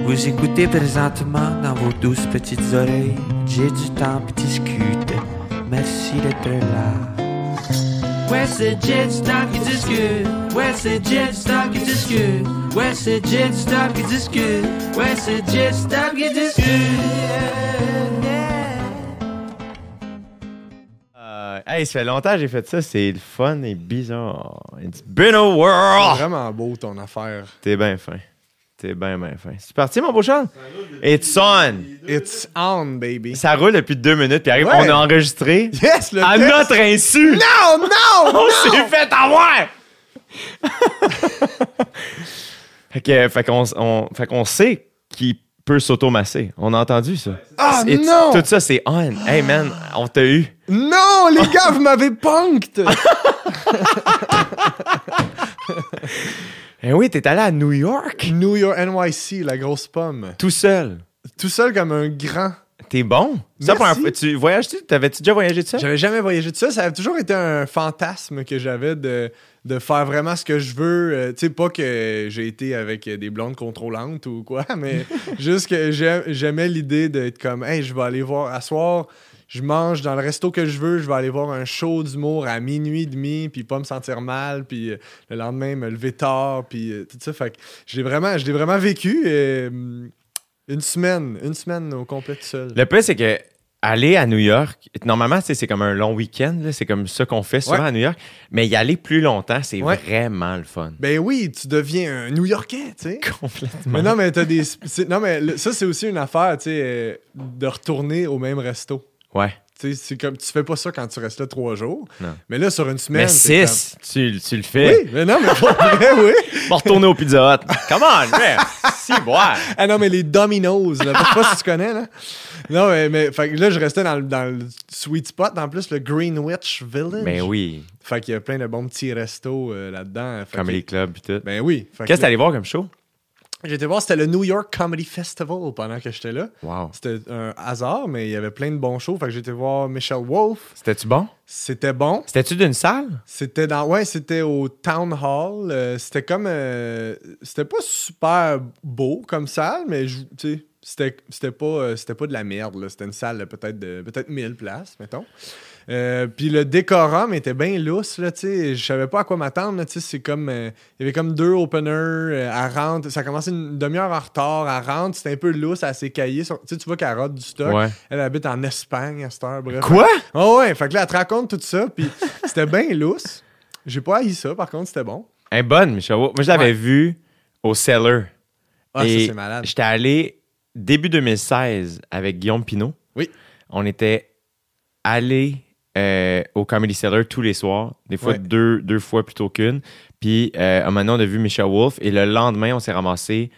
Vous écoutez présentement dans vos douces petites oreilles. J'ai du temps pour discuter. Merci d'être là. Ouais, c'est J'ai du temps qui discute. Ouais, c'est J'ai du temps qui discute. Ouais, c'est J'ai du temps qui discute. Ouais, c'est J'ai du temps qui discute. Hey, ça fait longtemps que j'ai fait ça. C'est le fun et bizarre. It's been a world! C'est vraiment beau ton affaire. T'es bien fin. T'es bien fin. C'est parti, mon beau Charles? It's on! It's on, baby. Ça roule depuis 2 minutes, puis arrive, Ouais. on a enregistré Yes, le à test. notre insu! Non! On s'est fait avoir! Fait qu'on sait qu'il peut s'automasser. On a entendu ça. Ah, It's- non! Tout ça, c'est on. Hey, man, on t'a eu. Non, les gars, vous m'avez punked! Eh oui, t'es allé à New York? New York, NYC, la grosse pomme. Tout seul. Tout seul comme un grand. T'es bon? Ça, Merci. première fois, tu voyages-tu? T'avais-tu déjà voyagé de ça? J'avais jamais voyagé de ça. Ça a toujours été un fantasme que j'avais de faire vraiment ce que je veux. Tu sais, pas que j'ai été avec des blondes contrôlantes ou quoi, mais juste que j'aimais l'idée d'être comme, hey, je vais aller voir, à soir, je mange dans le resto que je veux, je vais aller voir un show d'humour à 00:30, puis pas me sentir mal, puis le lendemain, me lever tard, puis tout ça. Fait que je l'ai vraiment vécu. Une semaine au complet tout seul. Le pire, c'est que aller à New York, normalement, tu sais, c'est comme un long week-end, là, c'est comme ça qu'on fait souvent Ouais. à New York, mais y aller plus longtemps, c'est Ouais. vraiment le fun. Ben oui, tu deviens un New-Yorkais, tu sais. Complètement. Mais non, mais t'as des. Non, mais ça, c'est aussi une affaire, tu sais, de retourner au même resto. Ouais. Tu sais, c'est comme. Tu fais pas ça quand tu restes là 3 jours. Non. Mais là, sur une semaine. Mais t'es 6, tu le comme- fais. Oui, mais non, mais pour vrai, oui. Va retourner au Pizza Hut. Come on, man. Si, boire. Ah non, mais les Domino's, là. Je sais pas si tu connais, là. Non, mais fait que là, je restais dans le sweet spot, en plus, le Greenwich Village. Ben oui. Fait qu'il y a plein de bons petits restos là-dedans. Fait Comedy que- Club et tout. Ben oui. Fait Qu'est-ce que là, t'allais voir comme show? j'étais voir, c'était le New York Comedy Festival pendant que j'étais là. Wow. C'était un hasard, mais il y avait plein de bons shows. Fait que j'étais voir Michelle Wolf. C'était-tu bon? C'était bon. C'était-tu d'une salle? C'était au Town Hall. C'était comme... c'était pas super beau comme salle, mais tu sais, c'était pas de la merde, là. C'était une salle peut-être 1000 places, mettons. Puis le décorum était bien lousse, là, tu sais. Je savais pas à quoi m'attendre, là, tu sais. C'est comme... il y avait comme 2 openers. Elle rentre. Ça a commencé une demi-heure en retard. Elle rentre. C'était un peu lousse. Elle s'est caillée. Tu sais, tu vois qu'elle rate du stock. Ouais. Elle habite en Espagne à cette heure. Bref. Quoi? Oh ouais. Fait que là, elle te raconte tout ça. Puis c'était bien lousse. J'ai pas haï ça. Par contre, c'était bon. Elle est bonne, Michel. Moi, je l'avais Ouais. vue au Cellar. Ah, Et ça, c'est malade. j'étais allé début 2016 avec Guillaume Pinault. Oui. On était allé au Comedy Cellar tous les soirs, des fois Ouais. deux fois plutôt qu'une. Puis un moment donné, on a vu Michel Wolf et le lendemain, on s'est ramassé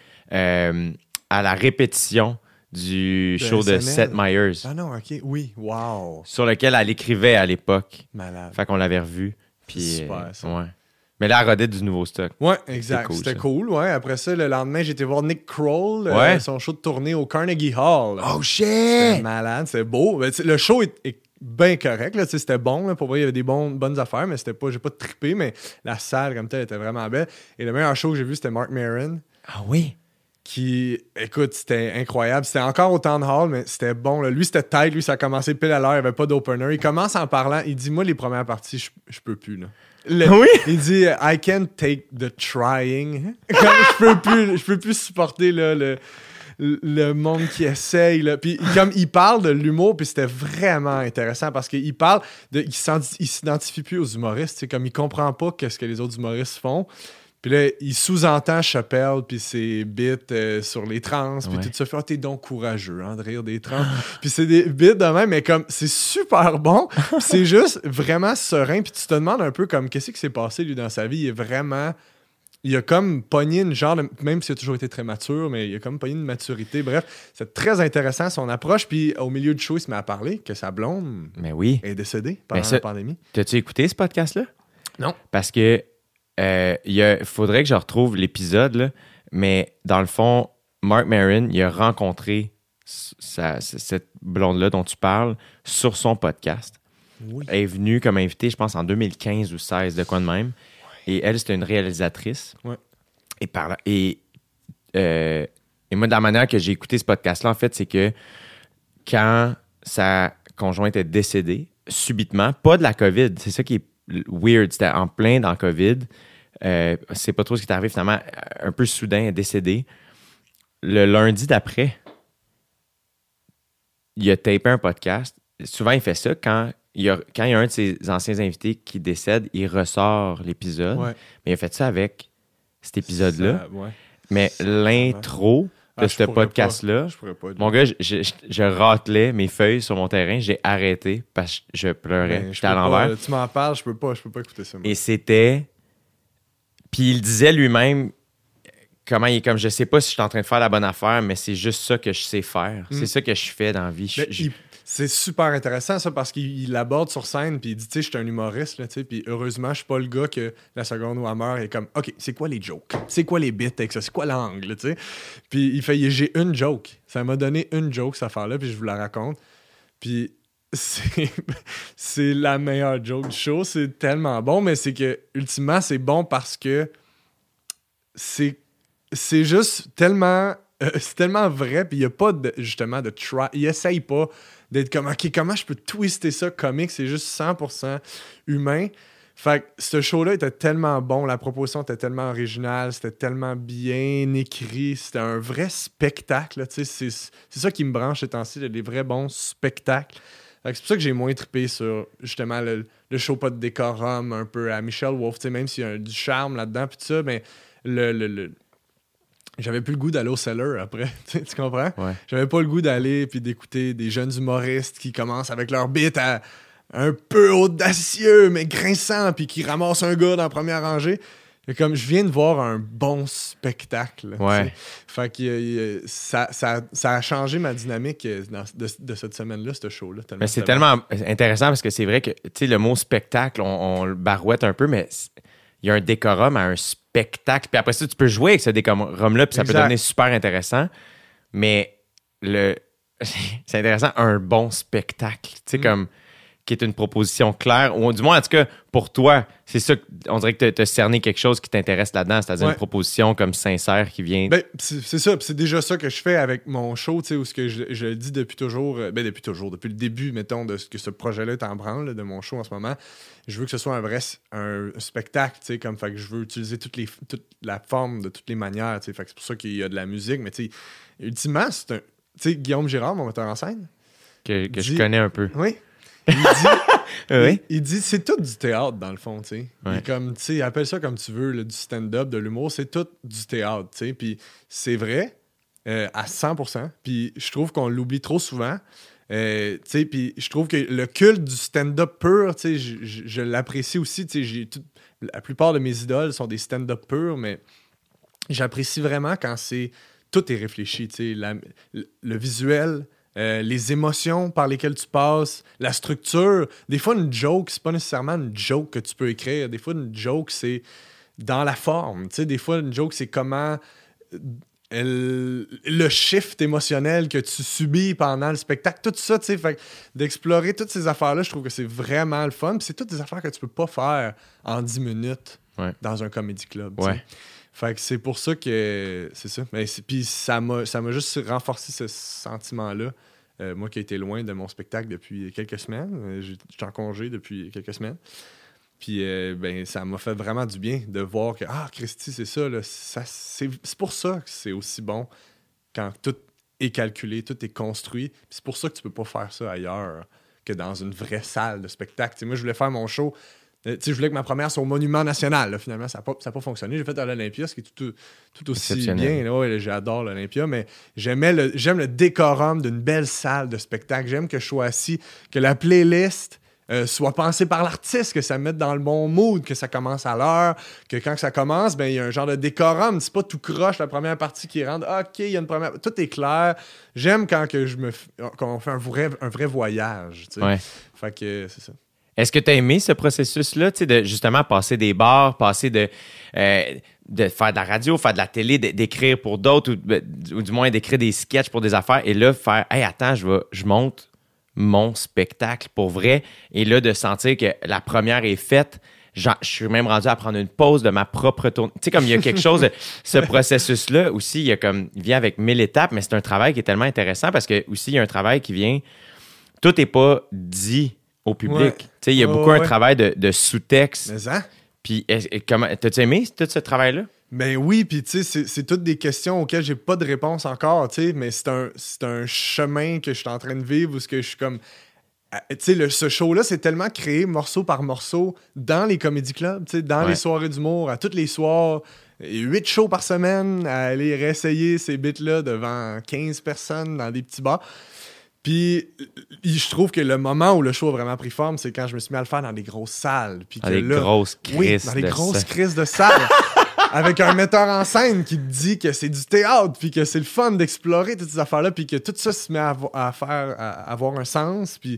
à la répétition du De show de SNL. Seth Meyers, Ah non, OK. Oui. Wow. sur lequel elle écrivait à l'époque. Malade. Fait qu'on l'avait revu. Puis, C'est super, ça. ouais. Mais là, elle rodait du nouveau stock. Ouais, exact. cool, C'était ça. cool, ouais. Après ça, le lendemain, j'étais voir Nick Kroll, Ouais. son show de tournée au Carnegie Hall. Oh C'était shit! malade, c'était beau. Ben, tu sais, le show est bien correct, là, tu sais, c'était bon. Là, pour vrai, il y avait des bonnes affaires, mais c'était pas, j'ai pas trippé, mais la salle comme telle était vraiment belle. Et le meilleur show que j'ai vu, c'était Mark Maron, Ah oui? qui, écoute, c'était incroyable. C'était encore au Town Hall, mais c'était bon. Là. Lui, c'était tight. Lui, ça a commencé pile à l'heure. Il n'y avait pas d'opener. Il commence en parlant. Il dit, moi, les premières parties, je peux plus. Là. Oui? Il dit, I can't take the trying. Comme, je peux plus supporter là, le monde qui essaye. Là. Puis comme il parle de l'humour, puis c'était vraiment intéressant parce qu'il parle il s'identifie plus aux humoristes. C'est comme il comprend pas qu'est-ce que les autres humoristes font. Puis là, il sous-entend Chappelle, puis ses bits sur les trans, puis Ouais. tout ça. Fait, ah, t'es donc courageux, hein, de rire des trans. Puis c'est des bits de même, mais comme, c'est super bon. Puis c'est juste vraiment serein. Puis tu te demandes un peu comme, qu'est-ce qui s'est passé, lui, dans sa vie. Il a comme pogné une genre, même s'il a toujours été très mature, mais il a comme pogné une maturité. Bref, c'est très intéressant, son approche. Puis au milieu du show, il se met à parler que sa blonde Mais oui. est décédée pendant ça- la pandémie. T'as-tu écouté ce podcast-là? Non. Parce que faudrait que je retrouve l'épisode, là, mais dans le fond, Mark Maron, il a rencontré cette blonde-là dont tu parles sur son podcast. Oui. Elle est venue comme invitée, je pense, en 2015 ou 2016, de quoi de même. Et elle, c'était une réalisatrice. Ouais. Et Et moi, de la manière que j'ai écouté ce podcast-là, en fait, c'est que quand sa conjointe est décédée, subitement, pas de la COVID, c'est ça qui est weird, c'était en plein dans la COVID, c'est pas trop ce qui est arrivé, finalement, un peu soudain, elle est décédée. Le lundi d'après, il a tapé un podcast. Souvent, il fait ça quand il y a un de ses anciens invités qui décède, il ressort l'épisode. Ouais. Mais il a fait ça avec cet épisode-là. Ouais. Mais l'intro de ce podcast-là, mon gars, je ratelais mes feuilles sur mon terrain, j'ai arrêté parce que je pleurais. J'étais à l'envers. Tu m'en parles, je peux pas écouter ça. Moi. Et c'était... Puis il disait lui-même comment il est comme, je sais pas si je suis en train de faire la bonne affaire, mais c'est juste ça que je sais faire. C'est ça que je fais dans la vie. C'est super intéressant ça parce qu'il l'aborde sur scène puis il dit tu sais je suis un humoriste là tu sais puis heureusement je suis pas le gars que la seconde où elle meurt est comme OK, c'est quoi les jokes? C'est quoi les bits avec ça? C'est quoi l'angle, tu sais? Puis il fait j'ai une joke. Ça m'a donné une joke cette affaire là puis je vous la raconte. Puis c'est la meilleure joke du show, c'est tellement bon mais c'est que ultimement c'est bon parce que c'est juste tellement c'est tellement vrai puis il y a pas justement de try, il essaye pas d'être comme, OK, comment je peux twister ça comique? C'est juste 100% humain. Fait que ce show-là était tellement bon, la proposition était tellement originale, c'était tellement bien écrit, c'était un vrai spectacle. Tu sais, c'est ça qui me branche ces temps-ci, des vrais bons spectacles. Fait que c'est pour ça que j'ai moins trippé sur, justement, le show pas de décorum, un peu à Michel Wolf, tu sais, même s'il y a du charme là-dedans, puis tout ça, mais j'avais plus le goût d'aller au cellar après, tu comprends? Ouais. J'avais pas le goût d'aller puis d'écouter des jeunes humoristes qui commencent avec leur beat à un peu audacieux mais grinçant puis qui ramassent un gars dans la première rangée. Et comme je viens de voir un bon spectacle. Ouais. Fait que ça a changé ma dynamique de cette semaine-là, ce show-là. Mais c'est tellement intéressant parce que c'est vrai que le mot spectacle, on le barouette un peu, mais il y a un décorum à un spectacle. Puis après ça, tu peux jouer avec ce décorum-là, puis ça peut devenir super intéressant. Mais c'est intéressant, un bon spectacle. Tu sais, comme qui est une proposition claire, ou du moins, en tout cas, pour toi, c'est ça, on dirait que tu as cerné quelque chose qui t'intéresse là-dedans, c'est-à-dire une proposition comme sincère qui vient... Ben, c'est ça, c'est déjà ça que je fais avec mon show, tu sais, où ce que je le dis depuis toujours, depuis le début, mettons, de ce que ce projet-là est en branle, là, de mon show en ce moment. Je veux que ce soit un spectacle, tu sais, comme, fait que je veux utiliser toute la forme de toutes les manières, tu sais, fait que c'est pour ça qu'il y a de la musique, mais tu sais, ultimement, c'est un... Tu sais, Guillaume Girard, mon metteur en scène... Que je connais un peu. Oui. Il dit c'est tout du théâtre dans le fond, tu sais. Ouais. Comme tu sais, appelle ça comme tu veux, là, du stand-up, de l'humour, c'est tout du théâtre, tu sais. Puis c'est vrai à 100%. Puis je trouve qu'on l'oublie trop souvent. Tu sais, puis je trouve que le culte du stand-up pur, tu sais, je l'apprécie aussi. Tu sais, la plupart de mes idoles sont des stand-up purs, mais j'apprécie vraiment quand tout est réfléchi, tu sais, le visuel. Les émotions par lesquelles tu passes, la structure. Des fois, une joke, c'est pas nécessairement une joke que tu peux écrire. Des fois, une joke, c'est dans la forme. Tu sais, des fois, une joke, c'est comment le shift émotionnel que tu subis pendant le spectacle. Tout ça, tu sais, fait d'explorer toutes ces affaires-là, je trouve que c'est vraiment le fun. Puis c'est toutes des affaires que tu peux pas faire en 10 minutes dans un comedy club. Ouais. Fait que c'est pour ça que c'est ça. Mais puis ça m'a juste renforcé ce sentiment-là. Moi qui ai été loin de mon spectacle depuis quelques semaines. J'étais en congé depuis quelques semaines. Puis ça m'a fait vraiment du bien de voir que Christy, c'est ça, là, c'est pour ça que c'est aussi bon quand tout est calculé, tout est construit. Puis c'est pour ça que tu peux pas faire ça ailleurs que dans une vraie salle de spectacle. T'sais, moi, je voulais faire mon show. Je voulais que ma première soit au Monument National. Là, finalement, ça n'a pas fonctionné. J'ai fait à l'Olympia, ce qui est tout aussi bien. Là, ouais, j'adore l'Olympia, mais j'aime le décorum d'une belle salle de spectacle. J'aime que je sois assis, que la playlist soit pensée par l'artiste, que ça me mette dans le bon mood, que ça commence à l'heure, que quand ça commence, il y a un genre de décorum. C'est pas tout croche la première partie qui rentre. OK, il y a une première... Tout est clair. J'aime quand qu'on fait un vrai voyage. Tu sais. Ouais. Fait que c'est ça. Est-ce que tu as aimé ce processus-là, de justement passer des bars, passer de faire de la radio, faire de la télé, d'écrire pour d'autres, ou du moins d'écrire des sketchs pour des affaires, et là, faire « Hey, attends, je monte mon spectacle pour vrai », et là, de sentir que la première est faite, Je suis même rendu à prendre une pause de ma propre tournée. Tu sais, comme il y a quelque chose, ce processus-là aussi, il vient avec 1000 étapes, mais c'est un travail qui est tellement intéressant parce que aussi, il y a un travail qui vient. Tout n'est pas dit au public. Ouais. Tu sais, il y a beaucoup un travail de sous-texte. Mais ça? Puis, t'as-tu aimé tout ce travail-là? Ben oui, puis tu sais, c'est toutes des questions auxquelles j'ai pas de réponse encore, tu sais, mais c'est un chemin que je suis en train de vivre où ce que je suis comme... Tu sais, ce show-là, c'est tellement créé morceau par morceau dans les comédie clubs, tu sais, dans les soirées d'humour, à tous les soirs, 8 shows par semaine, à aller réessayer ces bits-là devant 15 personnes dans des petits bars. Puis, je trouve que le moment où le show a vraiment pris forme, c'est quand je me suis mis à le faire dans des grosses salles. Puis dans des grosses crises dans des grosses crises de salles. Avec un metteur en scène qui te dit que c'est du théâtre, puis que c'est le fun d'explorer toutes ces affaires-là, puis que tout ça se met à avoir un sens. Puis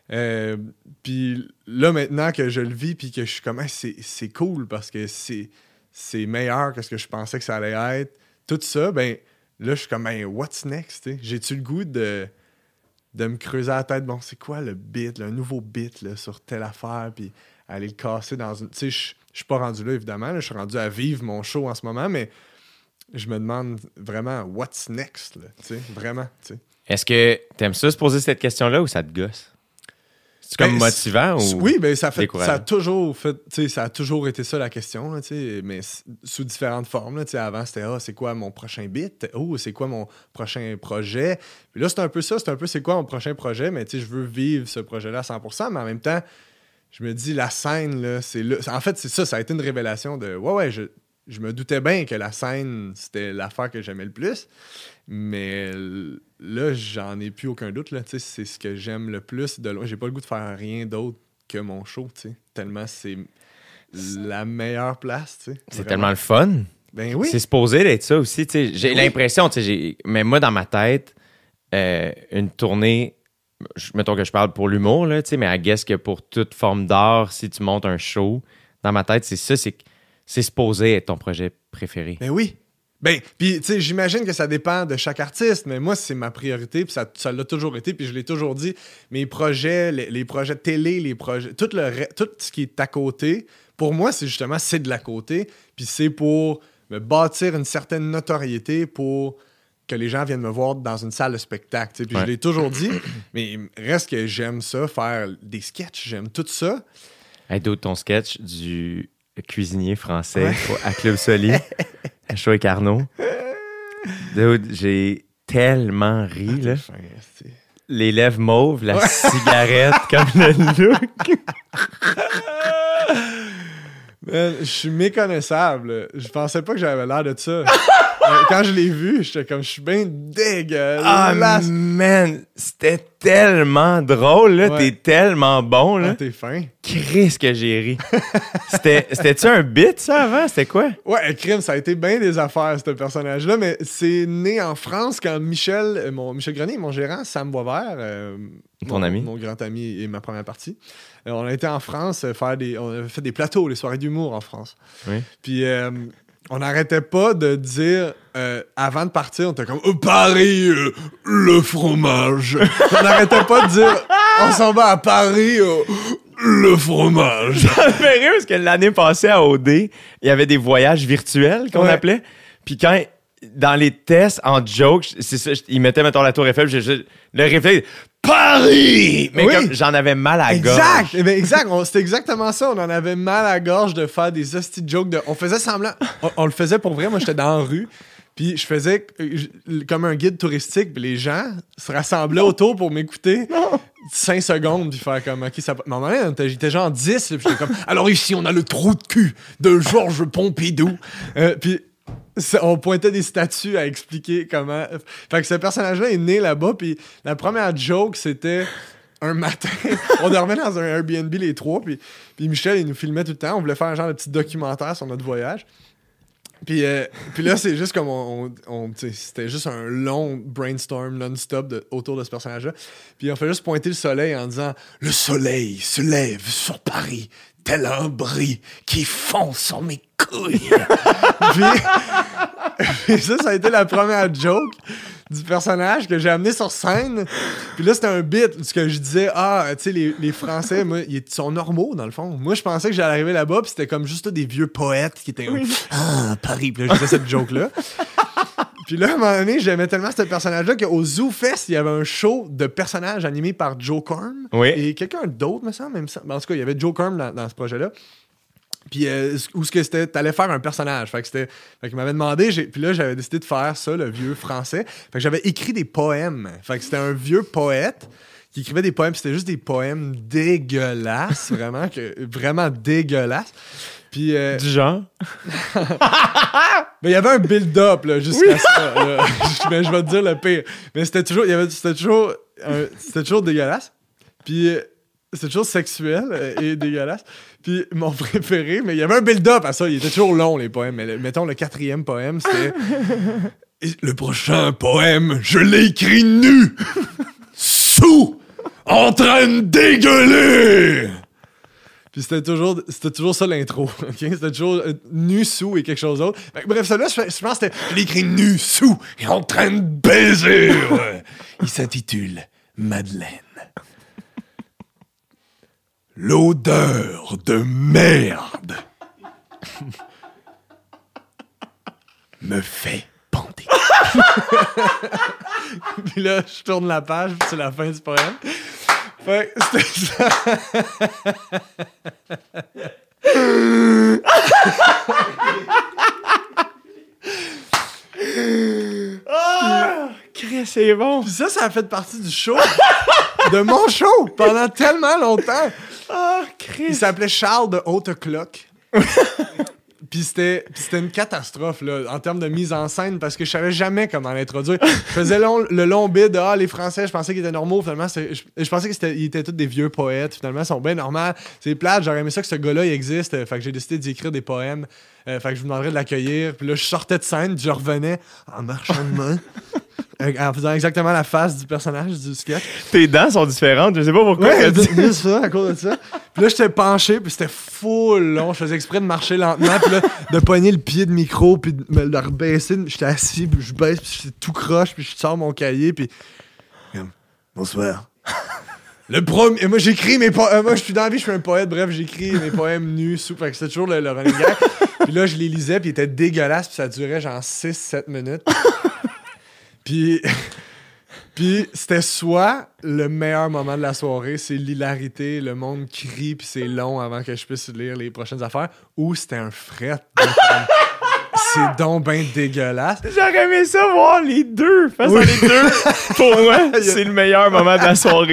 là, maintenant que je le vis, puis que je suis comme, c'est cool parce que c'est meilleur que ce que je pensais que ça allait être. Tout ça, ben là, je suis comme, what's next? T'sais? J'ai-tu le goût de me creuser la tête? Bon, c'est quoi le bit, un nouveau bit là, sur telle affaire, puis aller le casser dans une... Tu sais, je suis pas rendu là, évidemment. Là, je suis rendu à vivre mon show en ce moment, mais je me demande vraiment what's next, là, tu sais, vraiment, tu sais. Est-ce que t'aimes ça se poser cette question-là ou ça te gosse? C'est comme motivant ou oui, ben ça a toujours été ça la question, là, mais sous différentes formes. Là, avant, c'était c'est quoi mon prochain bit? C'est quoi mon prochain projet? Puis là, c'est un peu ça, c'est quoi mon prochain projet? Mais je veux vivre ce projet-là à 100%, mais en même temps, je me dis, la scène, là, c'est là. En fait, c'est ça, ça a été une révélation de je me doutais bien que la scène, c'était l'affaire que j'aimais le plus. Mais là, j'en ai plus aucun doute. Là, c'est ce que j'aime le plus de loin. J'ai pas le goût de faire rien d'autre que mon show, tellement c'est la meilleure place. C'est vraiment tellement le fun. Ben oui. C'est supposé d'être ça aussi. J'ai l'impression, mais moi, dans ma tête, une tournée, mettons que je parle pour l'humour, là, mais I guess que pour toute forme d'art, si tu montes un show, dans ma tête, c'est ça, c'est supposé être ton projet préféré. Ben oui. Ben, puis, tu sais, j'imagine que ça dépend de chaque artiste, mais moi, c'est ma priorité, puis ça l'a toujours été, puis je l'ai toujours dit. Mes projets, les projets de télé, les projets, tout ce qui est à côté, pour moi, c'est de l'à côté, puis c'est pour me bâtir une certaine notoriété pour que les gens viennent me voir dans une salle de spectacle, puis je l'ai toujours dit, mais il reste que j'aime ça, faire des sketchs, j'aime tout ça. Hey, d'autres, ton sketch du cuisinier français à Club Soli. Show avec Arnaud. Dude, j'ai tellement ri, là. Les lèvres mauves, la cigarette, comme le look. Man, je suis méconnaissable. Je pensais pas que j'avais l'air de ça. Quand je l'ai vu, j'étais comme, je suis bien dégueulasse. Ah, man, c'était tellement drôle, là. T'es tellement bon, là. T'es fin. Christ que j'ai ri. C'était-tu un bit, ça, avant? C'était quoi? Ouais, crime, ça a été bien des affaires, ce personnage-là, mais c'est né en France quand Michel Grenier, mon gérant, Sam Boisvert, ton ami? Mon grand ami et ma première partie, on a été en France on avait fait des plateaux, les soirées d'humour en France. Oui. Puis on n'arrêtait pas de dire, avant de partir, on était comme Paris, le fromage. On n'arrêtait pas de dire, on s'en va à Paris, le fromage. Ça me fait rire parce que l'année passée à OD, il y avait des voyages virtuels qu'on appelait. Puis quand, dans les tests, en joke, c'est ça, ils mettaient, mettons, la Tour Eiffel, le réflexe, Paris! Mais comme j'en avais mal à la gorge. Exact. C'était exactement ça. On en avait mal à la gorge de faire des hosties de jokes. On faisait semblant. On le faisait pour vrai. Moi, j'étais dans la rue. Puis je faisais comme un guide touristique. Puis les gens se rassemblaient autour pour m'écouter 5 secondes. Puis faire comme, OK, ça... Mais à un moment donné, j'étais genre 10. Puis j'étais comme, alors ici, on a le trou de cul de Georges Pompidou. Puis... on pointait des statues à expliquer comment... Fait que ce personnage-là est né là-bas, puis la première joke, c'était un matin, on dormait dans un Airbnb les trois, puis Michel, il nous filmait tout le temps, on voulait faire un genre de petit documentaire sur notre voyage. Puis là, c'est juste comme c'était juste un long brainstorm non-stop autour de ce personnage-là. Puis on fait juste pointer le soleil en disant « Le soleil se lève sur Paris, tel un bris qui fond sur mes couilles. » Puis ça a été la première joke. du personnage que j'ai amené sur scène. Puis là, c'était un bit, ce que je disais, tu sais, les Français, moi, ils sont normaux, dans le fond. Moi, je pensais que j'allais arriver là-bas, puis c'était comme juste des vieux poètes qui étaient Paris. Puis là, je disais cette joke-là. Puis là, à un moment donné, j'aimais tellement ce personnage-là qu'au Zoo Fest, il y avait un show de personnages animés par Joe Corm. Oui. Et quelqu'un d'autre, me semble. En tout cas, il y avait Joe Corm dans ce projet-là. Puis où ce que c'était, t'allais faire un personnage. Fait qu'il m'avait demandé, puis là, j'avais décidé de faire ça, le vieux français. Fait que j'avais écrit des poèmes. Fait que c'était un vieux poète qui écrivait des poèmes. C'était juste des poèmes dégueulasses, vraiment dégueulasses. Puis, du genre? Mais il y avait un build-up là, jusqu'à ça. Là. Mais je vais te dire le pire. Mais c'était toujours dégueulasse. Puis c'était toujours sexuel et dégueulasse. Puis mon préféré, mais il y avait un build-up à ça. Il était toujours long, les poèmes. Mais mettons, le 4e poème, c'était... Le prochain poème, je l'ai écrit nu! Sous! En train de dégueuler! Puis c'était toujours ça l'intro, ok? C'était toujours nu, sous et quelque chose d'autre. Bref, ça là, je pense que c'était « écrit nu, sous et en train de baiser! » Il s'intitule « Madeleine. » L'odeur de merde me fait bander. Puis là, je tourne la page, puis c'est la fin du poème. Fait que c'était ça. Chris, c'est bon. Puis ça a fait partie du show. De mon show pendant tellement longtemps. Chris. Il s'appelait Charles de Haute-Cloque. Puis c'était une catastrophe là, en termes de mise en scène parce que je savais jamais comment l'introduire. Je faisais le long bid de les Français, je pensais qu'ils étaient normaux. Finalement, je pensais qu'ils étaient tous des vieux poètes. Finalement, ils sont bien normaux. C'est plate, j'aurais aimé ça que ce gars-là il existe. Fait que j'ai décidé d'y écrire des poèmes. Fait que je vous demanderais de l'accueillir. Puis là, je sortais de scène, puis je revenais en marchant de main. En faisant exactement la face du personnage du sketch. Tes dents sont différentes, je sais pas pourquoi. Ouais, c'est ça, à cause de ça. Puis là, j'étais penché, puis c'était full long. Je faisais exprès de marcher lentement, puis là, de pogner le pied de micro, puis de me le rebaisser. J'étais assis, puis je baisse, puis j'étais tout croche, puis je sors mon cahier, puis... Bonsoir. Le premier... Moi, j'écris mes poèmes... Moi, je suis dans la vie, je suis un poète. Bref, j'écris mes poèmes nus, sous. Fait que c'était toujours le running gag. Puis là, je les lisais, puis ils étaient dégueulasses, puis ça durait genre 6-7 minutes. Puis c'était soit le meilleur moment de la soirée, c'est l'hilarité, le monde crie, puis c'est long avant que je puisse lire les prochaines affaires, ou c'était un fret. C'est donc ben dégueulasse. J'aurais aimé ça voir les deux. Face à les deux, pour moi, c'est le meilleur moment de la soirée.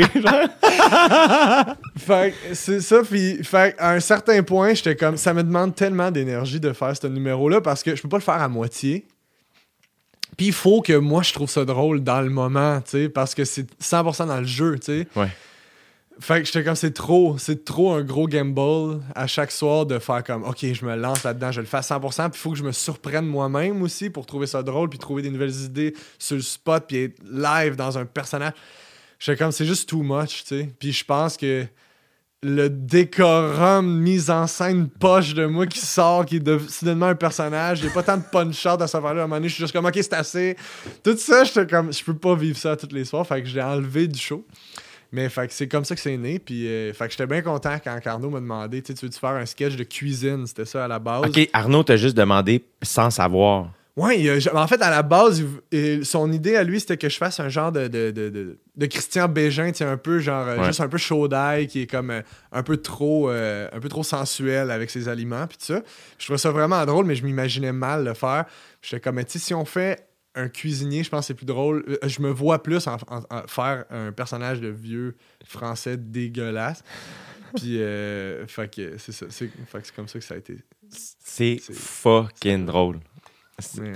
Fait que c'est ça, puis à un certain point, j'étais comme, ça me demande tellement d'énergie de faire ce numéro-là parce que je peux pas le faire à moitié. Puis il faut que moi, je trouve ça drôle dans le moment, tu sais, parce que c'est 100% dans le jeu, tu sais. Ouais. Fait que j'étais comme, c'est trop un gros gamble à chaque soir de faire comme, OK, je me lance là-dedans, je le fais à 100%, puis il faut que je me surprenne moi-même aussi pour trouver ça drôle, puis trouver des nouvelles idées sur le spot, puis être live dans un personnage. J'étais comme, c'est juste too much, tu sais. Puis je pense que le décorum mise en scène poche de moi qui sort, qui est soudainement un personnage. J'ai pas tant de punch-out à cette affaire-là. À un moment donné, je suis juste comme, OK, c'est assez. Tout ça, j'étais comme, je peux pas vivre ça tous les soirs. Fait que je l'ai enlevé du show. Mais fait que c'est comme ça que c'est né. Puis fait que j'étais bien content quand Arnaud m'a demandé, tu veux-tu faire un sketch de cuisine? C'était ça à la base. OK, Arnaud t'a juste demandé sans savoir. Ouais, en fait, à la base, son idée à lui, c'était que je fasse un genre de Christian Bégin, tu sais, un peu genre, juste un peu chaud d'ail, qui est comme un peu trop sensuel avec ses aliments, puis tout ça. Je trouvais ça vraiment drôle, mais je m'imaginais mal le faire. J'étais comme, tu sais, si on fait un cuisinier, je pense que c'est plus drôle. Je me vois plus en faire un personnage de vieux français dégueulasse. Puis, fait que c'est ça. Fait que c'est comme ça que ça a été. C'est fucking drôle. Ouais.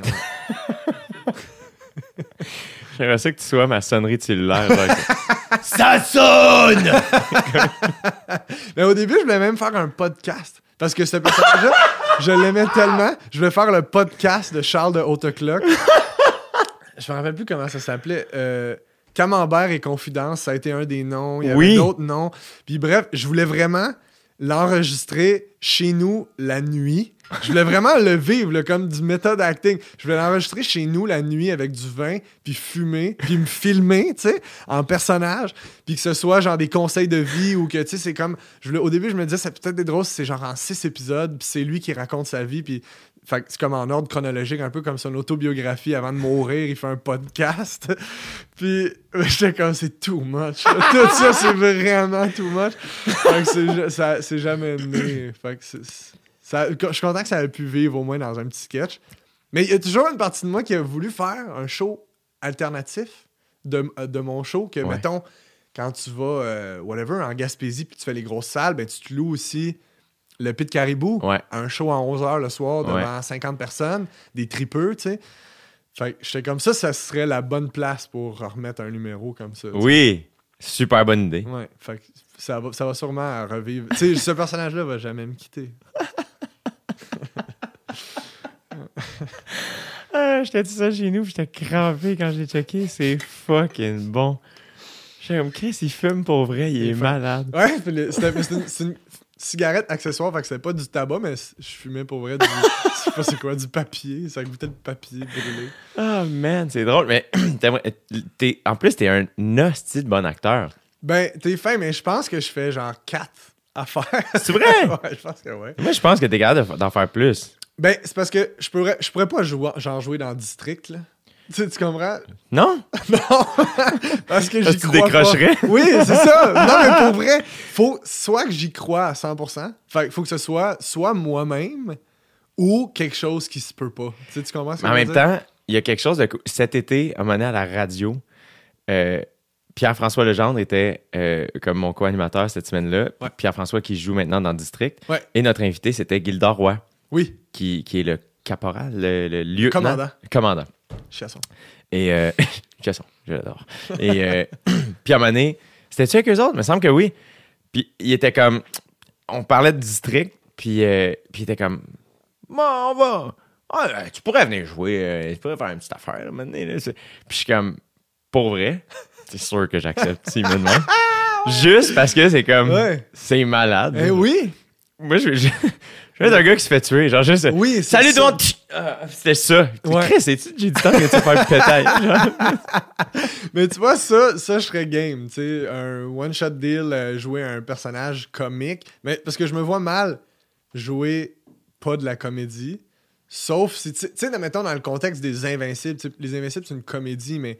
J'aimerais ça que tu sois ma sonnerie de cellulaire. Ça sonne! Mais au début, je voulais même faire un podcast. Parce que ce personnage-là, je l'aimais tellement. Je voulais faire le podcast de Charles de Haute-Cloque. Je me rappelle plus comment ça s'appelait. Camembert et Confidence, ça a été un des noms. Il y avait d'autres noms. Puis bref, je voulais vraiment l'enregistrer chez nous la nuit. Je voulais vraiment le vivre, là, comme du method acting. Je voulais l'enregistrer chez nous la nuit avec du vin, puis fumer, puis me filmer, tu sais, en personnage, puis que ce soit genre des conseils de vie ou que, tu sais, c'est comme... au début, je me disais, ça peut-être être drôle si c'est genre en 6 épisodes, puis c'est lui qui raconte sa vie, puis... Fait que c'est comme en ordre chronologique, un peu comme son autobiographie avant de mourir, il fait un podcast. Puis j'étais comme, c'est too much. Tout ça, c'est vraiment too much. Fait que c'est jamais né. Fait que je suis content que ça ait pu vivre au moins dans un petit sketch. Mais il y a toujours une partie de moi qui a voulu faire un show alternatif de mon show, que, mettons, quand tu vas, whatever, en Gaspésie, puis tu fais les grosses salles, ben tu te loues aussi... Le Pit Caribou, un show à 11h le soir devant 50 personnes, des tripeux, tu sais. Fait que j'étais comme ça serait la bonne place pour remettre un numéro comme ça. Oui, super bonne idée. Ouais, fait que ça va sûrement revivre. Tu sais, ce personnage-là va jamais me quitter. Je t'ai dit ça chez nous, puis j'étais crampé quand j'ai checké. C'est fucking bon. J'étais comme, Chris, il fume pour vrai, il est malade. Ouais, c'est une cigarette accessoire, fait que c'était pas du tabac, mais je fumais pour vrai je sais pas c'est quoi, du papier. Ça goûtait le papier brûlé. Oh man, c'est drôle, mais en plus, t'es un hostie de bon acteur. Ben, t'es fin, mais je pense que je fais genre 4 affaires. C'est vrai? Ouais, je pense que ouais. Moi, je pense que t'es capable d'en faire plus. Ben, c'est parce que je pourrais pas jouer dans District, là. Tu comprends? Non? Non! Parce que j'y tu crois décrocherais? pas. Oui, c'est ça! Non, mais pour vrai, faut soit que j'y crois à 100%, fait faut que ce soit moi-même ou quelque chose qui se peut pas. Tu comprends ce que Mais en je veux même dire? temps, il y a quelque chose de... Cet été, à un moment donné, à la radio, Pierre-François Legendre était comme mon co-animateur cette semaine-là. Ouais. Pierre-François qui joue maintenant dans District. Ouais. Et notre invité, c'était Gildor Roy. Oui. Qui est le caporal, le lieutenant. Commandant. Chasson. Et... Chasson, je l'adore. Et puis à un moment donné, c'était-tu avec eux autres? Il me semble que oui. Puis il était comme... On parlait de District, puis il était comme... Bon, on va... Ah, tu pourrais venir jouer, tu pourrais faire une petite affaire, là, maintenant. Là. Puis je suis comme... Pour vrai, c'est sûr que j'accepte s'il me demande. Juste parce que c'est comme... Ouais. C'est malade. Eh oui! Moi, je suis un gars qui se fait tuer. Genre, juste. Oui, salut, tout le monde! C'était ça. Ouais. Chris, sais-tu, j'ai du temps que tu vas faire pétaille. Mais tu vois, ça je serais game. Tu sais, un one-shot deal, jouer un personnage comique. Mais parce que je me vois mal jouer pas de la comédie. Sauf si, tu sais, mettons dans le contexte des Invincibles. Les Invincibles, c'est une comédie, mais.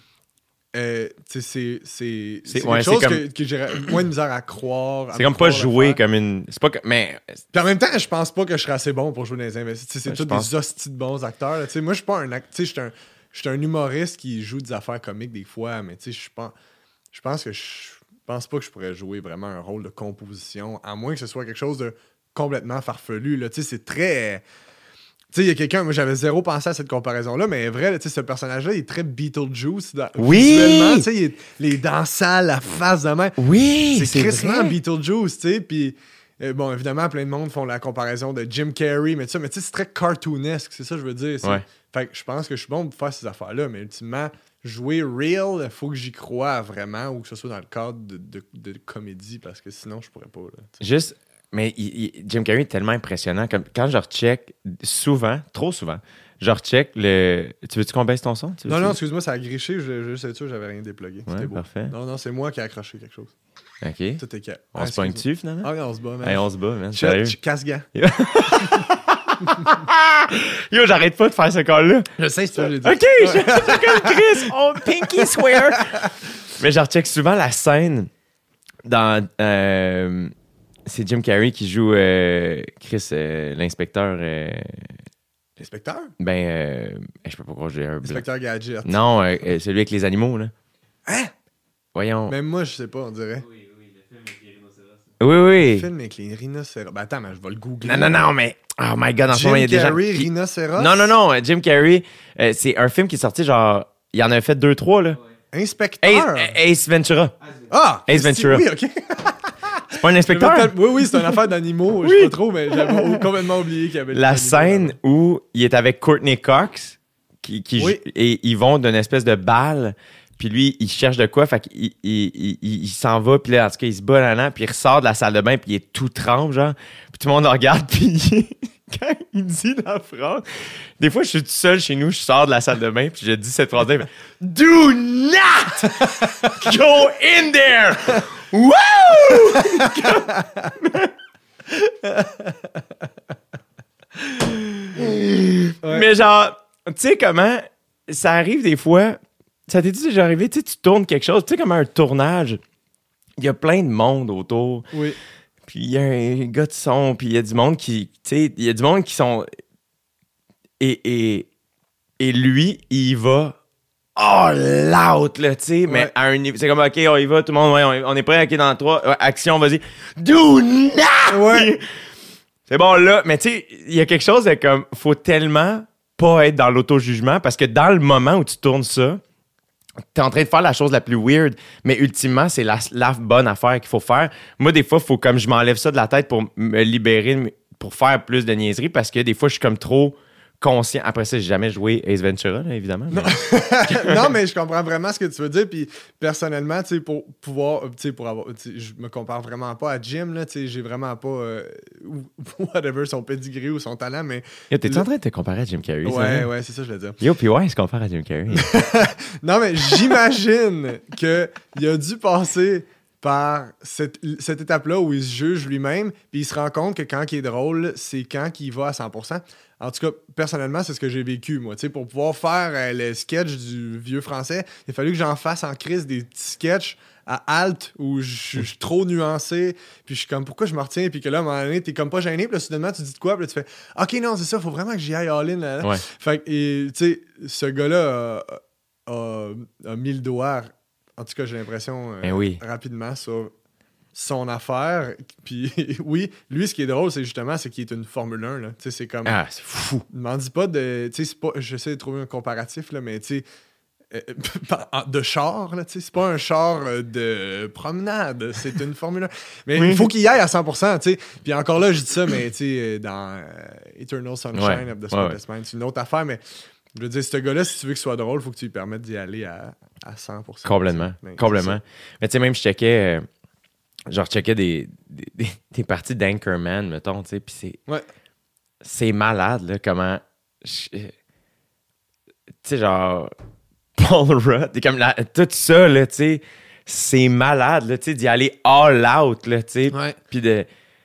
C'est quelque chose que j'ai moins de misère à croire. C'est comme pas jouer comme une. C'est pas que. Mais. Puis en même temps, je pense pas que je serais assez bon pour jouer dans les Invincibles. C'est tous des hosties de bons acteurs. Là. Moi, je suis pas un acteur. Je suis un humoriste qui joue des affaires comiques des fois, mais je pense pas que je pourrais jouer vraiment un rôle de composition, à moins que ce soit quelque chose de complètement farfelu. Là. C'est très. Tu sais, il y a quelqu'un, moi j'avais zéro pensé à cette comparaison-là, mais vrai, tu sais, ce personnage-là, il est très Beetlejuice. Visuellement, tu sais, les dents sales, la face de main. Oui! C'est crissement Beetlejuice, tu sais, puis bon, évidemment, plein de monde font la comparaison de Jim Carrey, mais tu sais, c'est très cartoonesque, c'est ça que je veux dire. Ouais. Fait que je pense que je suis bon pour faire ces affaires-là, mais ultimement, jouer real, il faut que j'y croie vraiment, ou que ce soit dans le cadre de comédie, parce que sinon, je pourrais pas. Là, juste... Mais Jim Carrey est tellement impressionnant. Comme quand je recheck souvent, trop souvent, je recheck le... Tu veux-tu qu'on baisse ton son? Non, excuse-moi, ça a griché. Je sais sûr, j'avais rien déplugué. Ouais, c'était beau. Parfait. Non, c'est moi qui ai accroché quelque chose. OK. Tout est calme. On se pogne dessus, finalement? Ah oui, on se bat, man. Hey, on se bat, man. Sérieux? Casse-gants. Yo, j'arrête pas de faire ce call-là. Je sais, c'est ça que j'ai dit. OK, je comme Chris. On pinky swear. Mais je recheck souvent la scène dans... c'est Jim Carrey qui joue Chris, l'inspecteur. L'inspecteur? Je peux pas croire que j'ai un blanc. L'inspecteur Gadget. Non, celui avec les animaux, là. Hein? Voyons. Même moi, je sais pas, on dirait. Oui, le film avec les rhinocéros. Oui. Le film avec les rhinocéros. Ben attends, mais je vais le googler. Non, mais... Oh my God, en ce moment, il y a des gens... Jim Carrey, rhinocéros? Non, Jim Carrey, c'est un film qui est sorti, genre... Il en a fait 2-3, là. Inspecteur? Ace Ventura. Ah! Ace Ventura. Oui, OK. C'est pas un inspecteur? Oui, c'est une affaire d'animaux. Je sais pas trop, mais j'avais complètement oublié qu'il y avait... La scène où il est avec Courtney Cox, qui Oui. et ils vont d'une espèce de bal, Puis lui, il cherche de quoi, fait qu'il s'en va, puis là, en tout cas, il se bat là, puis il ressort de la salle de bain, puis il est tout trempe, genre. Puis tout le monde le regarde, puis quand il dit la phrase, des fois, je suis tout seul chez nous, je sors de la salle de bain, puis je dis cette phrase-là, il fait, Do not go in there! Woo! Mais genre, tu sais comment ça arrive des fois, ça t'est dit déjà arrivé, tu sais, tu tournes quelque chose, tu sais, comme un tournage, il y a plein de monde autour. Oui. Puis il y a un gars de son, puis il y a du monde qui, tu sais, il y a du monde qui sont... Et lui, il va all out, là, tu sais, mais à un niveau... C'est comme, OK, on y va, tout le monde, ouais, on est prêt, OK, dans 3, action, vas-y. Do not! Ouais. C'est bon, là, mais tu sais, il y a quelque chose de comme, faut tellement pas être dans l'auto-jugement, parce que dans le moment où tu tournes ça, t'es en train de faire la chose la plus weird, mais ultimement, c'est la bonne affaire qu'il faut faire. Moi, des fois, il faut comme je m'enlève ça de la tête pour me libérer, pour faire plus de niaiseries, parce que des fois, je suis comme trop conscient. Après ça, j'ai jamais joué Ace Ventura, là, évidemment. Mais... Non, mais je comprends vraiment ce que tu veux dire. Puis personnellement, tu sais, pour pouvoir, tu sais, pour avoir, tu sais, je me compare vraiment pas à Jim, là, tu sais, j'ai vraiment pas, whatever, son pedigree ou son talent, mais... Yo, t'es-tu en train de te comparer à Jim Carrey? Ouais, c'est ça, je veux dire. Yo, puis ouais, il se compare à Jim Carrey. Non, mais j'imagine qu'il a dû passer par cette étape-là où il se juge lui-même, puis il se rend compte que quand il est drôle, c'est quand il va à 100%. En tout cas, personnellement, c'est ce que j'ai vécu, moi. Tu sais, pour pouvoir faire le sketch du vieux français, il a fallu que j'en fasse en crise des petits sketchs à halte où je suis trop nuancé, puis je suis comme, pourquoi je me retiens? Puis que là, à un moment donné, t'es comme pas gêné, puis là, soudainement, tu dis de quoi? Puis là, tu fais, OK, non, c'est ça, faut vraiment que j'y aille all-in. Là. Ouais. Fait que, tu sais, ce gars-là a mis le doigt, en tout cas, j'ai l'impression, rapidement sur son affaire. Puis oui, lui, ce qui est drôle, c'est justement, c'est qu'il est une Formule 1. Là. Tu sais, c'est comme... Ah, c'est fou. M'en dis pas de... Tu sais, c'est pas... J'essaie de trouver un comparatif, là, mais tu sais... de char, là, tu sais, c'est pas un char de promenade, c'est une Formule 1. Mais il faut qu'il y aille à 100%, tu sais. Puis encore là, je dis ça, mais tu sais, dans Eternal Sunshine of the Spotless Mind, c'est une autre affaire, mais je veux dire, ce gars-là, si tu veux qu'il soit drôle, il faut que tu lui permettes d'y aller à 100%. Complètement, complètement. Mais tu sais, même je checkais... Genre, je checkais des parties d'Anchorman, mettons, tu sais, puis c'est... Ouais. C'est malade, là, comment... Tu sais, genre... Paul Rudd, comme tout ça, là, tu sais, c'est malade, là, tu sais, d'y aller all out, là, tu sais. Ouais. Puis tu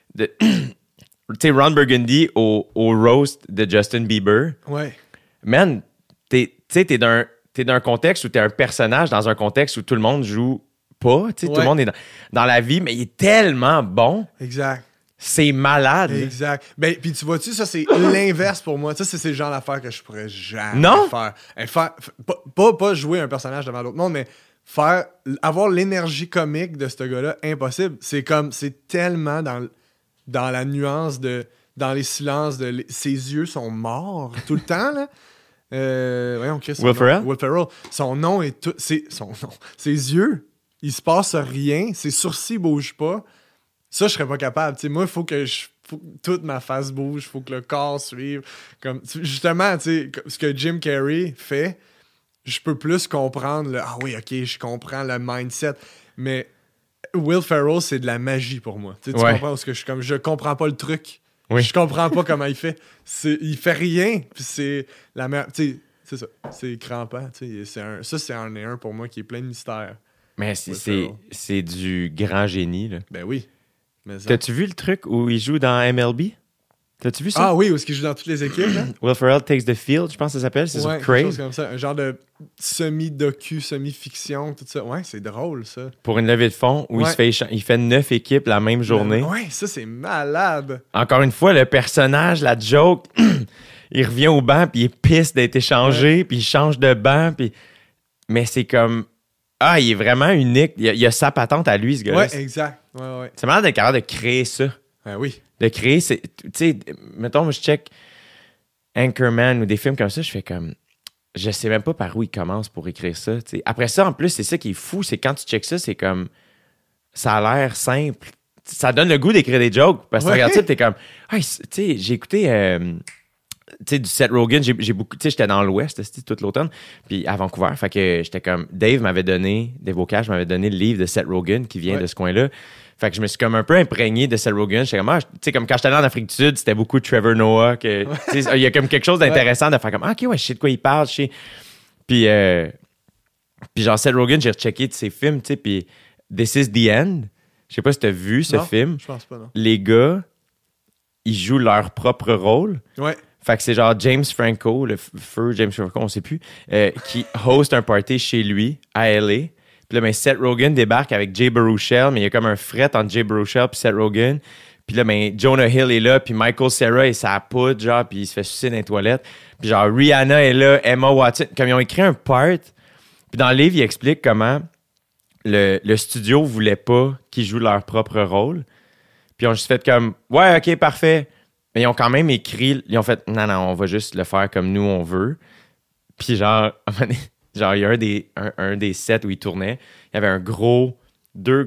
sais, Ron Burgundy au roast de Justin Bieber. Ouais. Man, tu sais, t'es d'un contexte où t'es un personnage dans un contexte où tout le monde joue pas, tu sais, tout le monde est dans la vie, mais il est tellement bon. Exact. C'est malade. Exact. Ben, puis tu vois-tu, ça, c'est l'inverse pour moi. Ça, c'est le genre d'affaire que je pourrais jamais faire. Pas jouer un personnage devant l'autre monde, mais avoir l'énergie comique de ce gars-là, impossible. C'est comme, c'est tellement dans la nuance dans les silences ses yeux sont morts tout le temps, là. Voyons, Chris. Will Ferrell? Will Ferrell. Son nom est tout... Son nom. Ses yeux, il se passe rien. Ses sourcils bougent pas. Ça, je serais pas capable. T'sais, moi, il faut que toute ma face bouge. Il faut que le corps suive. Comme, justement, ce que Jim Carrey fait, je peux plus comprendre ah oui, OK, je comprends le mindset. Mais Will Ferrell, c'est de la magie pour moi. Tu comprends? Parce que je comprends pas le truc. Oui. Je comprends pas comment il fait. Il fait rien. Puis c'est la meilleure... C'est ça. C'est crampant. Ça, c'est un pour moi qui est plein de mystères. Mais c'est du grand génie, là. Ben oui. T'as-tu vu le truc où il joue dans MLB? T'as-tu vu ça? Ah oui, où est-ce qu'il joue dans toutes les équipes, là? Will Ferrell Takes the Field, je pense que ça s'appelle. C'est sur Crave. Quelque chose comme ça. Un genre de semi-docu, semi-fiction, tout ça. Ouais, c'est drôle, ça. Pour une levée de fonds où il fait 9 équipes la même journée. Ouais, ça, c'est malade. Encore une fois, le personnage, la joke, il revient au banc, puis il est pisse d'être échangé, puis il change de banc, puis... Mais c'est comme... Ah, il est vraiment unique. Il a sa patente à lui, ce gars-là. Ouais, exact. Ouais. C'est malade d'être capable de créer ça. Ben oui. De créer, tu sais, mettons, moi, je check Anchorman ou des films comme ça, je fais comme... Je sais même pas par où il commence pour écrire ça, tu sais. Après ça, en plus, c'est ça qui est fou, c'est quand tu checkes ça, c'est comme... Ça a l'air simple. Ça donne le goût d'écrire des jokes. Parce que tu regardes ça, t'es comme... Ah, tu sais, j'ai écouté sais, du Seth Rogen, j'ai beaucoup, tu sais, j'étais dans l'Ouest, c'était tout l'automne, puis à Vancouver, fait que j'étais comme, Dave Bocage m'avait donné le livre de Seth Rogen qui vient de ce coin-là. Fait que je me suis comme un peu imprégné de Seth Rogen. J'étais comme, tu sais, comme quand j'étais allé en Afrique du Sud, c'était beaucoup Trevor Noah, que, tu sais, il y a comme quelque chose d'intéressant de faire comme, ok, ouais, je sais de quoi il parle, je sais. Puis genre, Seth Rogen, j'ai rechecké de ses films, tu sais, puis This is the End. Je sais pas si t'as vu ce film. Je pense pas, non. Les gars, ils jouent leur propre rôle. Ouais. Fait que c'est genre James Franco, le feu James Franco, on sait plus, qui host un party chez lui, à LA. Puis là, ben, Seth Rogen débarque avec Jay Baruchel, mais il y a comme un fret entre Jay Baruchel et Seth Rogen. Puis là, ben, Jonah Hill est là, puis Michael Cera et sa poudre, genre, puis il se fait sucer dans les toilettes. Puis genre, Rihanna est là, Emma Watson. Comme ils ont écrit un part. Puis dans le livre, il explique comment le studio voulait pas qu'ils jouent leur propre rôle. Puis ils ont juste fait comme, ouais, OK, parfait. Mais ils ont quand même écrit, ils ont fait, non, on va juste le faire comme nous, on veut. Puis genre, il y a un des sets où il tournait, il y avait deux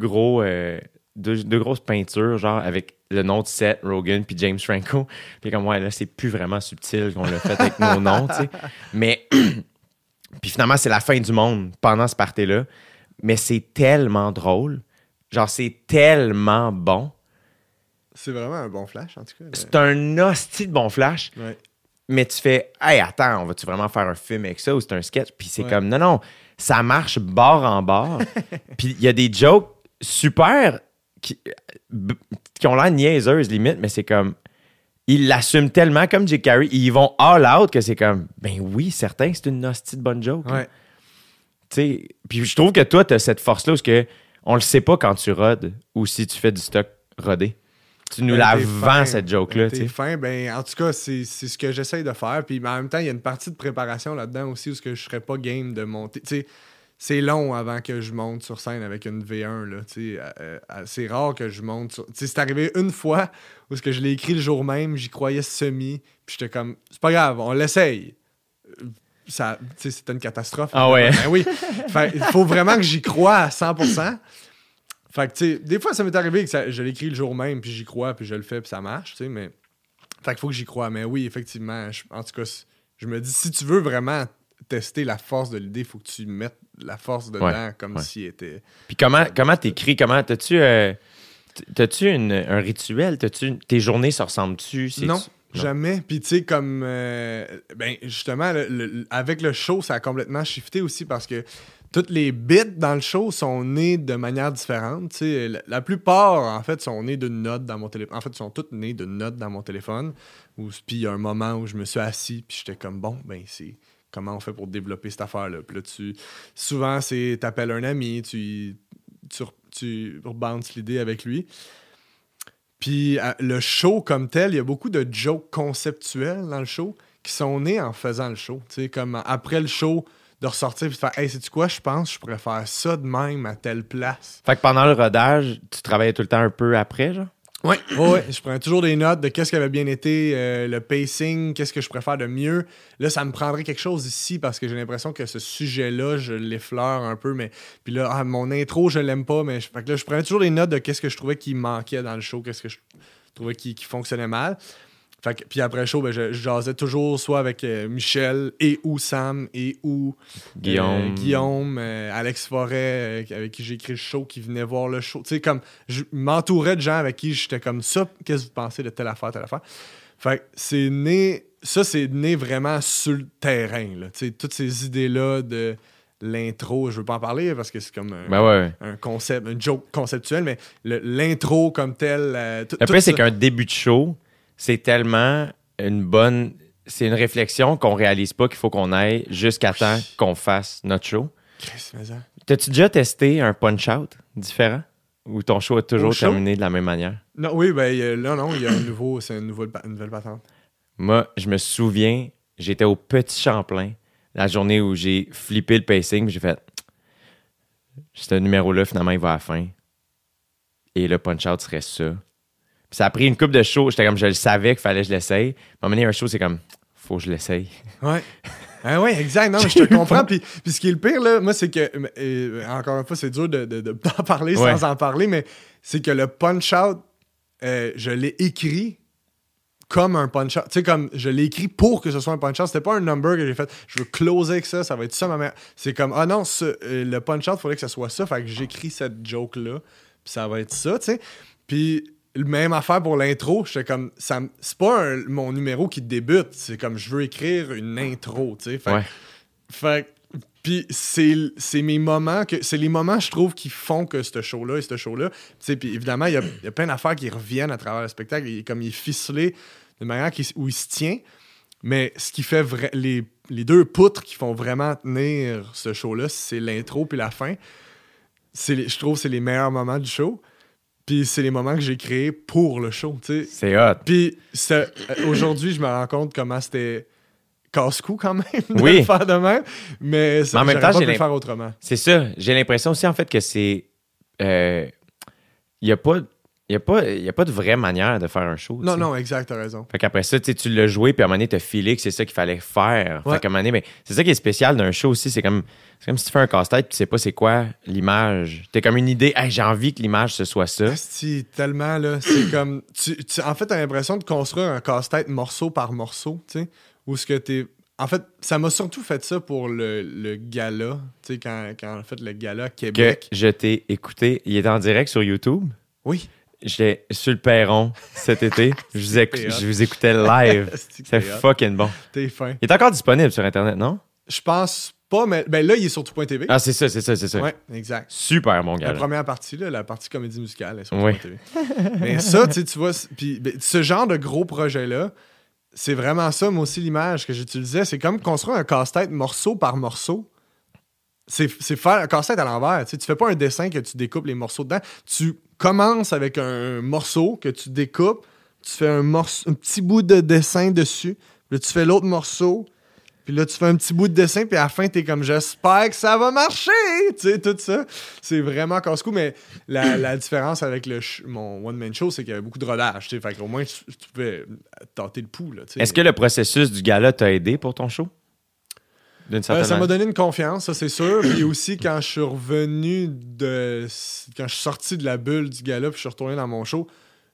grosses peintures, genre, avec le nom de Seth Rogen puis James Franco. Puis comme, ouais, là, c'est plus vraiment subtil qu'on l'a fait avec nos noms, tu sais. Mais, puis finalement, c'est la fin du monde pendant ce party-là. Mais c'est tellement drôle. Genre, c'est tellement bon. C'est vraiment un bon flash, en tout cas. C'est un hostie de bon flash. Ouais. Mais tu fais, hey, attends, on va-tu vraiment faire un film avec ça ou c'est un sketch? Puis c'est comme, non, ça marche bord en bord. Puis il y a des jokes super qui ont l'air niaiseuses, limite, mais c'est comme, ils l'assument tellement comme Jim Carrey, ils vont all out que c'est comme, ben oui, certain, c'est une hostie de bonne joke. Ouais. Tu sais, puis je trouve que toi, t'as cette force-là où on le sait pas quand tu rodes ou si tu fais du stock rodé. Tu nous la vends, cette joke-là. T'es fin. Ben, en tout cas, c'est ce que j'essaye de faire. Puis en même temps, il y a une partie de préparation là-dedans aussi où je serais pas game de monter. Tu sais, c'est long avant que je monte sur scène avec une V1. Là, c'est rare que je monte sur... C'est arrivé une fois où ce que je l'ai écrit le jour même, j'y croyais semi. Puis j'étais comme, c'est pas grave, on l'essaye. C'était une catastrophe. Ah ouais? Ben oui. Il faut vraiment que j'y croie à 100%. Fait que, tu sais, des fois, ça m'est arrivé que je l'écris le jour même, puis j'y crois, puis je le fais, puis ça marche, tu sais, mais... Fait qu'il faut que j'y croie. Mais oui, effectivement, en tout cas, je me dis, si tu veux vraiment tester la force de l'idée, il faut que tu mettes la force dedans comme s'il était... Puis comment t'écris? T'as-tu un rituel? Tes journées se ressemblent-tu? Non. Jamais. Puis, tu sais, comme... ben, justement, avec le show, ça a complètement shifté aussi parce que toutes les bits dans le show sont nés de manière différente. Tu sais, la plupart, en fait, sont nés d'une note dans mon téléphone. En fait, ils sont toutes nés d'une note dans mon téléphone. Puis, il y a un moment où je me suis assis, puis j'étais comme, bon, ben, c'est... Comment on fait pour développer cette affaire-là? Puis là, souvent, t'appelles un ami, tu bounces l'idée avec lui. Puis le show comme tel, il y a beaucoup de jokes conceptuels dans le show qui sont nés en faisant le show. Tu sais, comme après le show, de ressortir et de faire « Hey, sais-tu quoi? Je pense que je pourrais faire ça de même à telle place. » Fait que pendant le rodage, tu travaillais tout le temps un peu après, genre? Oui, je prenais toujours des notes de qu'est-ce qui avait bien été, le pacing, qu'est-ce que je préfère de mieux. Là, ça me prendrait quelque chose ici parce que j'ai l'impression que ce sujet-là, je l'effleure un peu. Mais puis là, mon intro, je l'aime pas. Mais fait que là, je prenais toujours des notes de qu'est-ce que je trouvais qui manquait dans le show, qu'est-ce que je trouvais qui fonctionnait mal. Fait que, puis après le show, ben, je jasais toujours soit avec Michel et ou Sam et ou Guillaume, Alex Forêt, avec qui j'ai écrit le show, qui venait voir le show. Tu sais, comme je m'entourais de gens avec qui j'étais comme ça, qu'est-ce que vous pensez de telle affaire, telle affaire. Fait que c'est né vraiment sur le terrain, là. Tu sais, toutes ces idées-là de l'intro, je veux pas en parler parce que c'est comme un concept, un joke conceptuel, mais l'intro comme tel. Après, c'est qu'un début de show, c'est tellement c'est une réflexion qu'on réalise pas qu'il faut qu'on aille jusqu'à temps qu'on fasse notre show. T'as-tu déjà testé un punch-out différent? Ou ton show a toujours terminé de la même manière? Non, oui, ben là, non, il y a une nouvelle patente. Moi, je me souviens, j'étais au Petit Champlain, la journée où j'ai flippé le pacing, puis j'ai fait ce numéro-là, finalement, il va à la fin. Et le punch-out serait ça. Puis ça a pris une couple de shows. J'étais comme, je le savais qu'il fallait que je l'essaye. À un moment donné, un show, c'est comme, faut que je l'essaye. Ouais. Ah ouais, exact. Non, mais je te comprends. Puis ce qui est le pire, là, moi, c'est que, encore une fois, c'est dur d'en parler sans en parler, mais c'est que le punch-out, je l'ai écrit comme un punch-out. Tu sais, comme je l'ai écrit pour que ce soit un punch-out. C'était pas un number que j'ai fait. Je veux closer avec ça, ça va être ça ma mère. C'est comme, ah non, le punch-out, il faudrait que ce soit ça. Fait que j'écris cette joke-là, puis ça va être ça, tu sais. Puis, même affaire pour l'intro, j'étais comme, c'est pas mon numéro qui débute. C'est comme, je veux écrire une intro, tu sais. Fait puis c'est mes moments c'est les moments je trouve qui font que ce show-là et ce show-là. Puis évidemment, il y a plein d'affaires qui reviennent à travers le spectacle. Il est ficelé d'une manière où il se tient. Mais ce qui fait les deux poutres qui font vraiment tenir ce show-là, c'est l'intro puis la fin. Je trouve que c'est les meilleurs moments du show. Puis c'est les moments que j'ai créés pour le show. T'sais. C'est hot. Puis aujourd'hui, je me rends compte comment c'était casse-cou quand même de oui. le faire de même, mais en même temps, pas pu le faire autrement. C'est ça. J'ai l'impression aussi en fait que c'est... Il n'y a pas de vraie manière de faire un show. Non, t'sais. non, exact, t'as raison. Fait qu'après ça, tu l'as joué, puis à un moment donné, t'as filé que c'est ça qu'il fallait faire. Ouais. Fait qu'à un moment donné, mais c'est ça qui est spécial d'un show aussi. C'est comme si tu fais un casse-tête, puis tu sais pas c'est quoi l'image. T'as comme une idée, hey, j'ai envie que l'image ce soit ça. Si, tellement, là. C'est comme. En fait, t'as l'impression de construire un casse-tête morceau par morceau, tu sais. Où ce que t'es. En fait, ça m'a surtout fait ça pour le gala, tu sais, quand on a fait le gala à Québec. Que je t'ai écouté. Il était en direct sur YouTube. Oui. J'étais sur le perron cet été. Je vous écoutais live. C'est fucking bon. T'es fin. Il est encore disponible sur Internet, non? Je pense pas, mais ben là, il est sur tout.tv. Ah, c'est ça. Ouais, exact. Super bon gars. La première partie, là, la partie comédie musicale, elle est sur oui. tout.tv. Mais ça, tu vois, puis ce genre de gros projet-là, c'est vraiment ça, moi aussi, l'image que j'utilisais. C'est comme construire un casse-tête morceau par morceau. C'est faire un casse-tête à l'envers. Tu fais pas un dessin que tu découpes les morceaux dedans. Tu commences avec un morceau que tu découpes, tu fais un petit bout de dessin dessus, puis là, tu fais l'autre morceau, puis là, tu fais un petit bout de dessin, puis à la fin, t'es comme « J'espère que ça va marcher! » Tu sais, tout ça. C'est vraiment casse-cou, mais la différence avec mon one-man show, c'est qu'il y avait beaucoup de rodage. Tu sais, fait qu'au moins, tu pouvais tâter le pouls. Là, tu sais. Est-ce que le processus du gala t'a aidé pour ton show? Ça m'a donné une confiance, ça c'est sûr. Puis aussi, quand je suis revenu quand je suis sorti de la bulle du gala puis je suis retourné dans mon show,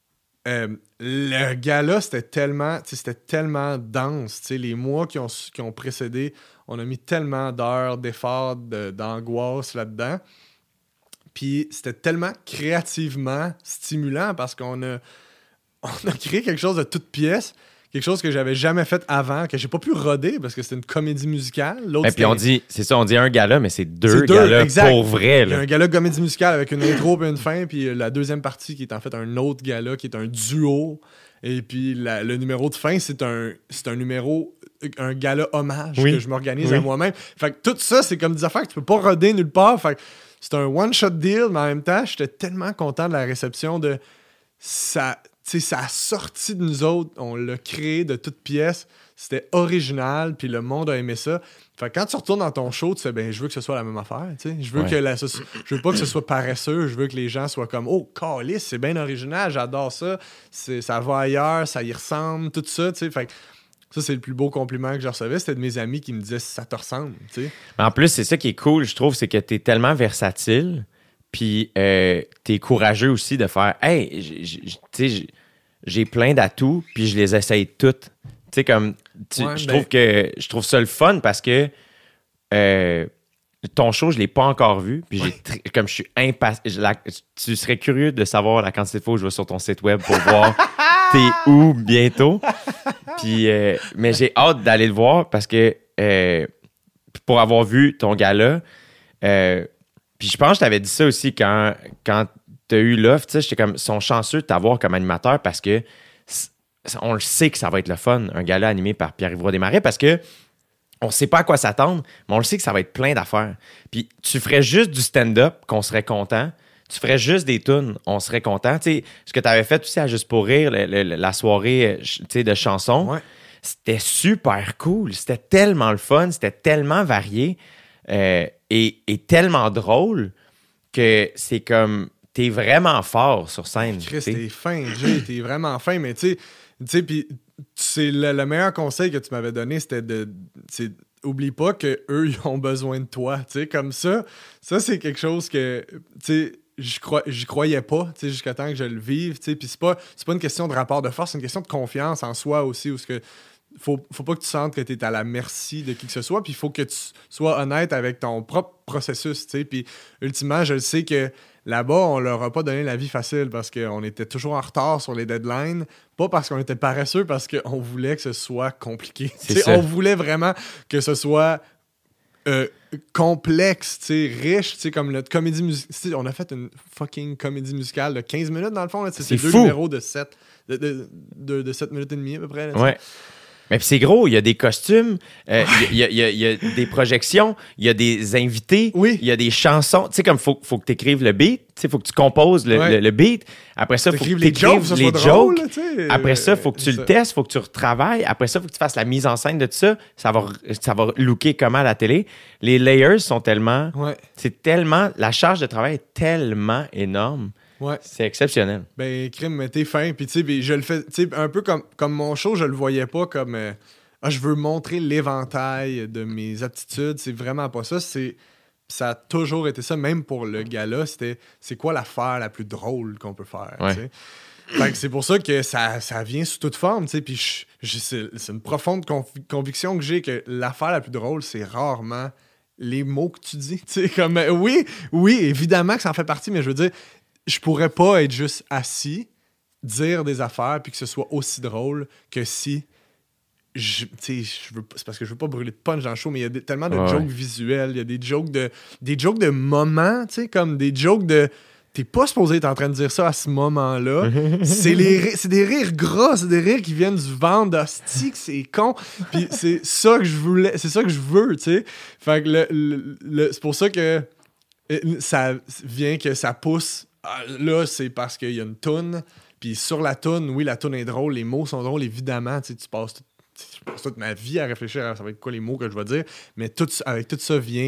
le gala, c'était tellement dense. T'sais, les mois qui ont précédé, on a mis tellement d'heures, d'efforts, d'angoisse là-dedans. Puis c'était tellement créativement stimulant parce qu'on a créé quelque chose de toute pièce. Quelque chose que j'avais jamais fait avant, que j'ai pas pu roder parce que c'était une comédie musicale. L'autre, puis on dit un gala, mais c'est deux galas exact. Pour vrai. Là. Il y a un gala comédie musicale avec une intro et une fin, puis la deuxième partie qui est en fait un autre gala qui est un duo. Et puis le numéro de fin, c'est un numéro, un gala hommage que je m'organise à moi-même. Fait que tout ça, c'est comme des affaires que tu peux pas roder nulle part. Fait que c'est un one-shot deal, mais en même temps, j'étais tellement content de la réception de ça. Tu sais, ça a sorti de nous autres, on l'a créé de toutes pièces, c'était original, puis le monde a aimé ça. Fait que quand tu retournes dans ton show, tu sais, ben, je veux que ce soit la même affaire, tu sais. Je veux je veux pas que ce soit paresseux, je veux que les gens soient comme, oh, calice, c'est bien original, j'adore ça, ça va ailleurs, ça y ressemble, tout ça, tu sais. Fait que ça, c'est le plus beau compliment que je recevais, c'était de mes amis qui me disaient, ça te ressemble, tu sais. En plus, c'est ça qui est cool, je trouve, c'est que t'es tellement versatile. Puis, t'es courageux aussi de faire « Hey, j'ai plein d'atouts, puis je les essaye toutes. » Tu sais, comme, je trouve ça le fun parce que ton show, je l'ai pas encore vu, puis comme je suis impatient. Tu serais curieux de savoir la quantité de fois où je vais sur ton site web pour voir t'es où bientôt. Puis, mais j'ai hâte d'aller le voir parce que pour avoir vu ton gala, puis je pense que je t'avais dit ça aussi quand t'as eu l'offre, tu sais, j'étais comme, sont chanceux de t'avoir comme animateur parce que on le sait que ça va être le fun, un gala animé par Pierre-Yves Desmarais, parce que on sait pas à quoi s'attendre, mais on le sait que ça va être plein d'affaires. Puis tu ferais juste du stand-up, qu'on serait content. Tu ferais juste des tunes, on serait content. Tu sais, ce que tu avais fait aussi à Juste pour rire, la soirée de chansons, c'était super cool. C'était tellement le fun, c'était tellement varié. Et tellement drôle que c'est comme t'es vraiment fort sur scène. Chris, t'es fin, Jay, t'es vraiment fin, mais tu sais, puis c'est le meilleur conseil que tu m'avais donné, c'était oublie pas qu'eux, ils ont besoin de toi, tu sais, comme ça c'est quelque chose que, tu sais, j'y croyais pas, tu sais, jusqu'à temps que je le vive, tu sais. Puis c'est pas une question de rapport de force, c'est une question de confiance en soi aussi, où ce que faut pas que tu sentes que tu es à la merci de qui que ce soit, puis il faut que tu sois honnête avec ton propre processus, tu sais. Puis ultimement, je le sais que là-bas, on leur a pas donné la vie facile parce qu'on était toujours en retard sur les deadlines, pas parce qu'on était paresseux, parce qu'on voulait que ce soit compliqué. Tu sais, on voulait vraiment que ce soit complexe, tu sais, riche, tu sais, comme notre comédie musicale. On a fait une fucking comédie musicale de 15 minutes, dans le fond. Là, c'est 2 numéros de 7 minutes et demie, à peu près. Là, ouais. Mais puis c'est gros, il y a des costumes, il y a des projections, il y a des invités, il y a des chansons. Tu sais, comme faut que tu écrives le beat, il faut que tu composes le beat. Après ça, il faut que tu écrives les jokes. Après ça, il faut que tu le testes, il faut que tu retravailles. Après ça, il faut que tu fasses la mise en scène de tout ça. Ça va looker comment à la télé. Les layers sont tellement... C'est tellement... La charge de travail est tellement énorme. Ouais. C'est exceptionnel. Ben, crime, mais t'es fin. Puis, tu sais, je le fais, tu sais, un peu comme mon show, je le voyais pas comme je veux montrer l'éventail de mes aptitudes. C'est vraiment pas ça. Ça a toujours été ça, même pour le gala. C'est quoi l'affaire la plus drôle qu'on peut faire? Ouais. Fait que c'est pour ça que ça vient sous toute forme. Puis, c'est une profonde conviction que j'ai que l'affaire la plus drôle, c'est rarement les mots que tu dis. Tu sais, comme oui, évidemment que ça en fait partie, mais je veux dire. Je pourrais pas être juste assis, dire des affaires, puis que ce soit aussi drôle que si... c'est parce que je veux pas brûler de punch dans le show, mais il y a tellement de jokes visuels, il y a des jokes de moments, tu sais, comme des jokes de... T'es pas supposé être en train de dire ça à ce moment-là. C'est des rires gras, c'est des rires qui viennent du ventre d'hostie, que c'est con. Puis c'est ça que je voulais, c'est ça que je veux, tu sais. Fait que c'est pour ça que ça vient que ça pousse... Là, c'est parce qu'il y a une toune. Puis sur la toune, oui, la toune est drôle, les mots sont drôles, évidemment. Tu passes toute ma vie à réfléchir à ça va être quoi les mots que je vais dire. Mais avec tout ça vient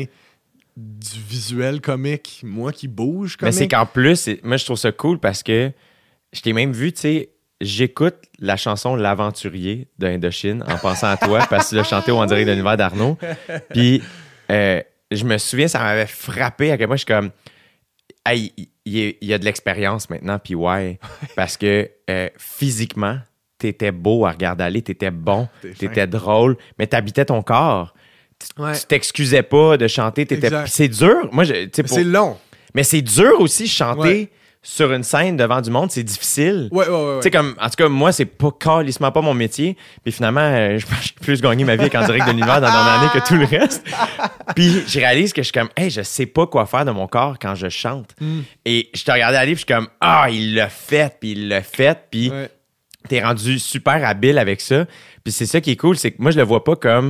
du visuel comique, moi qui bouge comique. Mais c'est qu'en plus, moi, je trouve ça cool parce que je t'ai même vu, tu sais, j'écoute la chanson L'Aventurier d'Indochine en pensant à toi parce que tu l'as chanté En direct de l'univers d'Arnaud. Puis je me souviens, ça m'avait frappé à quel point je suis comme... Hey, il y a de l'expérience maintenant, puis parce que physiquement, t'étais beau à regarder aller, t'étais bon, t'étais drôle, mais t'habitais ton corps. Tu t'excusais pas de chanter, c'est dur. Moi, c'est long. Mais c'est dur aussi chanter sur une scène devant du monde, c'est difficile. Ouais. Tu sais, comme, en tout cas, moi, c'est pas calissement pas mon métier. Puis finalement, je pense que j'ai plus gagné ma vie qu'en direct de l'univers dans la dernière année que tout le reste. Puis je réalise que je suis comme, hey, je sais pas quoi faire de mon corps quand je chante. Et je te regardais aller, puis je suis comme, il l'a fait, puis t'es rendu super habile avec ça. Puis c'est ça qui est cool, c'est que moi, je le vois pas comme...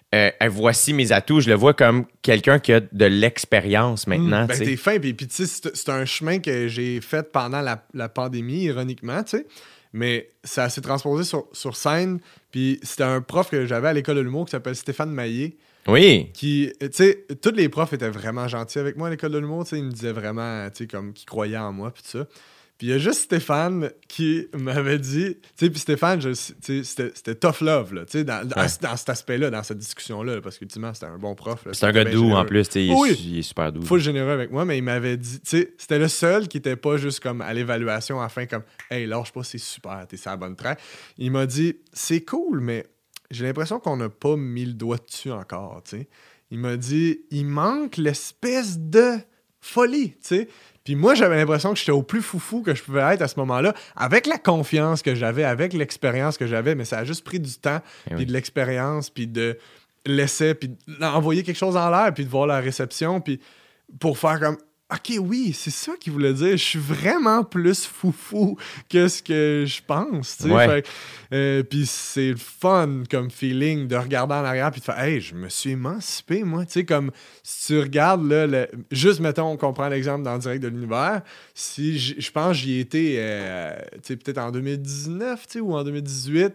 voici mes atouts. Je le vois comme quelqu'un qui a de l'expérience maintenant. Ben, t'es fin. Puis tu sais, c'est un chemin que j'ai fait pendant la pandémie, ironiquement, tu sais. Mais ça s'est transposé sur scène. Puis c'était un prof que j'avais à l'école de l'humour qui s'appelle Stéphane Maillé. Oui. Qui, tu sais, tous les profs étaient vraiment gentils avec moi à l'école de l'humour. Tu sais, ils me disaient vraiment, tu sais, comme qu'ils croyaient en moi, puis tout ça. Puis il y a juste Stéphane qui m'avait dit, tu sais, puis Stéphane, c'était tough love, là, tu sais, dans cet aspect-là, dans cette discussion-là, parce qu'ultimement, c'était un bon prof. Là, c'est un gars doux en plus, tu sais, il est super doux. Full généreux avec moi, mais il m'avait dit, tu sais, c'était le seul qui était pas juste comme à l'évaluation, enfin, comme, hey, lâche pas, c'est super, t'es sur la bonne track. Il m'a dit, c'est cool, mais j'ai l'impression qu'on n'a pas mis le doigt dessus encore, tu sais. Il m'a dit, il manque l'espèce de folie, tu sais. Puis moi, j'avais l'impression que j'étais au plus foufou que je pouvais être à ce moment-là, avec la confiance que j'avais, avec l'expérience que j'avais, mais ça a juste pris du temps, puis de l'expérience, puis de l'essai, puis d'envoyer quelque chose en l'air, puis de voir la réception, puis pour faire comme OK, oui, c'est ça qu'il voulait dire. Je suis vraiment plus foufou que ce que je pense. Tu sais. Puis c'est le fun comme feeling de regarder en arrière puis de faire hey, je me suis émancipé, moi. Tu sais, comme si tu regardes, là, juste mettons, on comprend l'exemple dans Direct de l'univers. Si je pense que j'y étais tu sais, peut-être en 2019 tu sais, ou en 2018,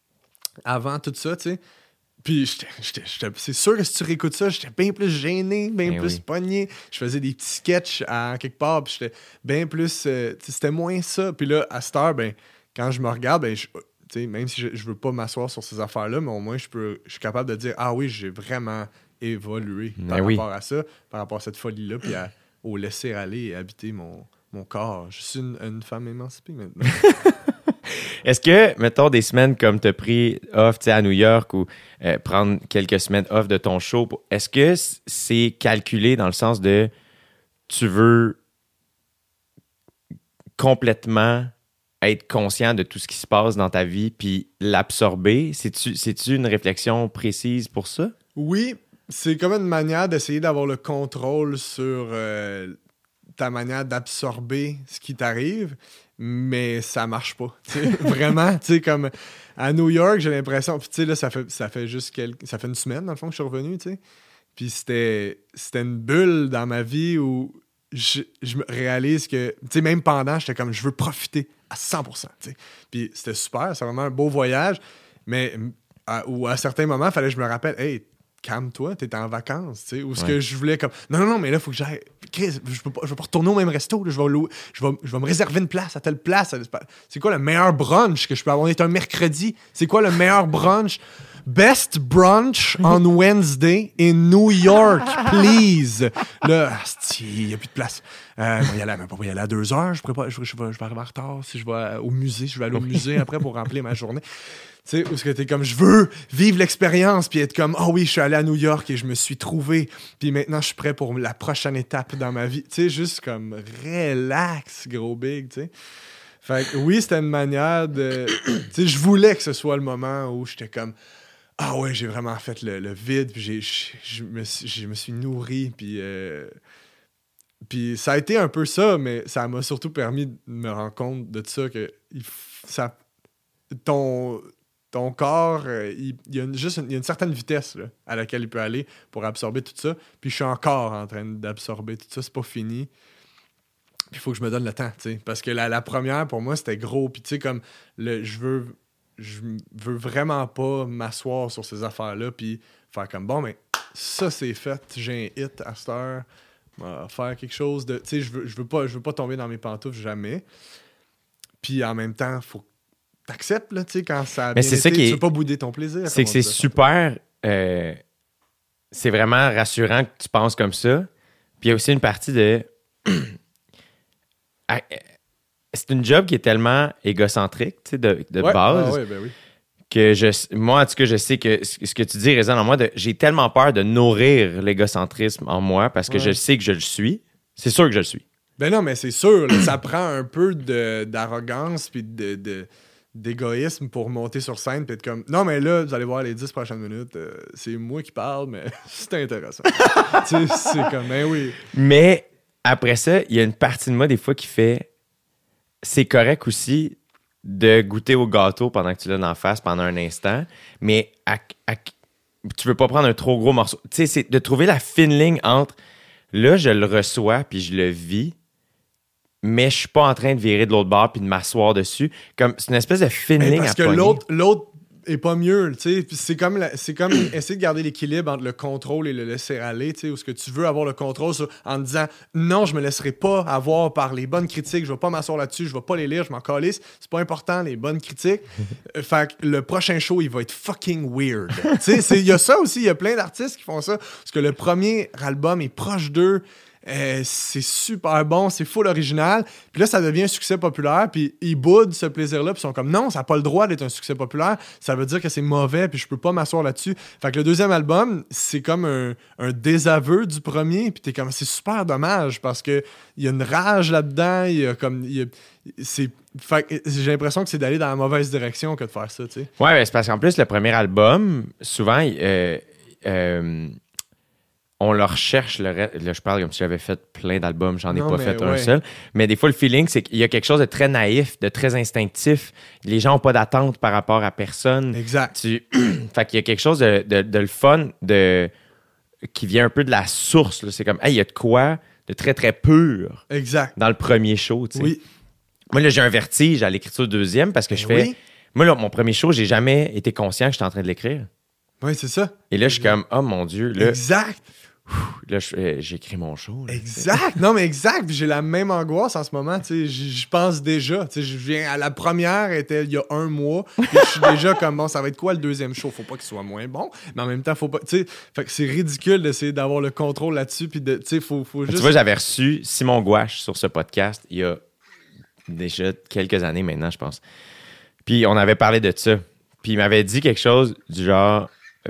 avant tout ça, tu sais. Puis c'est sûr que si tu réécoutes ça, j'étais bien plus gêné, bien plus pogné. Je faisais des petits sketchs à quelque part, puis j'étais bien plus... c'était moins ça. Puis là, à cette heure, ben, quand je me regarde, ben, même si je veux pas m'asseoir sur ces affaires-là, mais au moins, je suis capable de dire « Ah oui, j'ai vraiment évolué par rapport à ça, par rapport à cette folie-là, puis au laisser aller et habiter mon corps. Je suis une femme émancipée maintenant. Est-ce que, mettons, des semaines comme tu as pris off à New York ou prendre quelques semaines off de ton show, est-ce que c'est calculé dans le sens de tu veux complètement être conscient de tout ce qui se passe dans ta vie puis l'absorber? C'est-tu une réflexion précise pour ça? Oui, c'est comme une manière d'essayer d'avoir le contrôle sur ta manière d'absorber ce qui t'arrive, mais ça marche pas. Vraiment, tu sais, comme à New York, j'ai l'impression, puis tu sais, là, ça fait une semaine, dans le fond, que je suis revenu, tu sais. Puis c'était une bulle dans ma vie où je me réalise que, tu sais, même pendant, j'étais comme, je veux profiter à 100%, tu sais. Puis c'était super, c'est vraiment un beau voyage, mais à certains moments, il fallait que je me rappelle, hey, calme-toi, t'es en vacances, tu sais, ou ce que je voulais comme, non, mais là, il faut que j'aille, Chris, je vais pas retourner au même resto, là, je vais me réserver une place à telle place. C'est quoi le meilleur brunch que je peux avoir? On est un mercredi, c'est quoi le meilleur brunch? Best brunch on Wednesday in New York, please. Là, il n'y a plus de place. On va y aller à 2 heures. Je vais arriver en retard. Si je vais au musée, je vais aller au musée après pour remplir ma journée. Tu sais, où est-ce que t'es comme, je veux vivre l'expérience, puis être comme, oh oui, je suis allé à New York et je me suis trouvé, puis maintenant je suis prêt pour la prochaine étape dans ma vie. Tu sais, juste comme, relax, gros big, tu sais. Fait que oui, c'était une manière de... Tu sais, je voulais que ce soit le moment où j'étais comme, ah ouais, j'ai vraiment fait le vide, puis je me suis nourri, puis ça a été un peu ça, mais ça m'a surtout permis de me rendre compte de ça, que ton corps, il y a une certaine vitesse là, à laquelle il peut aller pour absorber tout ça, puis je suis encore en train d'absorber tout ça, c'est pas fini. Puis il faut que je me donne le temps, tu sais, parce que la première, pour moi, c'était gros, puis tu sais, comme, je veux vraiment pas m'asseoir sur ces affaires-là puis faire comme, bon, mais ça, c'est fait. J'ai un hit à cette heure. Faire quelque chose de... Tu sais, je veux pas tomber dans mes pantoufles jamais. Puis en même temps, faut que t'acceptes, là, tu sais, quand ça a bien été, tu veux pas bouder ton plaisir. C'est que c'est super... c'est vraiment rassurant que tu penses comme ça. Puis il y a aussi une partie de... C'est une job qui est tellement égocentrique, tu sais, de base, oui. que moi, en tout cas, je sais que ce que tu dis résonne en moi. J'ai tellement peur de nourrir l'égocentrisme en moi parce que je sais que je le suis. C'est sûr que je le suis. Ben non, mais c'est sûr, là, ça prend un peu d'arrogance puis d'égoïsme pour monter sur scène puis être comme, non, mais là, vous allez voir les 10 prochaines minutes, c'est moi qui parle, mais c'est intéressant. Tu sais, c'est comme, ben oui. Mais après ça, il y a une partie de moi, des fois, qui fait... C'est correct aussi de goûter au gâteau pendant que tu l'as dans la face pendant un instant, mais tu veux pas prendre un trop gros morceau. Tu sais, c'est de trouver la fine ligne entre là, je le reçois puis je le vis, mais je suis pas en train de virer de l'autre bord puis de m'asseoir dessus. Comme, c'est une espèce de fine ligne à pogner. Parce que l'autre est pas mieux, tu sais. C'est comme essayer de garder l'équilibre entre le contrôle et le laisser aller, tu sais, où ce que tu veux avoir le contrôle en te disant non, je me laisserai pas avoir par les bonnes critiques, je vais pas m'asseoir là-dessus, je vais pas les lire, je m'en calisse, c'est pas important les bonnes critiques. Fait que le prochain show, il va être fucking weird. Tu sais, il y a ça aussi, il y a plein d'artistes qui font ça parce que le premier album est proche d'eux. C'est super bon, c'est full original. Puis là, ça devient un succès populaire. Puis ils boudent ce plaisir-là. Puis ils sont comme, non, ça n'a pas le droit d'être un succès populaire. Ça veut dire que c'est mauvais. Puis je peux pas m'asseoir là-dessus. Fait que le deuxième album, c'est comme un désaveu du premier. Puis t'es comme, c'est super dommage parce que il y a une rage là-dedans. Fait que j'ai l'impression que c'est d'aller dans la mauvaise direction que de faire ça, tu sais. Ouais, c'est parce qu'en plus, le premier album, souvent, on leur cherche le reste. Là, je parle comme si j'avais fait plein d'albums, j'en ai pas fait un seul. Mais des fois, le feeling, c'est qu'il y a quelque chose de très naïf, de très instinctif. Les gens n'ont pas d'attente par rapport à personne. Exact. Fait qu'il y a quelque chose de le fun, qui vient un peu de la source. Là. C'est comme, hey, il y a de quoi de très, très pur. Exact. Dans le premier show, tu sais. Oui. Moi, là, j'ai un vertige à l'écriture du deuxième parce que je fais... Oui. Moi, là, mon premier show, j'ai jamais été conscient que j'étais en train de l'écrire. Oui, c'est ça. Et là, je suis comme, oh mon Dieu. Là, exact. Là, j'écris mon show. Là, Exact! Non, mais exact! Puis j'ai la même angoisse en ce moment, tu sais. Je pense déjà. Tu sais, je viens à la première, était il y a 1 mois. Puis je suis déjà comme, bon, ça va être quoi le deuxième show? Faut pas qu'il soit moins bon. Mais en même temps, faut pas. Tu sais, fait que c'est ridicule d'essayer d'avoir le contrôle là-dessus. Puis tu sais, faut juste. Tu vois, j'avais reçu Simon Gouache sur ce podcast il y a déjà quelques années maintenant, je pense. Puis on avait parlé de ça. Puis il m'avait dit quelque chose du genre,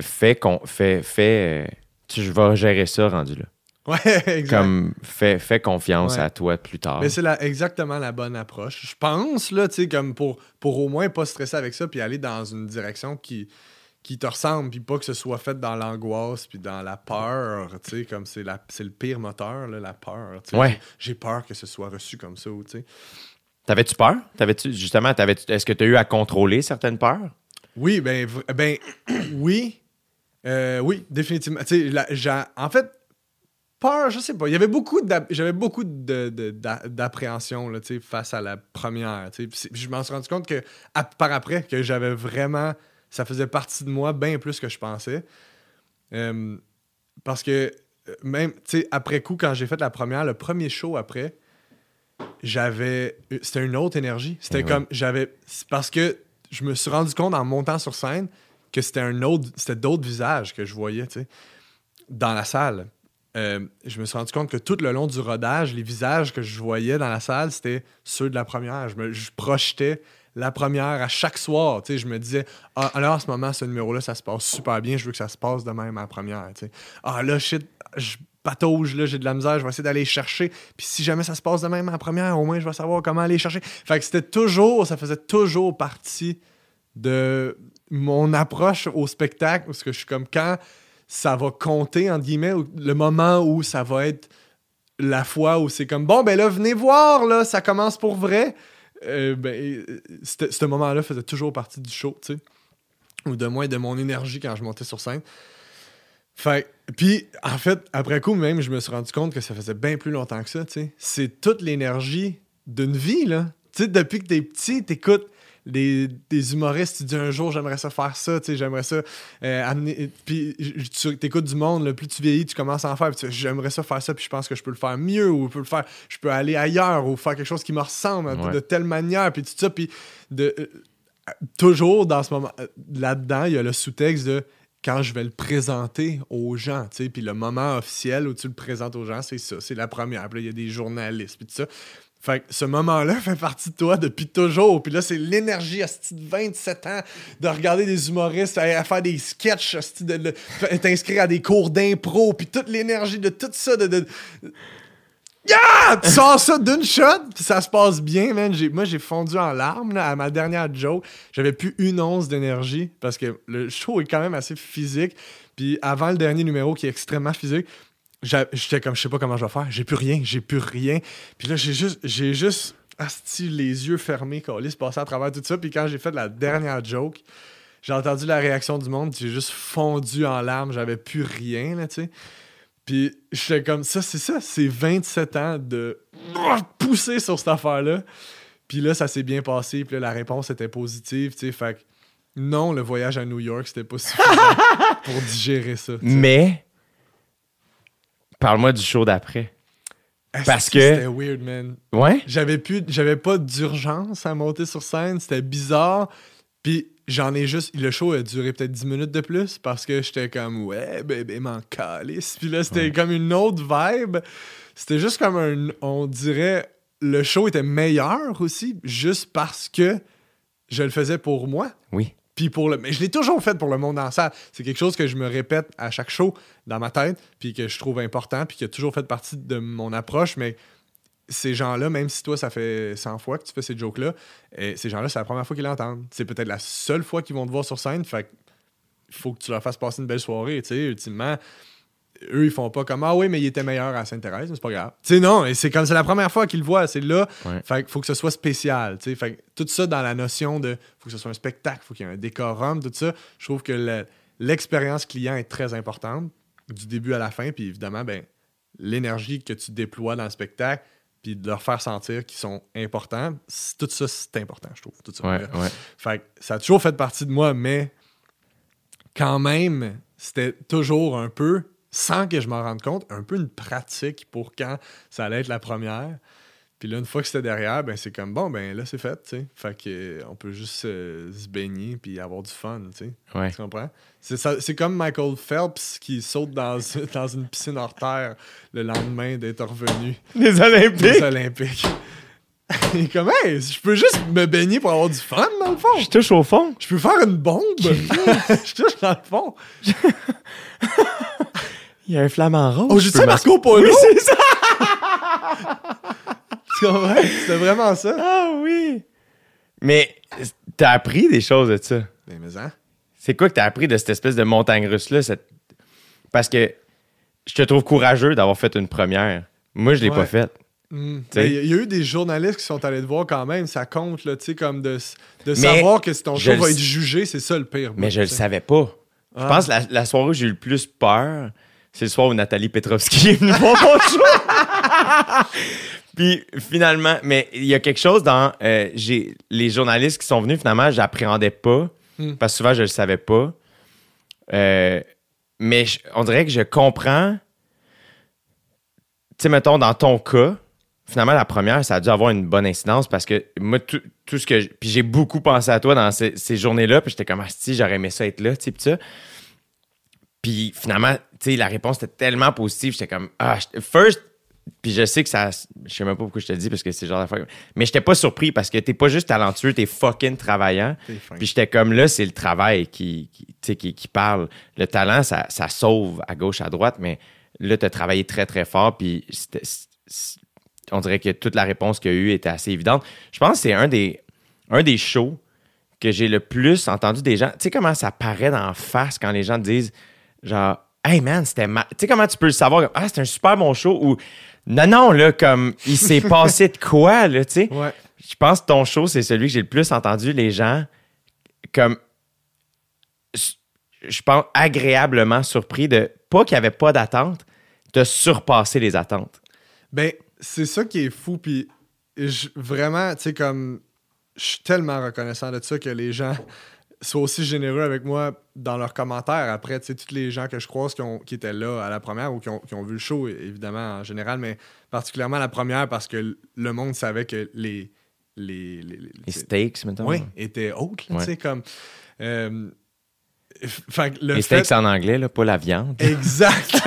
tu vas gérer ça rendu là. Ouais, exact. Comme, fais confiance Ouais. à toi plus tard. Mais c'est exactement la bonne approche. Je pense, là, tu sais, comme pour au moins pas stresser avec ça, puis aller dans une direction qui te ressemble, puis pas que ce soit fait dans l'angoisse, puis dans la peur, tu sais, comme c'est le pire moteur, là, la peur. Tu sais. Ouais. J'ai peur que ce soit reçu comme ça, tu sais. T'avais-tu peur? Est-ce que tu as eu à contrôler certaines peurs? Oui, oui. Oui, définitivement. Tu sais, en fait, peur, je sais pas. J'avais beaucoup d'appréhension là, tu sais, face à la première. Tu sais. Puis je m'en suis rendu compte que par après, que j'avais vraiment. Ça faisait partie de moi bien plus que je pensais. Parce que même, tu sais, après coup, quand j'ai fait la première, le premier show après, c'était une autre énergie. C'était comme. C'est parce que je me suis rendu compte en montant sur scène que c'était d'autres visages que je voyais, tu sais, dans la salle. Je me suis rendu compte que tout le long du rodage, les visages que je voyais dans la salle, c'était ceux de la première. Je projetais la première à chaque soir. Tu sais, je me disais, alors en ce moment, ce numéro-là, ça se passe super bien. Je veux que ça se passe de même à la première. Tu sais. Là, shit, je patauge, là, j'ai de la misère. Je vais essayer d'aller chercher. Puis si jamais ça se passe de même à la première, au moins, je vais savoir comment aller chercher. Fait que ça faisait toujours partie de mon approche au spectacle. Parce que je suis comme, quand ça va compter, entre guillemets, le moment où ça va être la fois où c'est comme, bon, ben là, venez voir, là, ça commence pour vrai. Ce moment-là faisait toujours partie du show, tu sais. Ou de moins de mon énergie quand je montais sur scène. Puis, en fait, après coup, même, je me suis rendu compte que ça faisait bien plus longtemps que ça, tu sais. C'est toute l'énergie d'une vie, là. Tu sais, depuis que t'es petit, t'écoutes des humoristes, tu dis un jour j'aimerais ça faire ça, tu sais, j'aimerais ça amener, puis tu t'écoutes du monde, là, plus tu vieillis, tu commences à en faire, puis j'aimerais ça faire ça, puis je pense que je peux le faire mieux, ou je peux aller ailleurs, ou faire quelque chose qui me ressemble de telle manière, puis tout ça, puis toujours dans ce moment là-dedans, il y a le sous-texte de quand je vais le présenter aux gens, tu sais, puis le moment officiel où tu le présentes aux gens, c'est ça, c'est la première, puis là, il y a des journalistes, puis tout ça. Fait que ce moment-là fait partie de toi depuis toujours. Puis là, c'est l'énergie à de 27 ans de regarder des humoristes à faire des sketchs, de t'inscrire à des cours d'impro, puis toute l'énergie de tout ça. Yeah! Tu sors ça d'une shot, puis ça se passe bien, man. Moi, j'ai fondu en larmes là, à ma dernière joke. J'avais plus 1 once d'énergie parce que le show est quand même assez physique. Puis avant le dernier numéro qui est extrêmement physique, j'étais comme, je sais pas comment je vais faire, j'ai plus rien. Puis là, j'ai juste les yeux fermés, câlisse, passer à travers tout ça. Puis quand j'ai fait la dernière joke, j'ai entendu la réaction du monde, j'ai juste fondu en larmes, j'avais plus rien, là, tu sais. Puis j'étais comme, c'est 27 ans de pousser sur cette affaire-là. Puis là, ça s'est bien passé, puis là, la réponse était positive, tu sais, fait que non, le voyage à New York, c'était pas suffisant pour digérer ça. T'sais. Mais parle-moi du show d'après. Parce que c'était weird, man. Ouais? J'avais pas d'urgence à monter sur scène, c'était bizarre. Puis le show a duré peut-être 10 minutes de plus parce que j'étais comme, ouais, bébé, m'en calisse. Puis là, c'était comme une autre vibe. C'était juste comme on dirait, le show était meilleur aussi, juste parce que je le faisais pour moi. Oui. Puis mais je l'ai toujours fait pour le monde en salle. C'est quelque chose que je me répète à chaque show dans ma tête, puis que je trouve important, puis qui a toujours fait partie de mon approche. Mais ces gens-là, même si toi, ça fait 100 fois que tu fais ces jokes-là, ces gens-là, c'est la première fois qu'ils l'entendent. C'est peut-être la seule fois qu'ils vont te voir sur scène. Fait il faut que tu leur fasses passer une belle soirée. Tu sais, ultimement, eux, ils font pas comme « Ah oui, mais il était meilleur à Sainte-Thérèse, mais c'est pas grave. » Tu sais, non, c'est comme c'est la première fois qu'ils le voient, c'est là. Ouais. Fait qu'il faut que ce soit spécial. Tu sais, fait que tout ça dans la notion de faut que ce soit un spectacle, faut qu'il y ait un décorum, tout ça. Je trouve que l'expérience client est très importante du début à la fin. Puis évidemment, ben l'énergie que tu déploies dans le spectacle, puis de leur faire sentir qu'ils sont importants, tout ça, c'est important, je trouve. Tout ça. Ouais. Fait que ça a toujours fait partie de moi, mais quand même, c'était toujours un peu sans que je m'en rende compte, un peu une pratique pour quand ça allait être la première. Puis là, une fois que c'était derrière, ben c'est comme, bon, ben là, c'est fait, tu sais. Fait qu'on peut juste se baigner puis avoir du fun, tu sais. Ouais. Tu comprends? C'est comme Michael Phelps qui saute dans une piscine hors terre le lendemain d'être revenu Les Olympiques! des Olympiques. Il est comme, hey, je peux juste me baigner pour avoir du fun, dans le fond. Je touche au fond. Je peux faire une bombe. Je touche dans le fond. Il y a un flamant rose. Oh, j'ai dit Marco Polo. Oui, c'est ça! Tu comprends? C'était vraiment ça. Ah oui! Mais t'as appris des choses de ça. Mais hein? C'est quoi que t'as appris de cette espèce de montagne russe-là? Parce que je te trouve courageux d'avoir fait une première. Moi, je l'ai pas faite. Il y a eu des journalistes qui sont allés te voir quand même. Ça compte, là, tu sais, comme de savoir que si ton show va être jugé, c'est ça le pire. Mais je le savais pas. Je pense que la soirée où j'ai eu le plus peur, c'est le soir où Nathalie Petrovski est venue voir mon show. Puis finalement, mais il y a quelque chose dans les journalistes qui sont venus, finalement, j'appréhendais pas. Parce que souvent, je le savais pas. Mais on dirait que je comprends. Tu sais, mettons, dans ton cas, finalement, la première, ça a dû avoir une bonne incidence parce que moi, tout ce que... Puis j'ai beaucoup pensé à toi dans ces journées-là, puis j'étais comme, si j'aurais aimé ça être là, tu sais, puis ça. Puis finalement, tu sais, la réponse était tellement positive, j'étais comme, first... Puis je sais que ça... Je sais même pas pourquoi je te le dis, parce que c'est le genre d'affaire... Mais j'étais pas surpris parce que t'es pas juste talentueux, t'es fucking travaillant. Puis j'étais comme, là, c'est le travail qui parle. Le talent, ça sauve à gauche, à droite, mais là, t'as travaillé très, très fort, puis on dirait que toute la réponse qu'il y a eu était assez évidente. Je pense que c'est un des shows que j'ai le plus entendu des gens... Tu sais comment ça paraît dans la face quand les gens disent, genre... Hey man, c'était mal. Tu sais comment tu peux le savoir? Ah, c'était un super bon show ou non, là, comme il s'est passé de quoi, là, tu sais? Ouais. Je pense que ton show, c'est celui que j'ai le plus entendu les gens comme, je pense, agréablement surpris de, pas qu'il n'y avait pas d'attente, de surpasser les attentes. Ben, c'est ça qui est fou, puis vraiment, tu sais, comme, je suis tellement reconnaissant de ça que les gens soient aussi généreux avec moi dans leurs commentaires. Après, tu sais, tous les gens que je croise qui étaient là à la première ou qui ont vu le show, évidemment, en général, mais particulièrement la première parce que le monde savait que les stakes, mettons. Oui, étaient hautes, tu sais, comme... les steaks en anglais, là, pas la viande. Exact!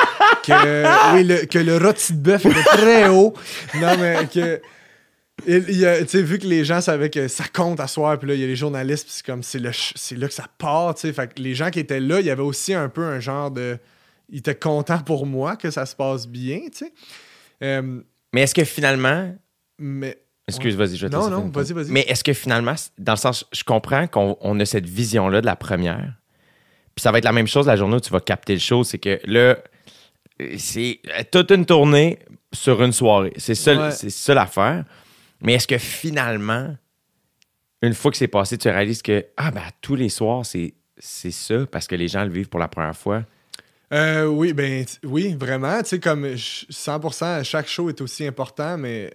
que le rôti de bœuf était très haut. Non, mais que... Tu sais, vu que les gens savaient que ça compte à soir, puis là, il y a les journalistes, puis c'est comme, c'est là que ça part, tu sais. Fait que les gens qui étaient là, il y avait aussi un peu un genre de... Ils étaient contents pour moi que ça se passe bien, tu sais. Mais est-ce que finalement... Mais... Excuse, vas-y, je vais te Non, vas-y. Mais est-ce que finalement, dans le sens, je comprends qu'on a cette vision-là de la première, puis ça va être la même chose la journée où tu vas capter le show, c'est que là, c'est toute une tournée sur une soirée. C'est ça l'affaire. Mais est-ce que finalement, une fois que c'est passé, tu réalises que tous les soirs, c'est ça, parce que les gens le vivent pour la première fois? Oui, vraiment. Tu sais, comme 100%, chaque show est aussi important, mais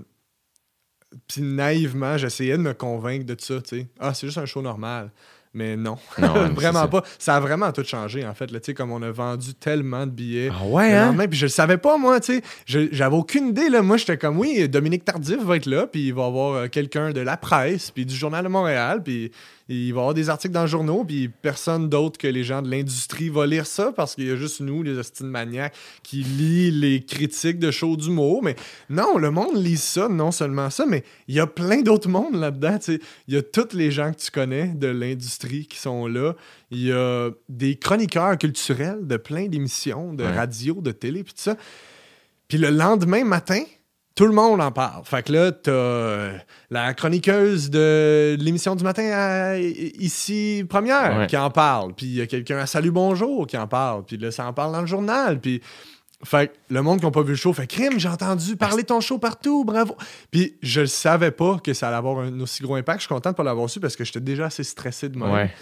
puis naïvement, j'essayais de me convaincre de ça, tu sais. C'est juste un show normal. Mais non, vraiment pas. Ça a vraiment tout changé, en fait. Tu sais, comme on a vendu tellement de billets le lendemain, puis je le savais pas, moi, tu sais. J'avais aucune idée, là. Moi, j'étais comme, oui, Dominique Tardif va être là, puis il va y avoir quelqu'un de la presse, puis du Journal de Montréal, puis il va y avoir des articles dans le journaux, puis personne d'autre que les gens de l'industrie va lire ça, parce qu'il y a juste nous, les hosties de maniaques, qui lit les critiques de shows d'humour. Mais non, le monde lit ça, non seulement ça, mais il y a plein d'autres mondes là-dedans, tu sais. Il y a tous les gens que tu connais de l'industrie qui sont là. Il y a des chroniqueurs culturels de plein d'émissions, de radio, de télé, puis tout ça. Puis le lendemain matin, tout le monde en parle. Fait que là, t'as la chroniqueuse de l'émission du matin ici, première, qui en parle. Puis il y a quelqu'un à Salut Bonjour qui en parle. Puis là, ça en parle dans le journal. Puis, fait que le monde qui n'a pas vu le show fait « Crime, j'ai entendu parler de ton show partout, bravo! » Puis je ne savais pas que ça allait avoir un aussi gros impact. Je suis content de ne pas l'avoir su parce que j'étais déjà assez stressé de moi.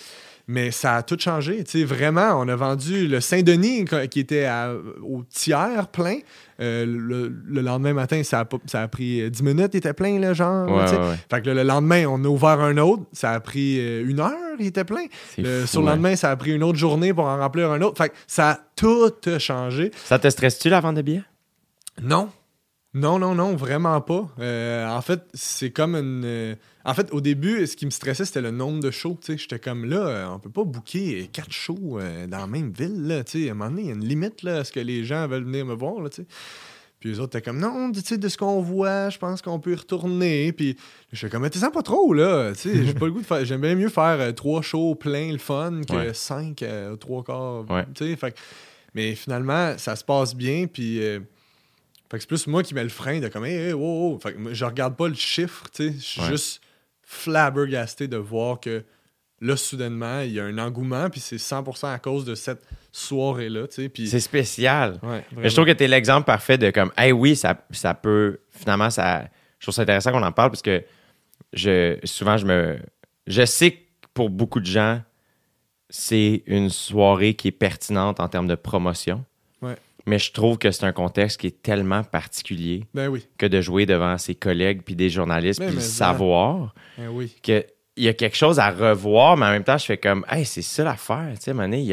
Mais ça a tout changé. Tu sais, vraiment, on a vendu le Saint-Denis qui était au tiers plein. Le lendemain matin, ça a pris 10 minutes, il était plein, là, genre. Ouais, tu sais. ouais. Fait que le lendemain, on a ouvert un autre. Ça a pris 1 heure, il était plein. C'est fou, Sur le lendemain, ça a pris une autre journée pour en remplir un autre. Fait que ça a tout changé. Ça te stresse-tu, la vente de billets? Non. Non, vraiment pas. En fait, c'est comme une... En fait, au début, ce qui me stressait, c'était le nombre de shows. Tu sais, j'étais comme là, on peut pas booker 4 shows dans la même ville. Là, tu sais, à un moment donné, il y a une limite là, à ce que les gens veulent venir me voir. Là, tu sais. Puis les autres étaient comme, non, tu sais, de ce qu'on voit, je pense qu'on peut y retourner. Puis j'étais comme, mais t'es pas trop, là. Tu sais, j'ai pas le goût de faire... J'aime bien mieux faire 3 shows pleins, le fun, que 5, 3 quarts. Ouais. Tu sais, fait que... Mais finalement, ça se passe bien, puis... Fait que c'est plus moi qui mets le frein de comme, hey, wow. Fait que je regarde pas le chiffre, tu sais. Je suis juste flabbergasté de voir que là, soudainement, il y a un engouement, puis c'est 100% à cause de cette soirée-là, tu sais. Puis... C'est spécial. Ouais, Mais je trouve que t'es l'exemple parfait de comme, hey, oui, ça peut. Finalement, je trouve ça intéressant qu'on en parle parce que je sais que pour beaucoup de gens, c'est une soirée qui est pertinente en termes de promotion. Ouais. Mais je trouve que c'est un contexte qui est tellement particulier Ben oui. que de jouer devant ses collègues puis des journalistes puis le mais savoir Ben oui. qu'il y a quelque chose à revoir, mais en même temps, je fais comme, hey, c'est ça l'affaire. Tu sais, à un moment donné, il y a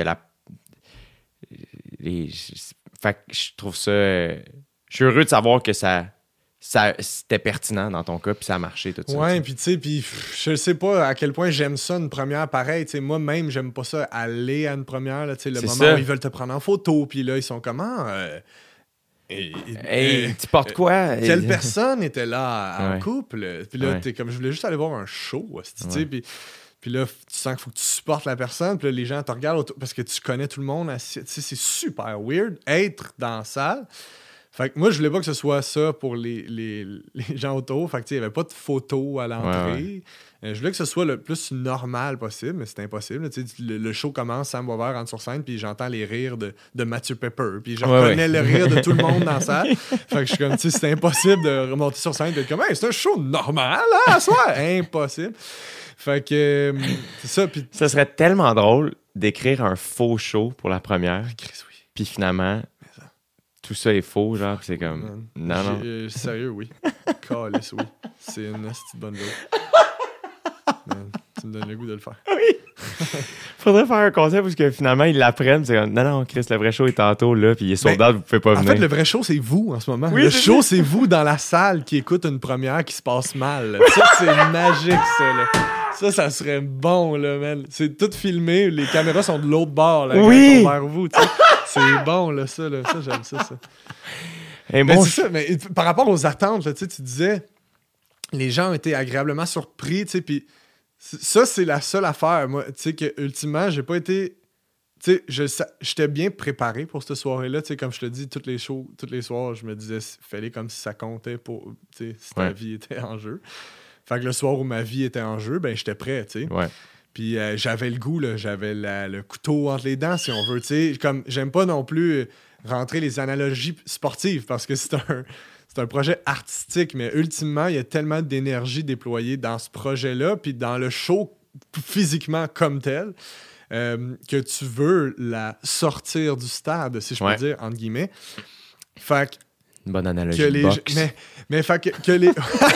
fait que je trouve ça... je suis heureux de savoir que c'était pertinent dans ton cas, puis ça a marché, tout ça. Ouais, puis tu sais, je sais pas à quel point j'aime ça, une première pareille. Tu sais, moi-même, j'aime pas ça, aller à une première, là, tu sais, le C'est moment ça. où ils veulent te prendre en photo, puis là, ils sont comment... Hey, tu portes quoi? Quelle personne était là en Ouais. couple? Puis là, Ouais. t'es comme, je voulais juste aller voir un show, tu sais, Ouais. puis là, tu sens qu'il faut que tu supportes la personne, puis là, les gens te regardent autour, parce que tu connais tout le monde, tu sais, c'est super weird, être dans la salle. Fait que moi, je voulais pas que ce soit ça pour les gens autour. Fait que, tu sais, il y avait pas de photos à l'entrée. Je voulais que ce soit le plus normal possible, mais c'est impossible. Tu sais, le show commence, Sam Boisvert rentre sur scène, puis j'entends les rires de Mathieu Pepper. Puis je reconnais le rire de tout le monde dans la salle. Fait que je suis comme, tu sais, c'est impossible de remonter sur scène et d'être comme, hey, c'est un show normal, hein, à soir. Impossible. Fait que, c'est ça. Puis, Ça serait tellement drôle d'écrire un faux show pour la première, Chris, oui. puis finalement, tout ça est faux, genre, puis c'est comme... Non. Sérieux, oui. Calice, oui. C'est une petite bonne joke. Man, tu me donnes le goût de le faire. Faudrait faire un concert parce que finalement, ils l'apprennent. C'est comme, non, Chris, le vrai show est tantôt, là, puis il est sold out, vous pouvez pas En venir. fait, le vrai show, c'est vous en ce moment. Oui, le c'est show, c'est vous dans la salle qui écoute une première qui se passe mal. là. Ça, c'est magique, ça. Là. Ça serait bon, là, man. C'est tout filmé. Les caméras sont de l'autre bord, là. Oui. Elles sont vers vous, tu sais. C'est bon, là, ça. Là. Ça, j'aime ça. Et Mais bon, c'est ça. Mais par rapport aux attentes, là, tu disais, les gens ont été agréablement surpris, tu sais, puis ça, c'est la seule affaire, moi, tu sais, que ultimement, j'ai pas été... Tu sais, j'étais bien préparé pour cette soirée-là. Tu sais, comme je te dis, tous les soirs, je me disais, fallait comme si ça comptait pour, tu sais, si ta vie était en jeu. Fait que le soir où ma vie était en jeu, ben j'étais prêt, tu sais. Ouais. Puis j'avais le goût, là, j'avais le couteau entre les dents, si on veut, tu sais. Comme, j'aime pas non plus rentrer les analogies sportives parce que c'est un projet artistique, mais ultimement, il y a tellement d'énergie déployée dans ce projet-là, puis dans le show physiquement comme tel, que tu veux la sortir du stade, si je peux dire, entre guillemets. Fait que Une bonne analogie que de les boxe. mais fait que les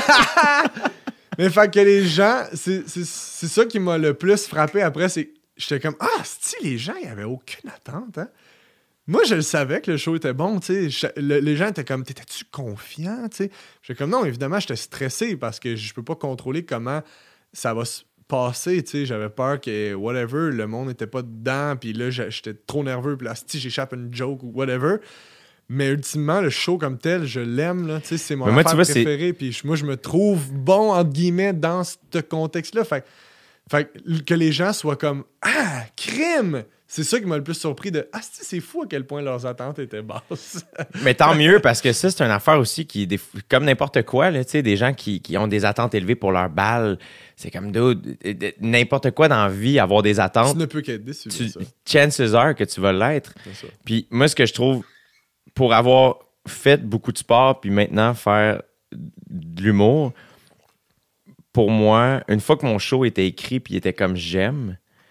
mais fait que les gens, c'est ça qui m'a le plus frappé après, c'est j'étais comme si les gens, il y avait aucune attente, hein. Moi, je le savais que le show était bon, tu sais. Les gens étaient comme, t'étais-tu confiant, tu sais? J'étais comme, non, évidemment, j'étais stressé parce que je peux pas contrôler comment ça va se passer, tu sais. J'avais peur que, whatever, le monde n'était pas dedans, puis là, j'étais trop nerveux, puis là, si j'échappe une joke ou whatever. Mais ultimement, le show comme tel, je l'aime, là, tu sais, c'est mon affaire préférée, puis moi, je me trouve bon, entre guillemets, dans ce contexte-là. Fait que les gens soient comme, crime! C'est ça qui m'a le plus surpris de c'est fou à quel point leurs attentes étaient basses. Mais tant mieux, parce que ça, c'est une affaire aussi qui, comme n'importe quoi, là, des gens qui ont des attentes élevées pour leur balle, c'est comme n'importe quoi dans la vie, avoir des attentes. Tu ne peux qu'être déçu. Chances are que tu vas l'être. C'est ça. Puis moi, ce que je trouve, pour avoir fait beaucoup de sport, puis maintenant faire de l'humour, pour moi, une fois que mon show était écrit, puis il était comme j'aime,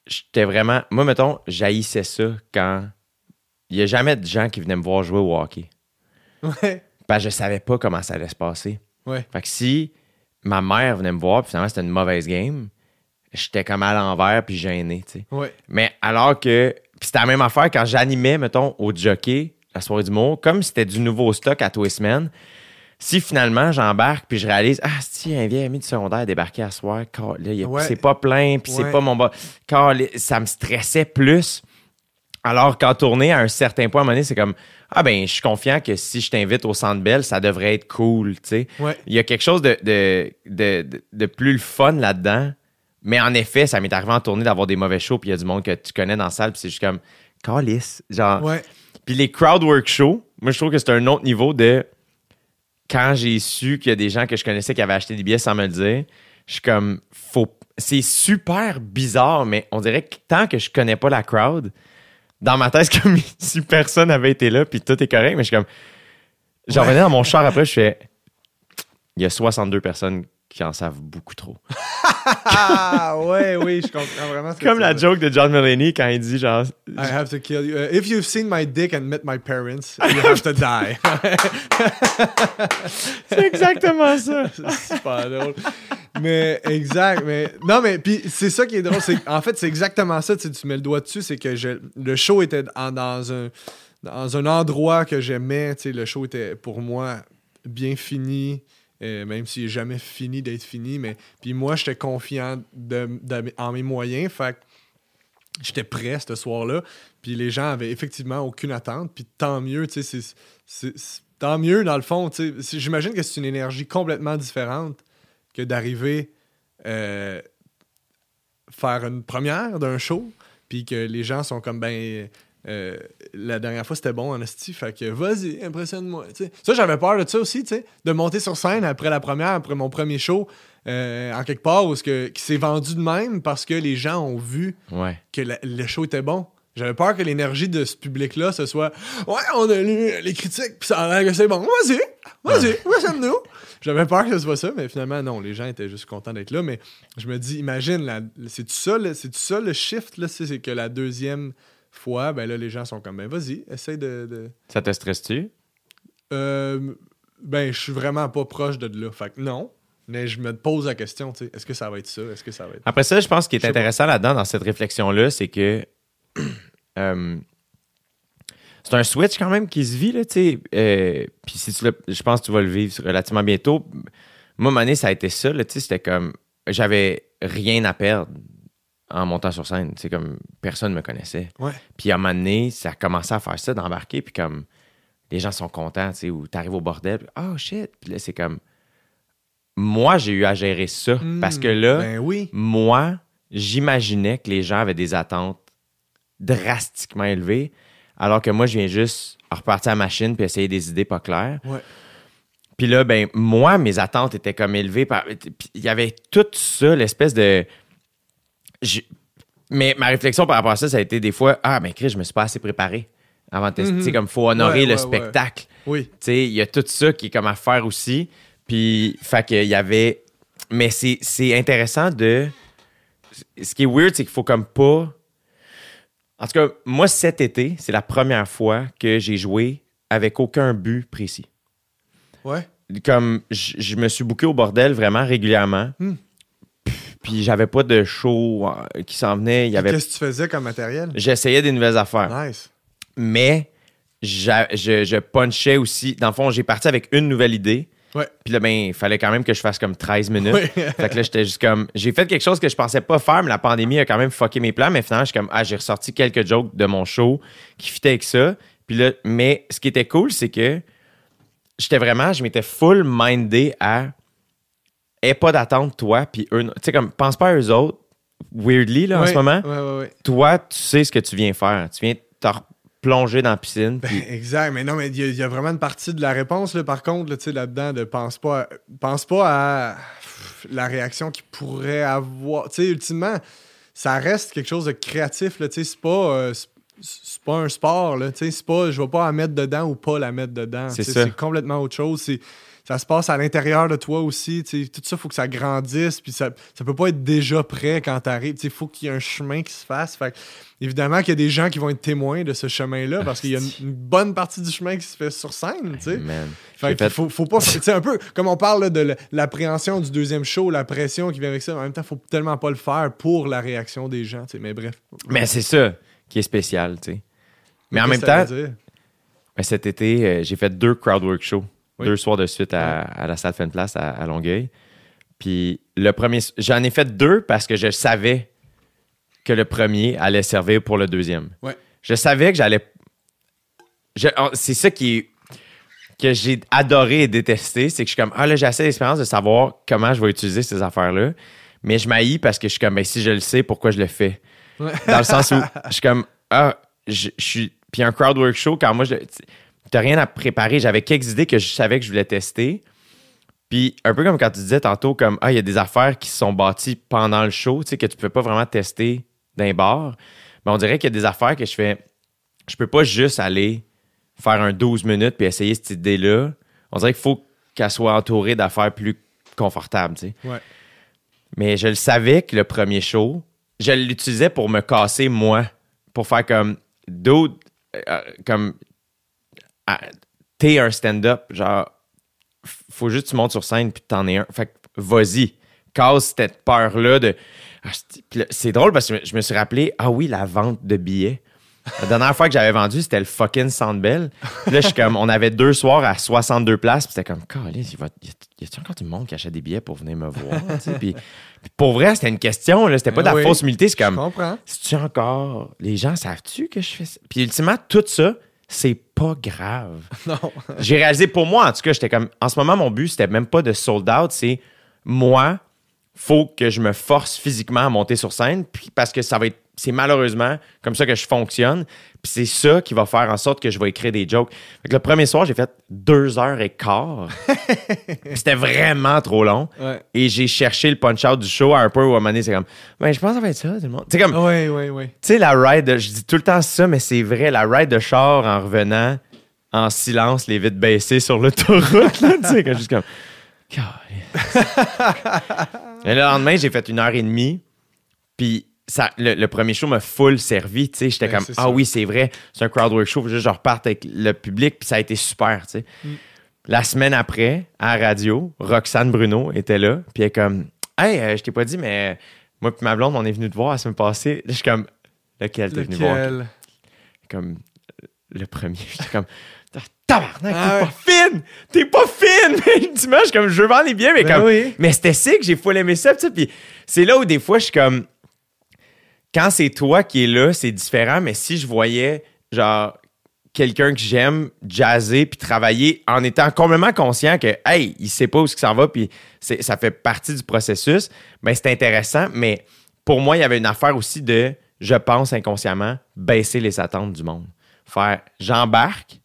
j'étais vraiment... Moi, mettons, j'haïssais ça quand... Il n'y a jamais de gens qui venaient me voir jouer au hockey. Ouais. Parce que je savais pas comment ça allait se passer. Ouais. Fait que si ma mère venait me voir, puis finalement, c'était une mauvaise game, j'étais comme à l'envers puis gêné, tu sais. Ouais. Mais alors que... Puis c'était la même affaire quand j'animais, mettons, au jockey, la soirée d'humour, comme c'était du nouveau stock à tous les semaines, si finalement j'embarque puis je réalise, ah, si un vieil ami du secondaire est débarqué à soir, là, c'est pas plein, puis c'est pas mon bas. Ça me stressait plus. Alors qu'en tournée, à un certain point, à un moment donné, c'est comme, ah ben, je suis confiant que si je t'invite au Centre Bell, ça devrait être cool, tu sais. Ouais. Il y a quelque chose de plus le fun là-dedans. Mais en effet, ça m'est arrivé en tournée d'avoir des mauvais shows, puis il y a du monde que tu connais dans la salle, puis c'est juste comme, calice, genre. Ouais. Puis les crowdwork shows, moi, je trouve que c'est un autre niveau de quand j'ai su qu'il y a des gens que je connaissais qui avaient acheté des billets sans me le dire, je suis comme, c'est super bizarre, mais on dirait que tant que je connais pas la crowd, dans ma tête, c'est comme si personne avait été là, puis tout est correct, mais je suis comme, j'en revenais dans mon char après, je fais, il y a 62 personnes qui en savent beaucoup trop. Ah, ouais, oui, je comprends vraiment ce que Comme tu la veux joke de John Mulaney quand il dit genre... I have to kill you. If you've seen my dick and met my parents, you have to die. C'est exactement ça. C'est super drôle. Mais exact. Mais non, mais puis c'est ça qui est drôle. En fait, c'est exactement ça. Tu mets le doigt dessus. C'est que le show était dans un endroit que j'aimais. Le show était pour moi bien fini. Même s'il n'est jamais fini d'être fini. Mais puis moi, j'étais confiant en mes moyens. Fait que j'étais prêt ce soir-là. Puis les gens avaient effectivement aucune attente. Puis tant mieux, tu sais, tant mieux dans le fond. Tu sais, j'imagine que c'est une énergie complètement différente que d'arriver faire une première d'un show. Puis que les gens sont comme la dernière fois c'était bon en esti, fait que vas-y, impressionne-moi. T'sais. Ça, j'avais peur de ça aussi, de monter sur scène après la première, après mon premier show, en quelque part, qui s'est vendu de même parce que les gens ont vu que le show était bon. J'avais peur que l'énergie de ce public-là, ce soit « Ouais, on a lu les critiques, puis ça a l'air que c'est bon. Vas-y, impressionne-nous. » J'avais peur que ce soit ça, mais finalement, non, les gens étaient juste contents d'être là. Mais je me dis, imagine, c'est-tu ça le shift, là, c'est que la deuxième fois, ben là, les gens sont comme, ben vas-y, essaye de... Ça te stresse-tu? Ben, je suis vraiment pas proche de là. Fait que non, mais je me pose la question, tu sais, est-ce que ça va être ça? Est-ce que ça va être... Après ça, je pense qu'il est intéressant là-dedans, dans cette réflexion-là, c'est que c'est un switch quand même qui se vit, là, tu sais. Puis si je pense que tu vas le vivre relativement bientôt. Moi, à un moment donné, ça a été ça, là, tu sais, c'était comme... J'avais rien à perdre en montant sur scène. C'est comme personne me connaissait. Ouais. Puis à un moment donné, ça a commencé à faire ça, d'embarquer, puis comme les gens sont contents, tu sais, ou t'arrives au bordel, puis oh shit, puis là, c'est comme... Moi, j'ai eu à gérer ça, parce que là, ben oui. moi, j'imaginais que les gens avaient des attentes drastiquement élevées, alors que moi, je viens juste repartir à la machine puis essayer des idées pas claires. Ouais. Puis là, ben moi, mes attentes étaient comme élevées. Il y avait tout ça, l'espèce de... Mais ma réflexion par rapport à ça, ça a été des fois, ben Chris, je me suis pas assez préparé avant de tester. Tu sais, comme il faut honorer le spectacle. Oui. Tu sais, il y a tout ça qui est comme à faire aussi. Puis, fait qu'il y avait... Mais c'est intéressant de... Ce qui est weird, c'est qu'il faut comme pas... En tout cas, moi, cet été, c'est la première fois que j'ai joué avec aucun but précis. Ouais. Comme, je me suis booké au bordel vraiment régulièrement. Puis j'avais pas de show qui s'en venait. Qu'est-ce que tu faisais comme matériel? J'essayais des nouvelles affaires. Nice. Mais je punchais aussi. Dans le fond, j'ai parti avec une nouvelle idée. Ouais. Puis là, ben, il fallait quand même que je fasse comme 13 minutes. Ouais. Fait que là, j'étais juste comme... J'ai fait quelque chose que je pensais pas faire, mais la pandémie a quand même fucké mes plans. Mais finalement, je suis comme... j'ai ressorti quelques jokes de mon show qui fitaient avec ça. Puis là, mais ce qui était cool, c'est que je m'étais full mindé à... Aie pas d'attente, toi, puis eux... Tu sais, comme, pense pas à eux autres, weirdly, là, en ce moment. Ouais. Toi, tu sais ce que tu viens faire. Tu viens te plonger dans la piscine. Ben, exact, mais non, mais il y a vraiment une partie de la réponse, là, par contre, là, là-dedans, de pense pas à la réaction qu'il pourrait avoir. Tu sais, ultimement, ça reste quelque chose de créatif, là, tu sais, c'est pas... c'est pas un sport, là. Tu sais, c'est pas, je vais pas la mettre dedans ou pas la mettre dedans. C'est Tu sais, ça. c'est complètement autre chose. Ça se passe à l'intérieur de toi aussi. Tu sais, tout ça, il faut que ça grandisse. Puis ça peut pas être déjà prêt quand t'arrives. Il faut qu'il y ait un chemin qui se fasse. Fait que, évidemment qu'il y a des gens qui vont être témoins de ce chemin-là parce qu'il y a une bonne partie du chemin qui se fait sur scène. Tu sais. Man. Fait qu'il faut pas. Tu sais, un peu comme on parle là, de l'appréhension du deuxième show, la pression qui vient avec ça. En même temps, faut tellement pas le faire pour la réaction des gens. Tu sais. Mais bref. Mais c'est ça qui est spécial, tu sais. Mais en même Qu'est-ce que ça temps, veut dire? cet été, j'ai fait 2 crowdwork shows. Oui. 2 soirs de suite à la salle Fenplace à Longueuil. Puis le premier, j'en ai fait 2 parce que je savais que le premier allait servir pour le deuxième. Ouais. Je savais que j'allais... c'est ça que j'ai adoré et détesté, c'est que je suis comme, là, j'ai assez d'expérience de savoir comment je vais utiliser ces affaires-là, mais je m'haïs parce que je suis comme, si je le sais, pourquoi je le fais? Ouais. Dans le sens où je suis comme, je suis... Puis un crowdwork show, quand moi, t'as rien à préparer. J'avais quelques idées que je savais que je voulais tester. Puis un peu comme quand tu disais tantôt, comme, il y a des affaires qui se sont bâties pendant le show, tu sais, que tu peux pas vraiment tester d'un bar. Mais on dirait qu'il y a des affaires que je peux pas juste aller faire un 12 minutes puis essayer cette idée-là. On dirait qu'il faut qu'elle soit entourée d'affaires plus confortables, tu sais. Ouais. Mais je le savais que le premier show, je l'utilisais pour me casser moi, pour faire comme d'autres, comme t'es un stand-up, genre faut juste que tu montes sur scène puis t'en es un. Fait que vas-y, casse cette peur-là de. C'est drôle parce que je me suis rappelé, oui, la vente de billets. La dernière fois que j'avais vendu, c'était le fucking Centre Bell. Puis là, je suis comme, on avait 2 soirs à 62 places. Puis c'était comme, calisse, y a-t-il encore du monde qui achète des billets pour venir me voir? Puis pour vrai, c'était une question. Là, c'était pas de la fausse humilité. C'est comme, Je comprends. c'est-tu encore. Les gens savent-tu que je fais ça? Puis ultimement, tout ça, c'est pas grave. Non. J'ai réalisé pour moi, en tout cas, j'étais comme, en ce moment, mon but, c'était même pas de sold out. C'est moi, faut que je me force physiquement à monter sur scène. Puis parce que c'est malheureusement comme ça que je fonctionne. Puis c'est ça qui va faire en sorte que je vais écrire des jokes. Fait que le premier soir, j'ai fait 2h15. C'était vraiment trop long. Ouais. Et j'ai cherché le punch-out du show à un peu où à un moment donné, c'est comme, je pense que ça va être ça, tout le monde. C'est comme, Oui. tu sais, la ride, je dis tout le temps ça, mais c'est vrai, la ride de char en revenant en silence, les vitres baissées sur l'autoroute, là, tu sais, juste comme, et le lendemain, j'ai fait 1h30, puis le premier show m'a full servi, tu sais. J'étais comme, ça. oui, c'est vrai, c'est un crowdwork show, juste je reparte avec le public, puis ça a été super, tu sais. La semaine après, à la radio, Roxane Bruno était là, puis elle est comme, je t'ai pas dit, mais moi et ma blonde, on est venu te voir la semaine passée. Là, je suis comme, lequel t'es venu voir? Comme, le premier. J'étais comme, tabarnak, t'es pas fine! Mais dimanche, comme, je veux vendre les billets, mais comme, mais c'était sick, j'ai full aimé ça, puis c'est là où des fois, je suis comme, quand c'est toi qui es là, c'est différent, mais si je voyais, genre, quelqu'un que j'aime jazzer puis travailler en étant complètement conscient que, il sait pas où ça va, puis ça fait partie du processus, ben c'est intéressant, mais pour moi, il y avait une affaire aussi de, je pense inconsciemment, baisser les attentes du monde. Faire, j'embarque,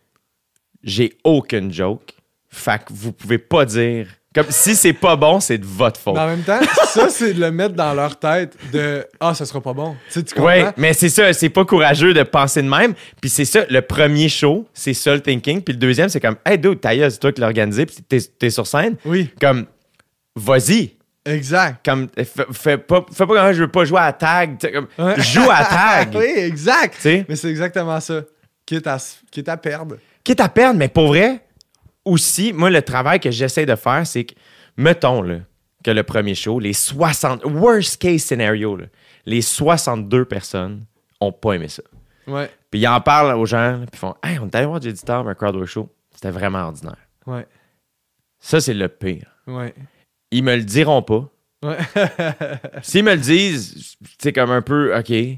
j'ai aucune joke, fait que vous pouvez pas dire... Comme si c'est pas bon, c'est de votre faute. Mais en même temps, ça, c'est de le mettre dans leur tête de ça sera pas bon. Tu comprends? Oui, mais c'est ça, c'est pas courageux de penser de même. Puis c'est ça, le premier show, c'est ça le thinking. Puis le deuxième, c'est comme, dude, ta gueule, c'est toi qui l'as organisé, puis t'es sur scène. Oui. Comme, vas-y. Exact. Comme, fais pas comme, je veux pas jouer à tag. Comme, joue à tag. Oui, exact. T'sais? Mais c'est exactement ça. Quitte à perdre. Quitte à perdre, mais pour vrai, aussi, moi, le travail que j'essaie de faire, c'est que, mettons là, que le premier show, les 60, worst case scenario, là, les 62 personnes ont pas aimé ça. Ouais. Puis ils en parlent aux gens, puis ils font, on est allé voir J.D. Starr, un crowdwork show. C'était vraiment ordinaire. Ouais. Ça, c'est le pire. Ouais. Ils me le diront pas. Ouais. S'ils me le disent, c'est comme un peu, OK, je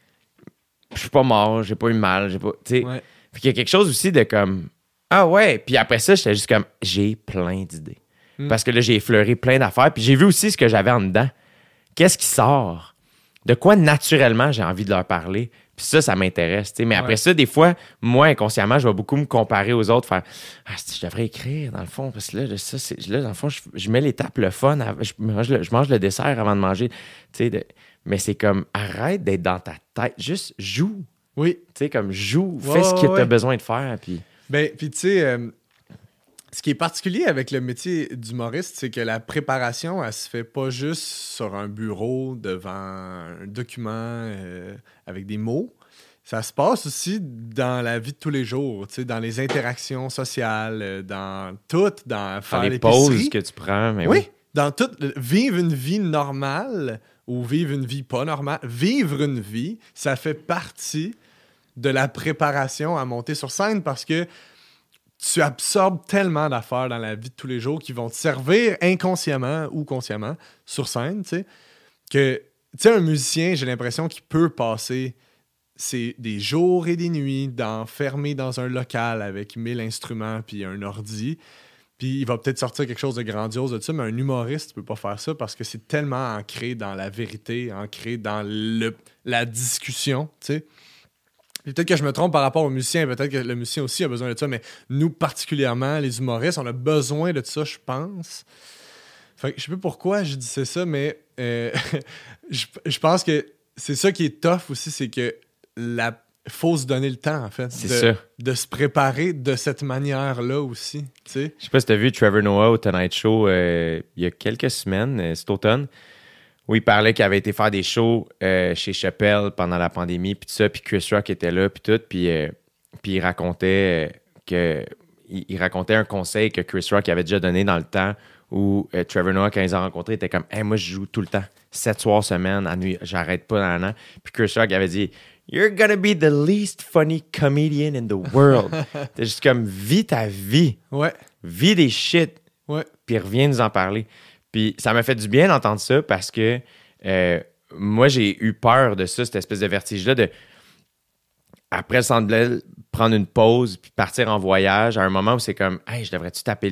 suis pas mort, j'ai pas eu mal, j'ai pas. Tu sais. Ouais. Puis il y a quelque chose aussi de comme, ouais. Puis après ça, j'étais juste comme, j'ai plein d'idées. Parce que là, j'ai effleuré plein d'affaires. Puis j'ai vu aussi ce que j'avais en dedans. Qu'est-ce qui sort? De quoi naturellement j'ai envie de leur parler? Puis ça m'intéresse. T'sais. Mais après ça, des fois, moi, inconsciemment, je vais beaucoup me comparer aux autres, faire je devrais écrire, dans le fond, parce que là, dans le fond, je mets l'étape, le fun, je mange le dessert avant de manger. Mais c'est comme, arrête d'être dans ta tête. Juste joue. Oui. Tu sais, comme joue, Ouais, fais ce que ouais. tu as besoin de faire. Puis Ben, puis tu sais, ce qui est particulier avec le métier d'humoriste, c'est que la préparation, elle se fait pas juste sur un bureau devant un document avec des mots. Ça se passe aussi dans la vie de tous les jours, tu sais, dans les interactions sociales, dans tout, dans dans faire les l'épicerie. pauses que tu prends. Mais Oui, dans tout, vivre une vie normale ou vivre une vie pas normale, vivre une vie, ça fait partie de la préparation à monter sur scène parce que tu absorbes tellement d'affaires dans la vie de tous les jours qui vont te servir inconsciemment ou consciemment sur scène, tu sais, que, tu sais, un musicien, j'ai l'impression qu'il peut passer des jours et des nuits enfermé dans un local avec 1000 instruments puis un ordi, puis il va peut-être sortir quelque chose de grandiose de ça, mais un humoriste ne peut pas faire ça parce que c'est tellement ancré dans la vérité, ancré dans la discussion, tu sais. Puis peut-être que je me trompe par rapport aux musiciens, peut-être que le musicien aussi a besoin de ça, mais nous, particulièrement, les humoristes, on a besoin de ça, je pense. Fait que je sais pas pourquoi je disais ça, mais je pense que c'est ça qui est tough aussi, c'est que faut se donner le temps, en fait, c'est ça. de se préparer de cette manière-là aussi, tu sais. Je sais pas si tu as vu Trevor Noah au Tonight Show il y a quelques semaines, cet automne, où il parlait qu'il avait été faire des shows chez Chappelle pendant la pandémie, puis tout ça, puis Chris Rock était là, puis tout, puis il racontait il racontait un conseil que Chris Rock avait déjà donné dans le temps où Trevor Noah, quand ils ont rencontré, était comme « Hey, moi, je joue tout le temps, 7 soirs semaine, à nuit, j'arrête pas dans l'an. » Puis Chris Rock avait dit « You're gonna be the least funny comedian in the world. » T'es juste comme « Vis ta vie. Ouais. Vis des shit. Ouais. Puis reviens nous en parler. » Puis ça m'a fait du bien d'entendre ça parce que moi, j'ai eu peur de ça, cette espèce de vertige-là, de après le Centre Bell, prendre une pause puis partir en voyage à un moment où c'est comme « Hey, je devrais-tu taper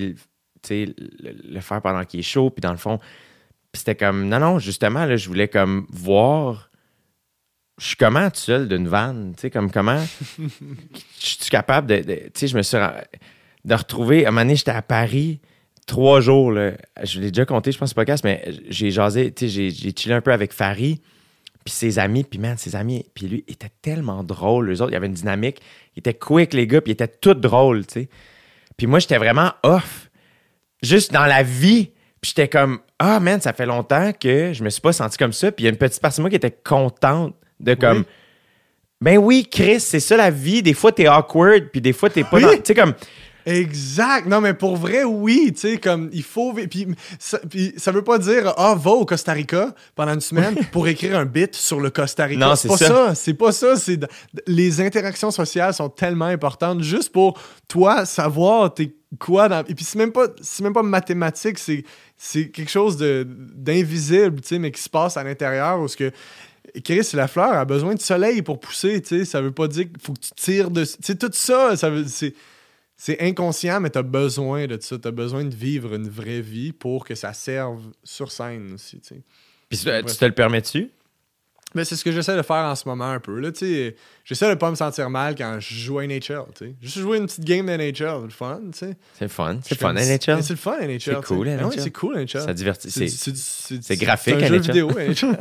le faire pendant qu'il est chaud? » Puis dans le fond, puis c'était comme « Non, justement, là, je voulais comme voir... Je suis comment tout seul d'une vanne? Tu sais, comme comment... Je suis capable de tu sais, je me suis... de retrouver... À un moment donné, j'étais à Paris... 3 jours, là, je l'ai déjà compté, je pense, pas podcast, mais j'ai jasé, tu sais, j'ai chillé un peu avec Farid, puis ses amis, puis puis lui, il était tellement drôle, eux autres, il y avait une dynamique, il était quick, les gars, puis ils étaient tous drôles, tu sais. Puis moi, j'étais vraiment off, juste dans la vie, puis j'étais comme, ah, man, ça fait longtemps que je me suis pas senti comme ça, puis il y a une petite partie de moi qui était contente de comme, oui. Ben oui, Chris, c'est ça la vie, des fois, t'es awkward, puis des fois, t'es pas dans, tu sais, comme... Exact. Non, mais pour vrai, oui. Tu sais, comme il faut. Puis ça veut pas dire, va au Costa Rica pendant une semaine pour écrire un bit sur le Costa Rica. Non, c'est pas ça. C'est pas ça. Les interactions sociales sont tellement importantes juste pour toi savoir t'es quoi dans. Et puis c'est même pas mathématique, c'est quelque chose d'invisible, tu sais, mais qui se passe à l'intérieur où ce que. Chris, la fleur a besoin de soleil pour pousser, tu sais. Ça veut pas dire qu'il faut que tu tires dessus. Tu sais, tout ça, c'est inconscient, mais t'as besoin de ça. T'as besoin de vivre une vraie vie pour que ça serve sur scène aussi, tu sais. Puis tu te le permets-tu? Mais c'est ce que j'essaie de faire en ce moment un peu. Là, tu sais, j'essaie de pas me sentir mal quand je joue à NHL, tu sais. Juste jouer une petite game de NHL, c'est le fun, tu sais. C'est le fun. C'est le fun, NHL. C'est le fun, NHL. C'est cool, NHL. Ah ouais, c'est cool, NHL. Ça divertit. C'est graphique, c'est un NHL. jeu vidéo, NHL.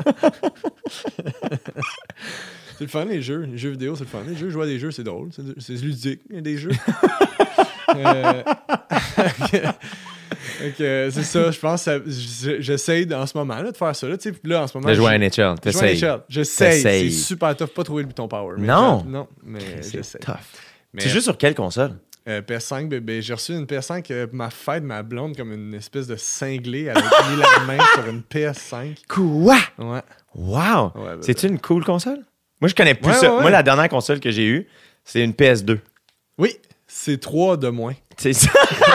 C'est le fun, les jeux. Les jeux vidéo, c'est le fun. Les jeux, jouer à des jeux, c'est drôle. C'est ludique, il y a des jeux. C'est ça, je pense j'essaie en ce moment là, de faire ça. Là, en ce moment, de jouer à NHL. J'essaie. C'est super tough, pas trouver le bouton power. Non, mais j'essaie. Tough. C'est juste sur quelle console? PS5, bébé. J'ai reçu une PS5 pour ma fête, ma blonde, comme une espèce de cinglé avec mis la main sur une PS5. Quoi? Ouais. Wow! Ouais, c'est-tu une cool console? Moi, je connais plus ça. Ouais. Moi, la dernière console que j'ai eue, c'est une PS2. Oui, c'est 3 de moins. C'est ça.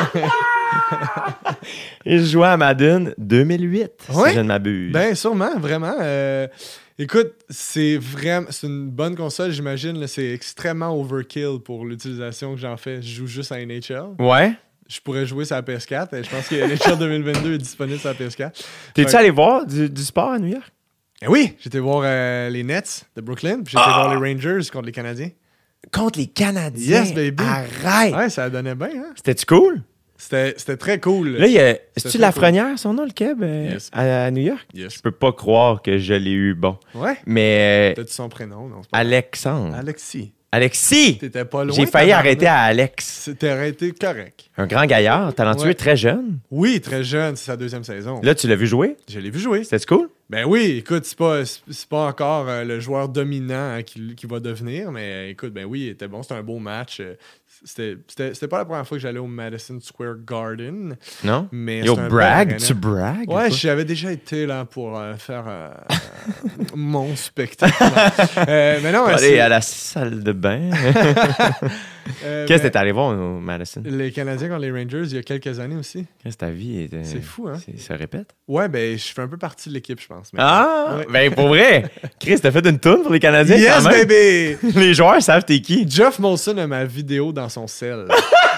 Et je jouais à Madden 2008, si je ne m'abuse. Ben, sûrement, vraiment. Écoute, c'est une bonne console, j'imagine. Là, c'est extrêmement overkill pour l'utilisation que j'en fais. Je joue juste à NHL. Ouais. Je pourrais jouer sur la PS4. Je pense que NHL 2022 est disponible sur la PS4. T'es-tu allé voir du sport à New York? Oui, j'étais voir les Nets de Brooklyn, puis j'étais voir les Rangers contre les Canadiens. Contre les Canadiens? Yes, baby. Arrête! Ouais, ça donnait bien, hein? C'était-tu cool? C'était très cool. Là, c'est-tu très Lafrenière, son nom, le Keb, Yes. à New York? Yes. Je peux pas croire que je l'ai eu bon. Ouais. Mais T'as-tu son prénom? Non, c'est pas Alexandre. Alexis. Alexis! T'étais pas loin. J'ai failli tabarnak. arrêter à Alex. C'était arrêté correct. Un grand gaillard, talentueux, Ouais. très jeune. Oui, très jeune, c'est sa deuxième saison. Là, tu l'as vu jouer? Je l'ai vu jouer. C'était cool? Ben oui, écoute, c'est pas encore le joueur dominant qui va devenir, mais écoute, ben oui, il était bon, c'était un beau match. C'était pas la première fois que j'allais au Madison Square Garden, Non? mais Yo, c'est un brag? bel arena. Tu bragues? Ouais, ou quoi? j'avais déjà été là pour faire mon spectacle. Mais non, Aller à la salle de bain. Qu'est-ce que mais t'es allé voir au Madison? les Canadiens contre les Rangers, il y a quelques années aussi. Qu'est-ce que ta vie était... C'est fou, hein? Ça répète? Ouais, ben je fais un peu partie de l'équipe, je pense. Ah! Ouais. Ben, pour vrai! Chris, t'as fait une toune pour les Canadiens? Yes, quand même? baby! Les joueurs savent t'es qui. Jeff Molson a ma vidéo dans son sel.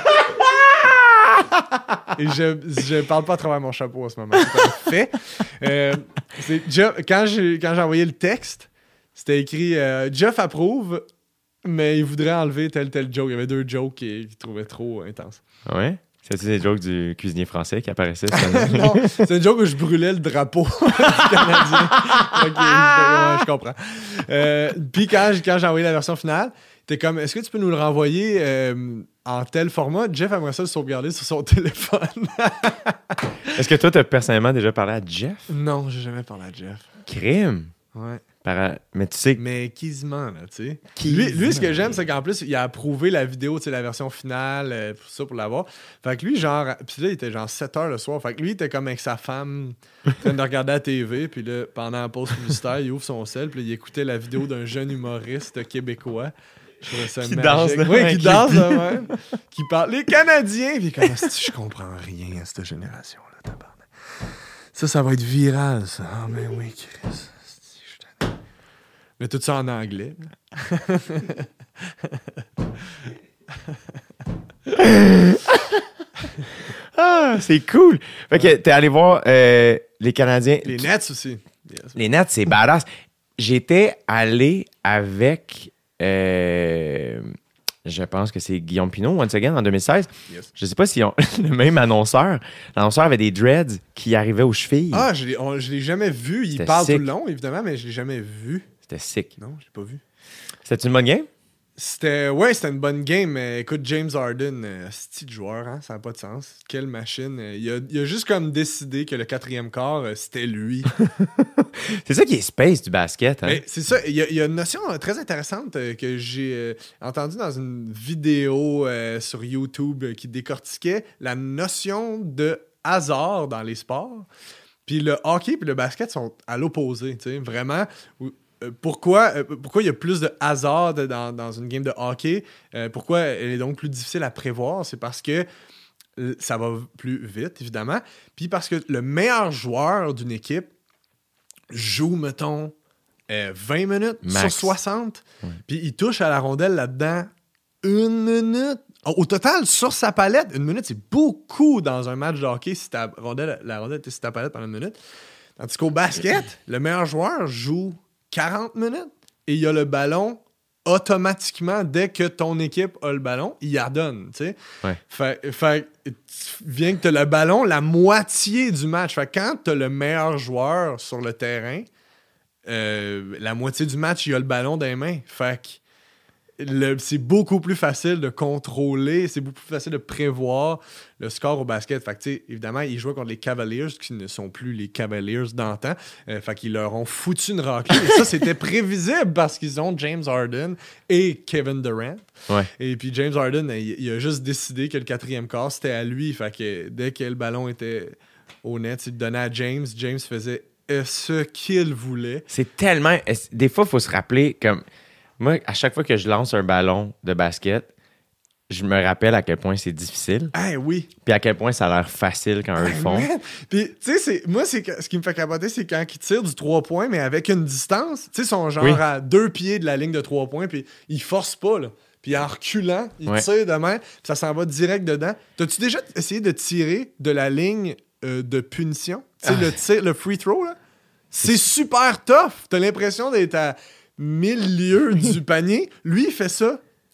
Et je parle pas à travers mon chapeau en ce moment. C'est un fait. Quand j'ai envoyé le texte, c'était écrit Jeff approuve, mais il voudrait enlever tel joke. Il y avait 2 jokes qu'il trouvait trop intenses. Ouais? C'est-tu des jokes du cuisinier français qui apparaissaient? Non, c'est une joke où je brûlais le drapeau du Canadien. Ok, ouais, je comprends. Puis quand j'ai envoyé la version finale, t'es comme, est-ce que tu peux nous le renvoyer en tel format? Jeff aimerait ça le sauvegarder sur son téléphone. Est-ce que toi, t'as personnellement déjà parlé à Jeff? Non, j'ai jamais parlé à Jeff. Crime! Ouais. Mais tu sais... Mais quasiment, là, tu sais. Quasiment. Lui, ce que j'aime, c'est qu'en plus, il a approuvé la vidéo, tu sais, la version finale, pour l'avoir. Fait que lui, genre... Puis là, il était genre 7 h le soir. Fait que lui, il était comme avec sa femme, en train de regarder la TV. Puis là, pendant la pause publicitaire, il ouvre son sel. Puis là, il écoutait la vidéo d'un jeune humoriste québécois. Je trouvais ça Qui magique. danse de Oui, même, qui danse de même. Qui parle... Les Canadiens! Puis comme, je comprends rien à cette génération-là, tabarnak. Ça va être viral, ça. Ah, mais oui, Chris. Mais tout ça en anglais. Ah, c'est cool! Fait que t'es allé voir les Canadiens. Les Nets aussi. Yes. Les Nets, c'est badass. J'étais allé avec... je pense que c'est Guillaume Pinot, once again, en 2016. Yes. Je sais pas si le même annonceur. L'annonceur avait des dreads qui arrivaient aux chevilles. Ah, je l'ai jamais vu. Il C'était parle sick. tout le long, évidemment, mais je l'ai jamais vu. C'était sick. Non, je l'ai pas vu. C'était une bonne game? C'était une bonne game, mais écoute, James Harden, c'est de joueur, hein, ça n'a pas de sens. Quelle machine. Il a juste comme décidé que le 4e quart, c'était lui. C'est ça qui est space du basket. Hein? Mais c'est ça, il y a une notion très intéressante que j'ai entendue dans une vidéo sur YouTube qui décortiquait la notion de hasard dans les sports. Puis le hockey et le basket sont à l'opposé, tu sais, vraiment. Pourquoi il y a plus de hasard dans une game de hockey? Pourquoi elle est donc plus difficile à prévoir? C'est parce que ça va plus vite, évidemment. Puis parce que le meilleur joueur d'une équipe joue, mettons, 20 minutes Max. sur 60. Ouais. Puis il touche à la rondelle là-dedans 1 minute. Au total, sur sa palette, 1 minute, c'est beaucoup dans un match de hockey si la rondelle est sur ta palette pendant 1 minute. Tandis qu'au basket, le meilleur joueur joue 40 minutes et il y a le ballon automatiquement, dès que ton équipe a le ballon, il y redonne, tu sais. Ouais. Fait vient que tu as le ballon la moitié du match. Fait quand tu as le meilleur joueur sur le terrain, la moitié du match, il a le ballon dans les mains. Fait que c'est beaucoup plus facile de contrôler, c'est beaucoup plus facile de prévoir le score au basket. Fait que, tu sais, évidemment, ils jouaient contre les Cavaliers, qui ne sont plus les Cavaliers d'antan. Fait qu'ils leur ont foutu une raclée. Et ça, c'était prévisible parce qu'ils ont James Harden et Kevin Durant. Ouais. Et puis James Harden, il a juste décidé que le 4e quart, c'était à lui. Fait que dès que le ballon était au net, il le donnait à James. James faisait ce qu'il voulait. C'est tellement... Des fois, il faut se rappeler comme... Moi, à chaque fois que je lance un ballon de basket, je me rappelle à quel point c'est difficile. Ah oui. Puis à quel point ça a l'air facile quand eux le font. Puis, tu sais, ce qui me fait capoter, c'est quand ils tirent du 3 points, mais avec une distance. Tu sais, ils sont genre à 2 pieds de la ligne de 3 points, puis ils forcent pas, là. Puis en reculant, ils tirent de main, puis ça s'en va direct dedans. T'as-tu déjà essayé de tirer de la ligne de punition? Tu sais, le free throw, là? C'est super tough. T'as l'impression d'être à 1000 lieues du panier. Lui, il fait ça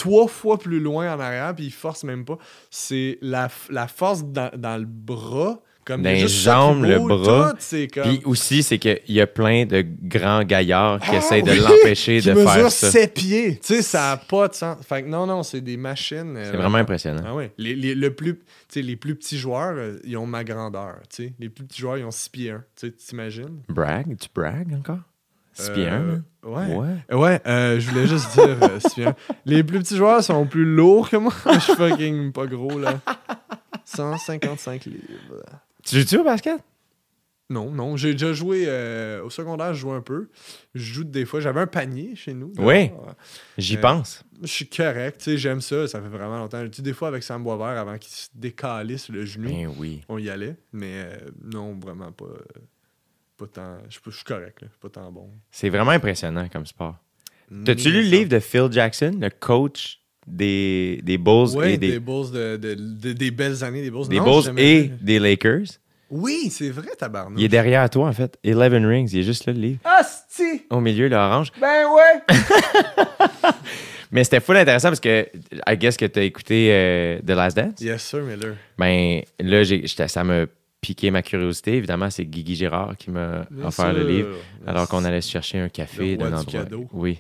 3 fois plus loin en arrière, puis il force même pas. C'est la force dans le bras. Comme Dans il y a les juste ça qui jambes, le bouge, bras. tout, c'est comme... Puis aussi, c'est qu'il y a plein de grands gaillards qui essayent de l'empêcher qui de faire mesure ça. 7 pieds. Tu sais, ça n'a pas de sens. Fait que non, c'est des machines. C'est vraiment impressionnant. Ah ouais. Les plus petits joueurs, ils ont ma grandeur. Tu sais. Les plus petits joueurs, ils ont 6 pieds 1. Tu sais, t'imagines? Brag? Tu bragues encore? 6 pieds 1, là? Ouais, je voulais juste dire 6 pieds 1. Les plus petits joueurs sont plus lourds que moi. Je suis fucking pas gros, là. 155 livres. Tu joues-tu au basket? Non. J'ai déjà joué au secondaire, je jouais un peu. Je joue des fois. J'avais un panier chez nous. Oui. J'y pense. Je suis correct. Tu sais, j'aime ça. Ça fait vraiment longtemps. Tu sais, des fois, avec Sam Boisvert, avant qu'il se décalisse le genou, Ben oui. on y allait. Mais non, vraiment pas tant. Je suis correct. Là. Pas tant bon. C'est vraiment impressionnant comme sport. T'as-tu lu le livre de Phil Jackson, le coach des Bulls oui, et des Bulls des belles années des Bulls. des Non, Bulls j'ai jamais et vu. des Lakers? Oui, c'est vrai, tabarnak. Il est derrière toi, en fait. 11 Rings, il est juste là, le livre. Asti! Au milieu, l'orange. Ben ouais! Mais c'était full intéressant parce que, I guess que t'as écouté The Last Dance. Yes, sir, Miller. Ben là, ça m'a piqué ma curiosité. Évidemment, c'est Guigui Girard qui m'a Bien offert le sûr. livre alors qu'on allait se chercher un café Le roi d'un du endroit. cadeau. Oui.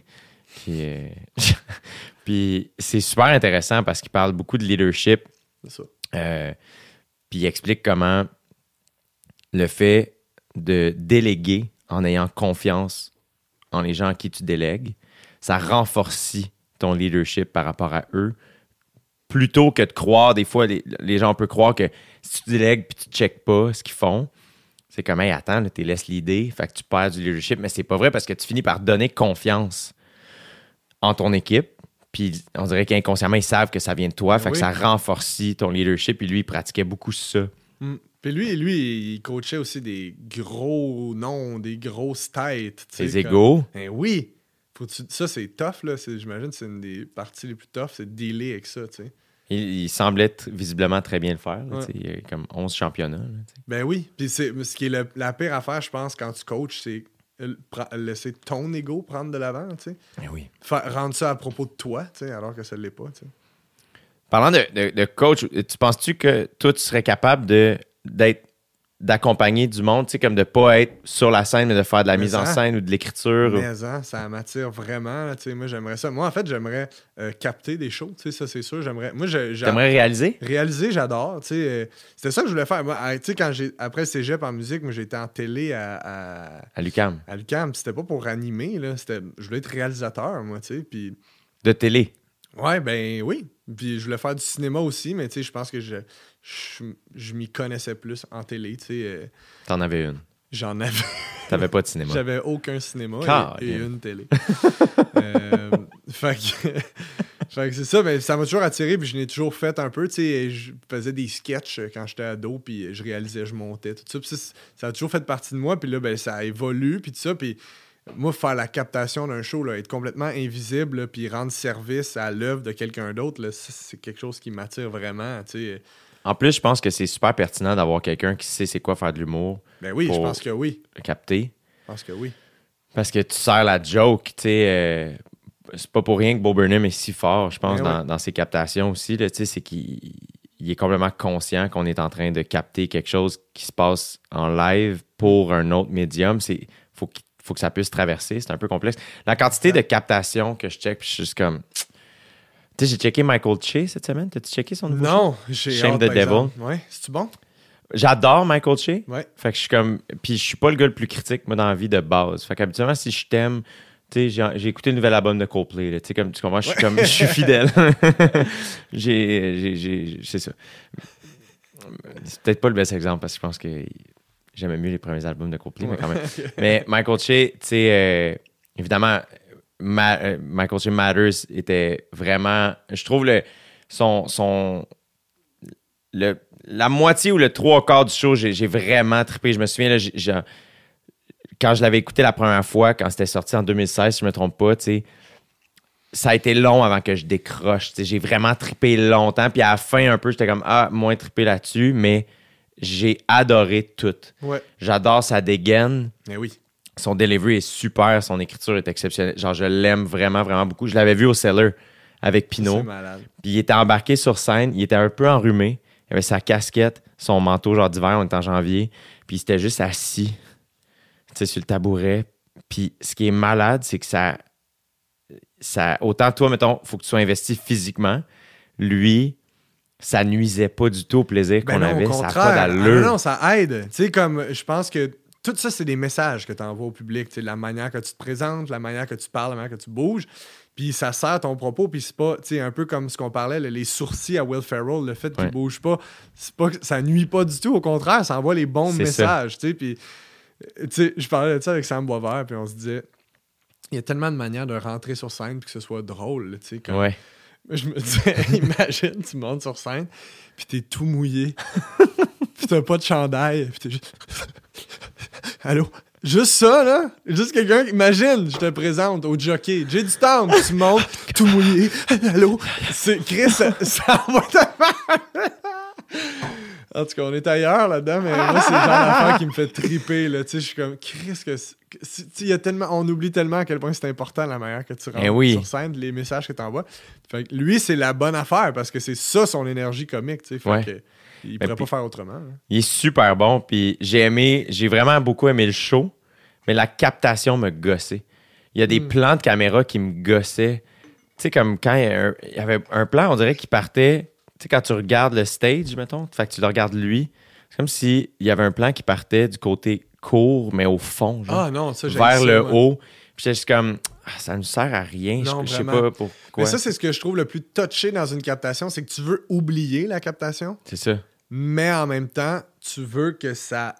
Puis c'est super intéressant parce qu'il parle beaucoup de leadership. C'est ça. Puis il explique comment le fait de déléguer en ayant confiance en les gens à qui tu délègues, ça renforce ton leadership par rapport à eux. Plutôt que de croire, des fois, les gens peuvent croire que si tu délègues puis tu ne checkes pas ce qu'ils font, c'est comme, hey, attends, là, tu laisses l'idée, fait que tu perds du leadership. Mais c'est pas vrai parce que tu finis par donner confiance en ton équipe. Puis on dirait qu'inconsciemment, ils savent que ça vient de toi. Fait que ça renforce ton leadership. Puis lui, il pratiquait beaucoup ça. Puis lui, il coachait aussi des gros noms, des grosses têtes. Ses égos. Ben oui! Ça, c'est tough, là. J'imagine que c'est une des parties les plus tough, c'est de dealer avec ça, tu sais. Il semblait visiblement très bien le faire. Là, Ouais. Il y a comme 11 championnats. Là, Ben oui. Puis ce qui est la pire affaire, je pense, quand tu coaches, c'est laisser ton ego prendre de l'avant, tu sais. Ben oui. Rendre ça à propos de toi, tu sais, alors que ça ne l'est pas, tu sais. Parlant de coach, tu penses-tu que toi, tu serais capable d'accompagner du monde, tu sais, comme de pas être sur la scène, mais de faire de la mise en scène ou de l'écriture? Mais ça m'attire vraiment, là, tu sais. Moi, j'aimerais ça. Moi, en fait, j'aimerais capter des shows, tu sais, ça, c'est sûr. T'aimerais réaliser? Réaliser, j'adore, tu sais. C'était ça que je voulais faire. Moi, tu sais, après le cégep en musique, moi, j'étais en télé à l'UQAM. À l'UQAM. C'était pas pour animer, là. Je voulais être réalisateur, moi, tu sais. Puis... De télé? Ouais, ben oui. Puis je voulais faire du cinéma aussi, mais tu sais, je pense que je m'y connaissais plus en télé, tu sais. T'en avais une. J'en avais. T'avais pas de cinéma. J'avais aucun cinéma et une télé. Fait que c'est ça, mais ça m'a toujours attiré, puis je l'ai toujours fait un peu, tu sais. Je faisais des sketchs quand j'étais ado, puis je réalisais, je montais, tout ça. Puis ça a toujours fait partie de moi, puis là, ben, ça évolue, puis tout ça, puis... Moi, faire la captation d'un show, là, être complètement invisible, là, puis rendre service à l'œuvre de quelqu'un d'autre, là, c'est quelque chose qui m'attire vraiment, tu sais. En plus, je pense que c'est super pertinent d'avoir quelqu'un qui sait c'est quoi faire de l'humour. Ben oui, je pense que oui. Capter. Je pense que oui. Parce que tu sers la joke, tu sais. C'est pas pour rien que Bo Burnham est si fort, je pense, dans ses captations aussi, tu sais, c'est qu'il est complètement conscient qu'on est en train de capter quelque chose qui se passe en live pour un autre médium. Faut que ça puisse traverser. C'est un peu complexe. La quantité de captation que je check, puis je suis juste comme... Tu sais, j'ai checké Michael Che cette semaine. T'as-tu checké son nouveau Non, show? j'ai Shame hâte, the par Devil. exemple. Ouais, c'est-tu bon? J'adore Michael Che. Ouais. Fait que je suis comme... Puis je suis pas le gars le plus critique, moi, dans la vie de base. Fait qu'habituellement, si je t'aime... Tu sais, j'ai écouté le nouvel album de Coldplay. Tu sais, comme tu comprends, je suis fidèle. C'est ça. C'est peut-être pas le best exemple parce que je pense que... J'aimais mieux les premiers albums de Coldplay, mais quand même. Mais Michael Che, tu sais, évidemment, Michael Che Matters était vraiment... Je trouve la moitié ou le 3/4 du show, j'ai vraiment trippé. Je me souviens, là, quand je l'avais écouté la première fois, quand c'était sorti en 2016, si je me trompe pas, tu sais, ça a été long avant que je décroche. Tu sais, j'ai vraiment trippé longtemps. Puis à la fin, un peu, j'étais comme, moins trippé là-dessus, mais... J'ai adoré tout. Ouais. J'adore sa dégaine. Mais oui. Son delivery est super. Son écriture est exceptionnelle. Genre, je l'aime vraiment, vraiment beaucoup. Je l'avais vu au Cellar avec C'est Pinot. malade. Puis il était embarqué sur scène, il était un peu enrhumé. Il avait sa casquette, son manteau genre d'hiver, on était en janvier. Puis il était juste assis, tu sais, sur le tabouret. Puis ce qui est malade, c'est que ça autant toi, mettons, faut que tu sois investi physiquement. Lui, ça nuisait pas du tout au plaisir qu'on non, avait. au Ça n'a contraire. pas d'allure. Non, ça aide. Tu sais, comme je pense que tout ça, c'est des messages que tu envoies au public. Tu sais, la manière que tu te présentes, la manière que tu parles, la manière que tu bouges. Puis ça sert ton propos. Puis c'est pas, tu sais, un peu comme ce qu'on parlait, les sourcils à Will Ferrell, le fait qu'il bouge pas, c'est pas, ça nuit pas du tout. Au contraire, ça envoie les bons messages. Tu sais, puis, tu sais, je parlais de ça avec Sam Boisvert, puis on se disait, il y a tellement de manières de rentrer sur scène puis que ce soit drôle. Tu sais, comme, Ouais. je me disais, imagine, tu montes sur scène, puis t'es tout mouillé, puis t'as pas de chandail, puis t'es juste... Allô? Juste ça, là? Juste quelqu'un... Imagine, je te présente au jockey. J'ai du temps, tu montes, tout mouillé. Allô? C'est... Chris, ça envoie tellement... En tout cas, on est ailleurs là-dedans, mais moi, c'est le genre d'affaire qui me fait triper, là. Tu sais, je suis comme, Chris, il y a tellement... On oublie tellement à quel point c'est important la manière que tu rentres sur scène, les messages que tu envoies. Fait que lui, c'est la bonne affaire, parce que c'est ça son énergie comique, tu sais. Fait que il pourrait pas faire autrement. Hein. Il est super bon, puis j'ai vraiment beaucoup aimé le show, mais la captation me gossait. Il y a des plans de caméra qui me gossaient. Tu sais, comme quand il y avait un plan, on dirait qu'il partait... Tu sais, quand tu regardes le stage, mettons, fait que tu le regardes lui, c'est comme s'il y avait un plan qui partait du côté court, mais au fond, genre, non, ça, vers ça, le moi. haut. Puis j'étais juste comme, ça ne sert à rien. Non, je sais pas pourquoi. Mais ça, c'est ce que je trouve le plus touché dans une captation, c'est que tu veux oublier la captation, C'est ça. mais en même temps, tu veux que ça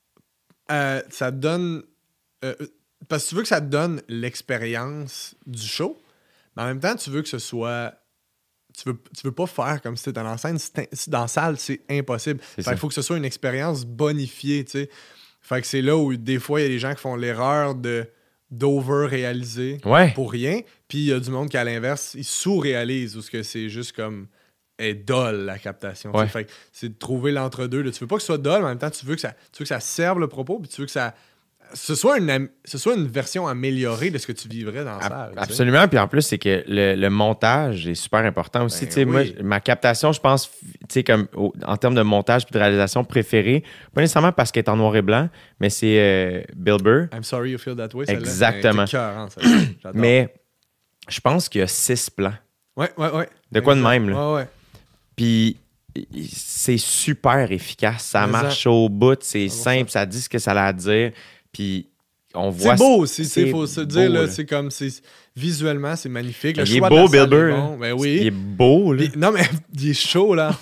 donne... parce que tu veux que ça te donne l'expérience du show, mais en même temps, tu veux que ce soit... Tu veux pas faire comme si t'étais dans la scène. Dans la salle, c'est impossible. Il faut que ce soit une expérience bonifiée, tu sais. Fait que c'est là où, des fois, il y a des gens qui font l'erreur d'over-réaliser pour rien. Puis il y a du monde qui, à l'inverse, ils sous-réalisent ou ce que c'est juste comme est dole, la captation. Fait que c'est de trouver l'entre-deux. Là. Tu veux pas que ce soit dole, mais en même temps, tu veux que ça serve le propos, puis tu veux que ce soit une version améliorée de ce que tu vivrais dans la salle. Absolument. Puis en plus, c'est que le montage est super important aussi. Moi, ma captation, je pense, comme en termes de montage et de réalisation préférée, pas nécessairement parce qu'elle est en noir et blanc, mais c'est Bill Burr. I'm sorry you feel that way. Exactement. Mais je pense qu'il y a 6 plans. Ouais. De quoi de même, là? Ouais. Puis c'est super efficace. Ça marche au bout. C'est simple. Ça dit ce que ça a à dire. Puis on voit... C'est beau aussi, il faut se dire. Là, c'est comme, visuellement, c'est magnifique. Il est beau, Bill Burr. Bon. Ben oui. Il est beau, là. Non, mais il est chaud, là.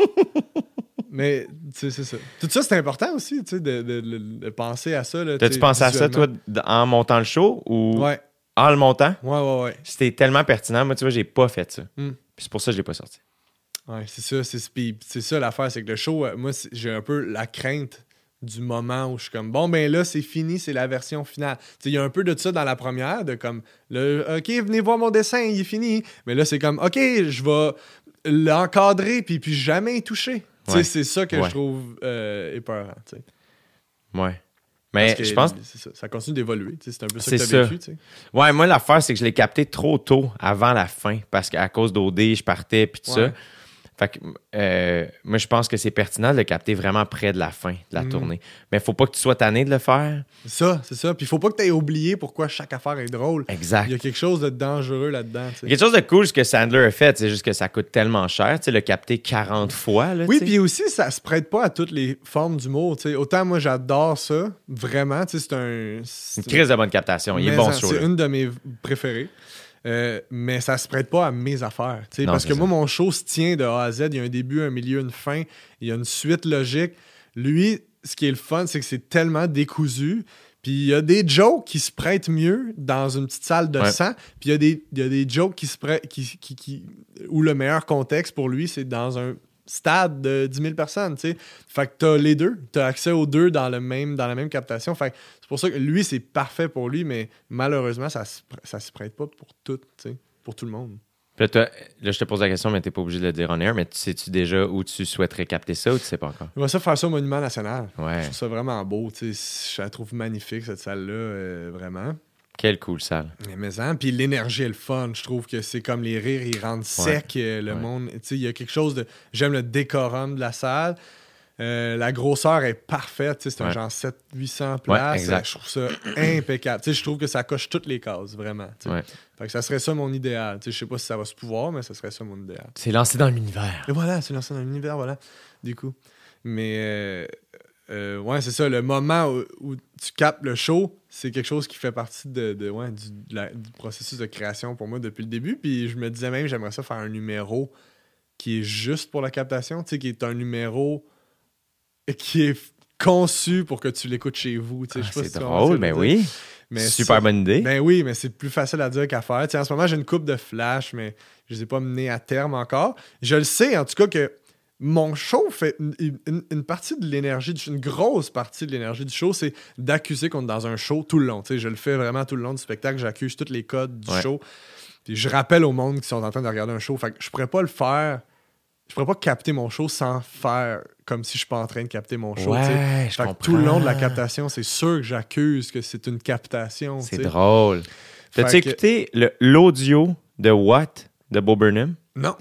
Mais, tu sais, c'est ça. Tout ça, c'est important aussi, tu sais, de penser à ça. Là, t'as-tu pensé à ça, toi, en montant le show ou en le montant? Ouais. C'était tellement pertinent. Moi, tu vois, j'ai pas fait ça. Puis c'est pour ça que je l'ai pas sorti. Ouais, c'est ça. C'est ça l'affaire, c'est que le show, moi, j'ai un peu la crainte du moment où je suis comme, bon, ben là, c'est fini, c'est la version finale. Tu sais, il y a un peu de ça dans la première, de comme, OK, venez voir mon dessin, il est fini. Mais là, c'est comme, OK, je vais l'encadrer, puis jamais y toucher. Tu sais, c'est ça que je trouve épeurant, tu sais. Ouais. Mais je pense... Ça continue d'évoluer, tu sais, c'est un peu ça que t'as vécu, tu sais. Ouais, moi, l'affaire, c'est que je l'ai capté trop tôt, avant la fin, parce qu'à cause d'OD, je partais, puis tout ça. Fait que moi, je pense que c'est pertinent de le capter vraiment près de la fin de la tournée. Mais il faut pas que tu sois tanné de le faire. C'est ça. Puis il faut pas que tu aies oublié pourquoi chaque affaire est drôle. Exact. Il y a quelque chose de dangereux là-dedans. Il y a quelque chose de cool ce que Sandler a fait, c'est juste que ça coûte tellement cher, tu sais, le capter 40 fois. Là, puis aussi, ça se prête pas à toutes les formes d'humour. Tu sais. Autant moi, j'adore ça, vraiment. Tu sais, c'est une crise de bonne captation. Il est bon sur c'est une de mes préférées. Mais ça se prête pas à mes affaires. Parce que moi, mon show se tient de A à Z. Il y a un début, un milieu, une fin. Il y a une suite logique. Lui, ce qui est le fun, c'est que c'est tellement décousu. Puis il y a des jokes qui se prêtent mieux dans une petite salle de 100. Puis il y a des jokes qui se prêtent, où le meilleur contexte pour lui, c'est dans un stade de 10 000 personnes, tu sais. Fait que t'as les deux. T'as accès aux deux dans la même captation. Fait que c'est pour ça que lui, c'est parfait pour lui, mais malheureusement, ça se prête pas pour tout, tu sais, pour tout le monde. Puis là, je te pose la question, mais t'es pas obligé de le dire en air, mais sais-tu déjà où tu souhaiterais capter ça ou tu sais pas encore? Il va faire ça au Monument National. Ouais. Je trouve ça vraiment beau, tu sais. Je la trouve magnifique, cette salle-là, vraiment. Quelle cool salle. Mais hein, puis l'énergie est le fun. Je trouve que c'est comme les rires, ils rendent sec le monde. Tu sais, il y a quelque chose de... J'aime le décorum de la salle. La grosseur est parfaite. Tu sais, c'est un genre 700-800 places. exact. Je trouve ça impeccable. Tu sais, je trouve que ça coche toutes les cases, vraiment. Tu sais. Fait que ça serait ça mon idéal. Tu sais, je sais pas si ça va se pouvoir, mais ça serait ça mon idéal. C'est lancé dans l'univers. Et voilà, c'est lancé dans l'univers, voilà. Du coup. Mais... ouais, c'est ça. Le moment où tu captes le show, c'est quelque chose qui fait partie du processus de création pour moi depuis le début. Puis je me disais même, j'aimerais ça faire un numéro qui est juste pour la captation, tu sais, qui est un numéro qui est conçu pour que tu l'écoutes chez vous. Tu sais, je sais pas C'est si drôle, mais oui. Mais super bonne idée. Ben oui, mais c'est plus facile à dire qu'à faire. Tu sais, en ce moment, j'ai une coupe de flash, mais je les ai pas menés à terme encore. Je le sais, en tout cas, que mon show fait une partie de l'énergie, une grosse partie de l'énergie du show, c'est d'accuser qu'on est dans un show tout le long. Tu sais, je le fais vraiment tout le long du spectacle, j'accuse tous les codes du show. Puis je rappelle au monde qui sont en train de regarder un show. Fait que je pourrais pas le faire. Je pourrais pas capter mon show sans faire comme si je suis pas en train de capter mon show. Ouais, je fait comprends. que tout le long de la captation, c'est sûr que j'accuse que c'est une captation. C'est t'sais. drôle. T'as-tu Fait que- écouté l'audio de What de Bo Burnham? Non.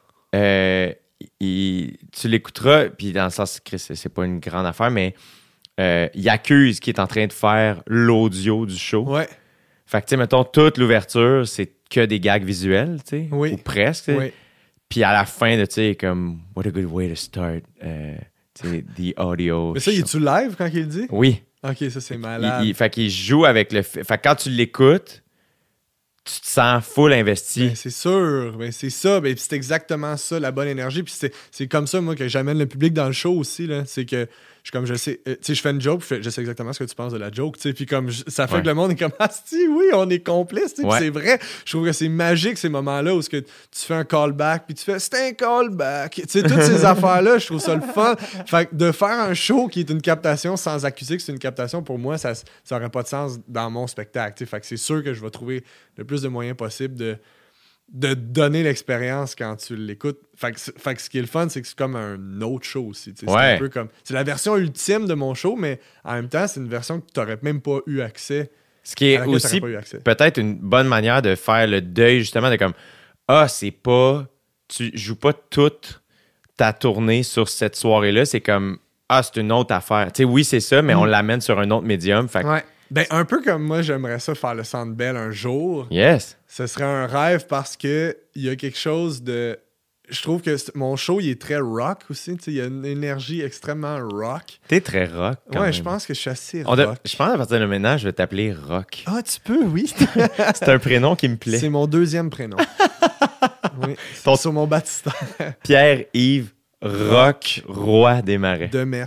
Tu l'écouteras, puis dans le sens, Chris, c'est pas une grande affaire, mais il accuse qui est en train de faire l'audio du show. Ouais. Fait que, tu sais, mettons, toute l'ouverture, c'est que des gags visuels, tu sais, Oui. ou presque. tu sais. Oui. Puis à la fin, tu sais, comme, what a good way to start, tu sais, the audio. Mais ça, show. il est-tu live quand il le dit? Oui. Ok, ça, c'est malade. Fait qu'il joue avec le fait. Fait que quand tu l'écoutes, tu te sens full investi. Ben, c'est sûr, ben, c'est ça, ben, c'est exactement ça, la bonne énergie. Puis c'est comme ça, moi, que j'amène le public dans le show aussi. Là. C'est que je sais, tu sais, je fais une joke, puis je sais exactement ce que tu penses de la joke. Tu sais, puis comme ça fait que le monde est comme, ah, si, oui, on est complice. Tu sais, puis c'est vrai. Je trouve que c'est magique ces moments-là où ce que tu fais un callback, puis tu fais, c'est un callback. Tu sais, toutes ces affaires-là, je trouve ça le fun. Fait que de faire un show qui est une captation sans accuser que c'est une captation, pour moi, ça aurait pas de sens dans mon spectacle. Tu sais, fait que c'est sûr que je vais trouver le plus de moyens possible de donner l'expérience quand tu l'écoutes. Fait que ce qui est le fun, c'est que c'est comme un autre show aussi. C'est un peu comme... C'est la version ultime de mon show, mais en même temps, c'est une version que tu n'aurais même pas eu accès. Ce qui est à laquelle aussi t'aurais pas eu accès. peut-être une bonne manière de faire le deuil, justement, de comme, c'est pas... Tu joues pas toute ta tournée sur cette soirée-là. C'est comme, c'est une autre affaire. Tu sais, oui, c'est ça, mais on l'amène sur un autre médium. Fait que, Ouais. Ben, un peu comme moi, j'aimerais ça faire le Centre Bell un jour. yes. Ce serait un rêve parce que il y a quelque chose de... Je trouve que mon show, il est très rock aussi. Il y a une énergie extrêmement rock. T'es très rock, quand Ouais, même. je pense que je suis assez Je rock. pense à partir de maintenant, je vais t'appeler Rock. Ah, tu peux, oui. C'est un prénom qui me plaît. C'est mon deuxième prénom. Oui, Ton- sur mon baptistère Pierre-Yves Rock, roi des marais. de Mers.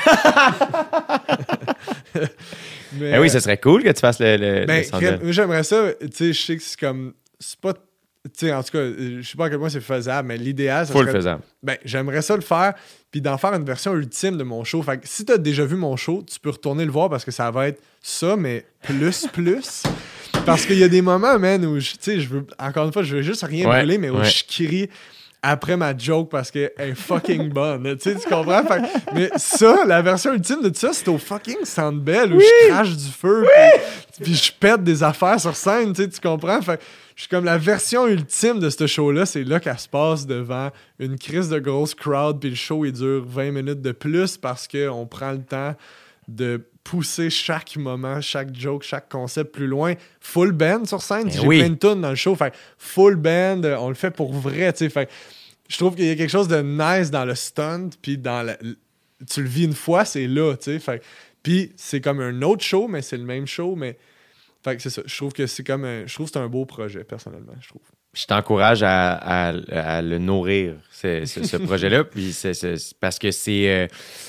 Mais, Oui, ce serait cool que tu fasses le ben, Centre Bell. moi, j'aimerais ça. Tu sais, je sais que c'est comme... C'est pas... Tu sais, en tout cas, je sais pas à quel point c'est faisable, mais l'idéal, ça Full serait... faisable. Ben, j'aimerais ça le faire, puis d'en faire une version ultime de mon show. Fait que si t'as déjà vu mon show, tu peux retourner le voir parce que ça va être ça, mais plus. Parce qu'il y a des moments, man, où, tu sais, je veux... Encore une fois, je veux juste rien brûler, mais où je crie après ma joke parce qu'elle est fucking bonne. Tu sais, tu comprends? Fait, mais ça, la version ultime de ça, c'est au fucking Centre Bell où je crache du feu puis je pète des affaires sur scène, tu sais, tu comprends? Fait je suis comme la version ultime de ce show-là, c'est là qu'elle se passe devant une crise de grosse crowd puis le show, il dure 20 minutes de plus parce qu'on prend le temps de pousser chaque moment, chaque joke, chaque concept plus loin. Full band sur scène. J'ai plein de tunes dans le show. Fait full band, on le fait pour vrai. T'sais. Fait je trouve qu'il y a quelque chose de nice dans le stunt. Puis dans tu le vis une fois, c'est là. Fait puis c'est comme un autre show, mais c'est le même show. Mais fait que c'est ça. Je trouve que c'est comme je trouve que c'est un beau projet, personnellement. Je trouve. Je t'encourage à le nourrir, ce projet-là. Puis c'est parce que c'est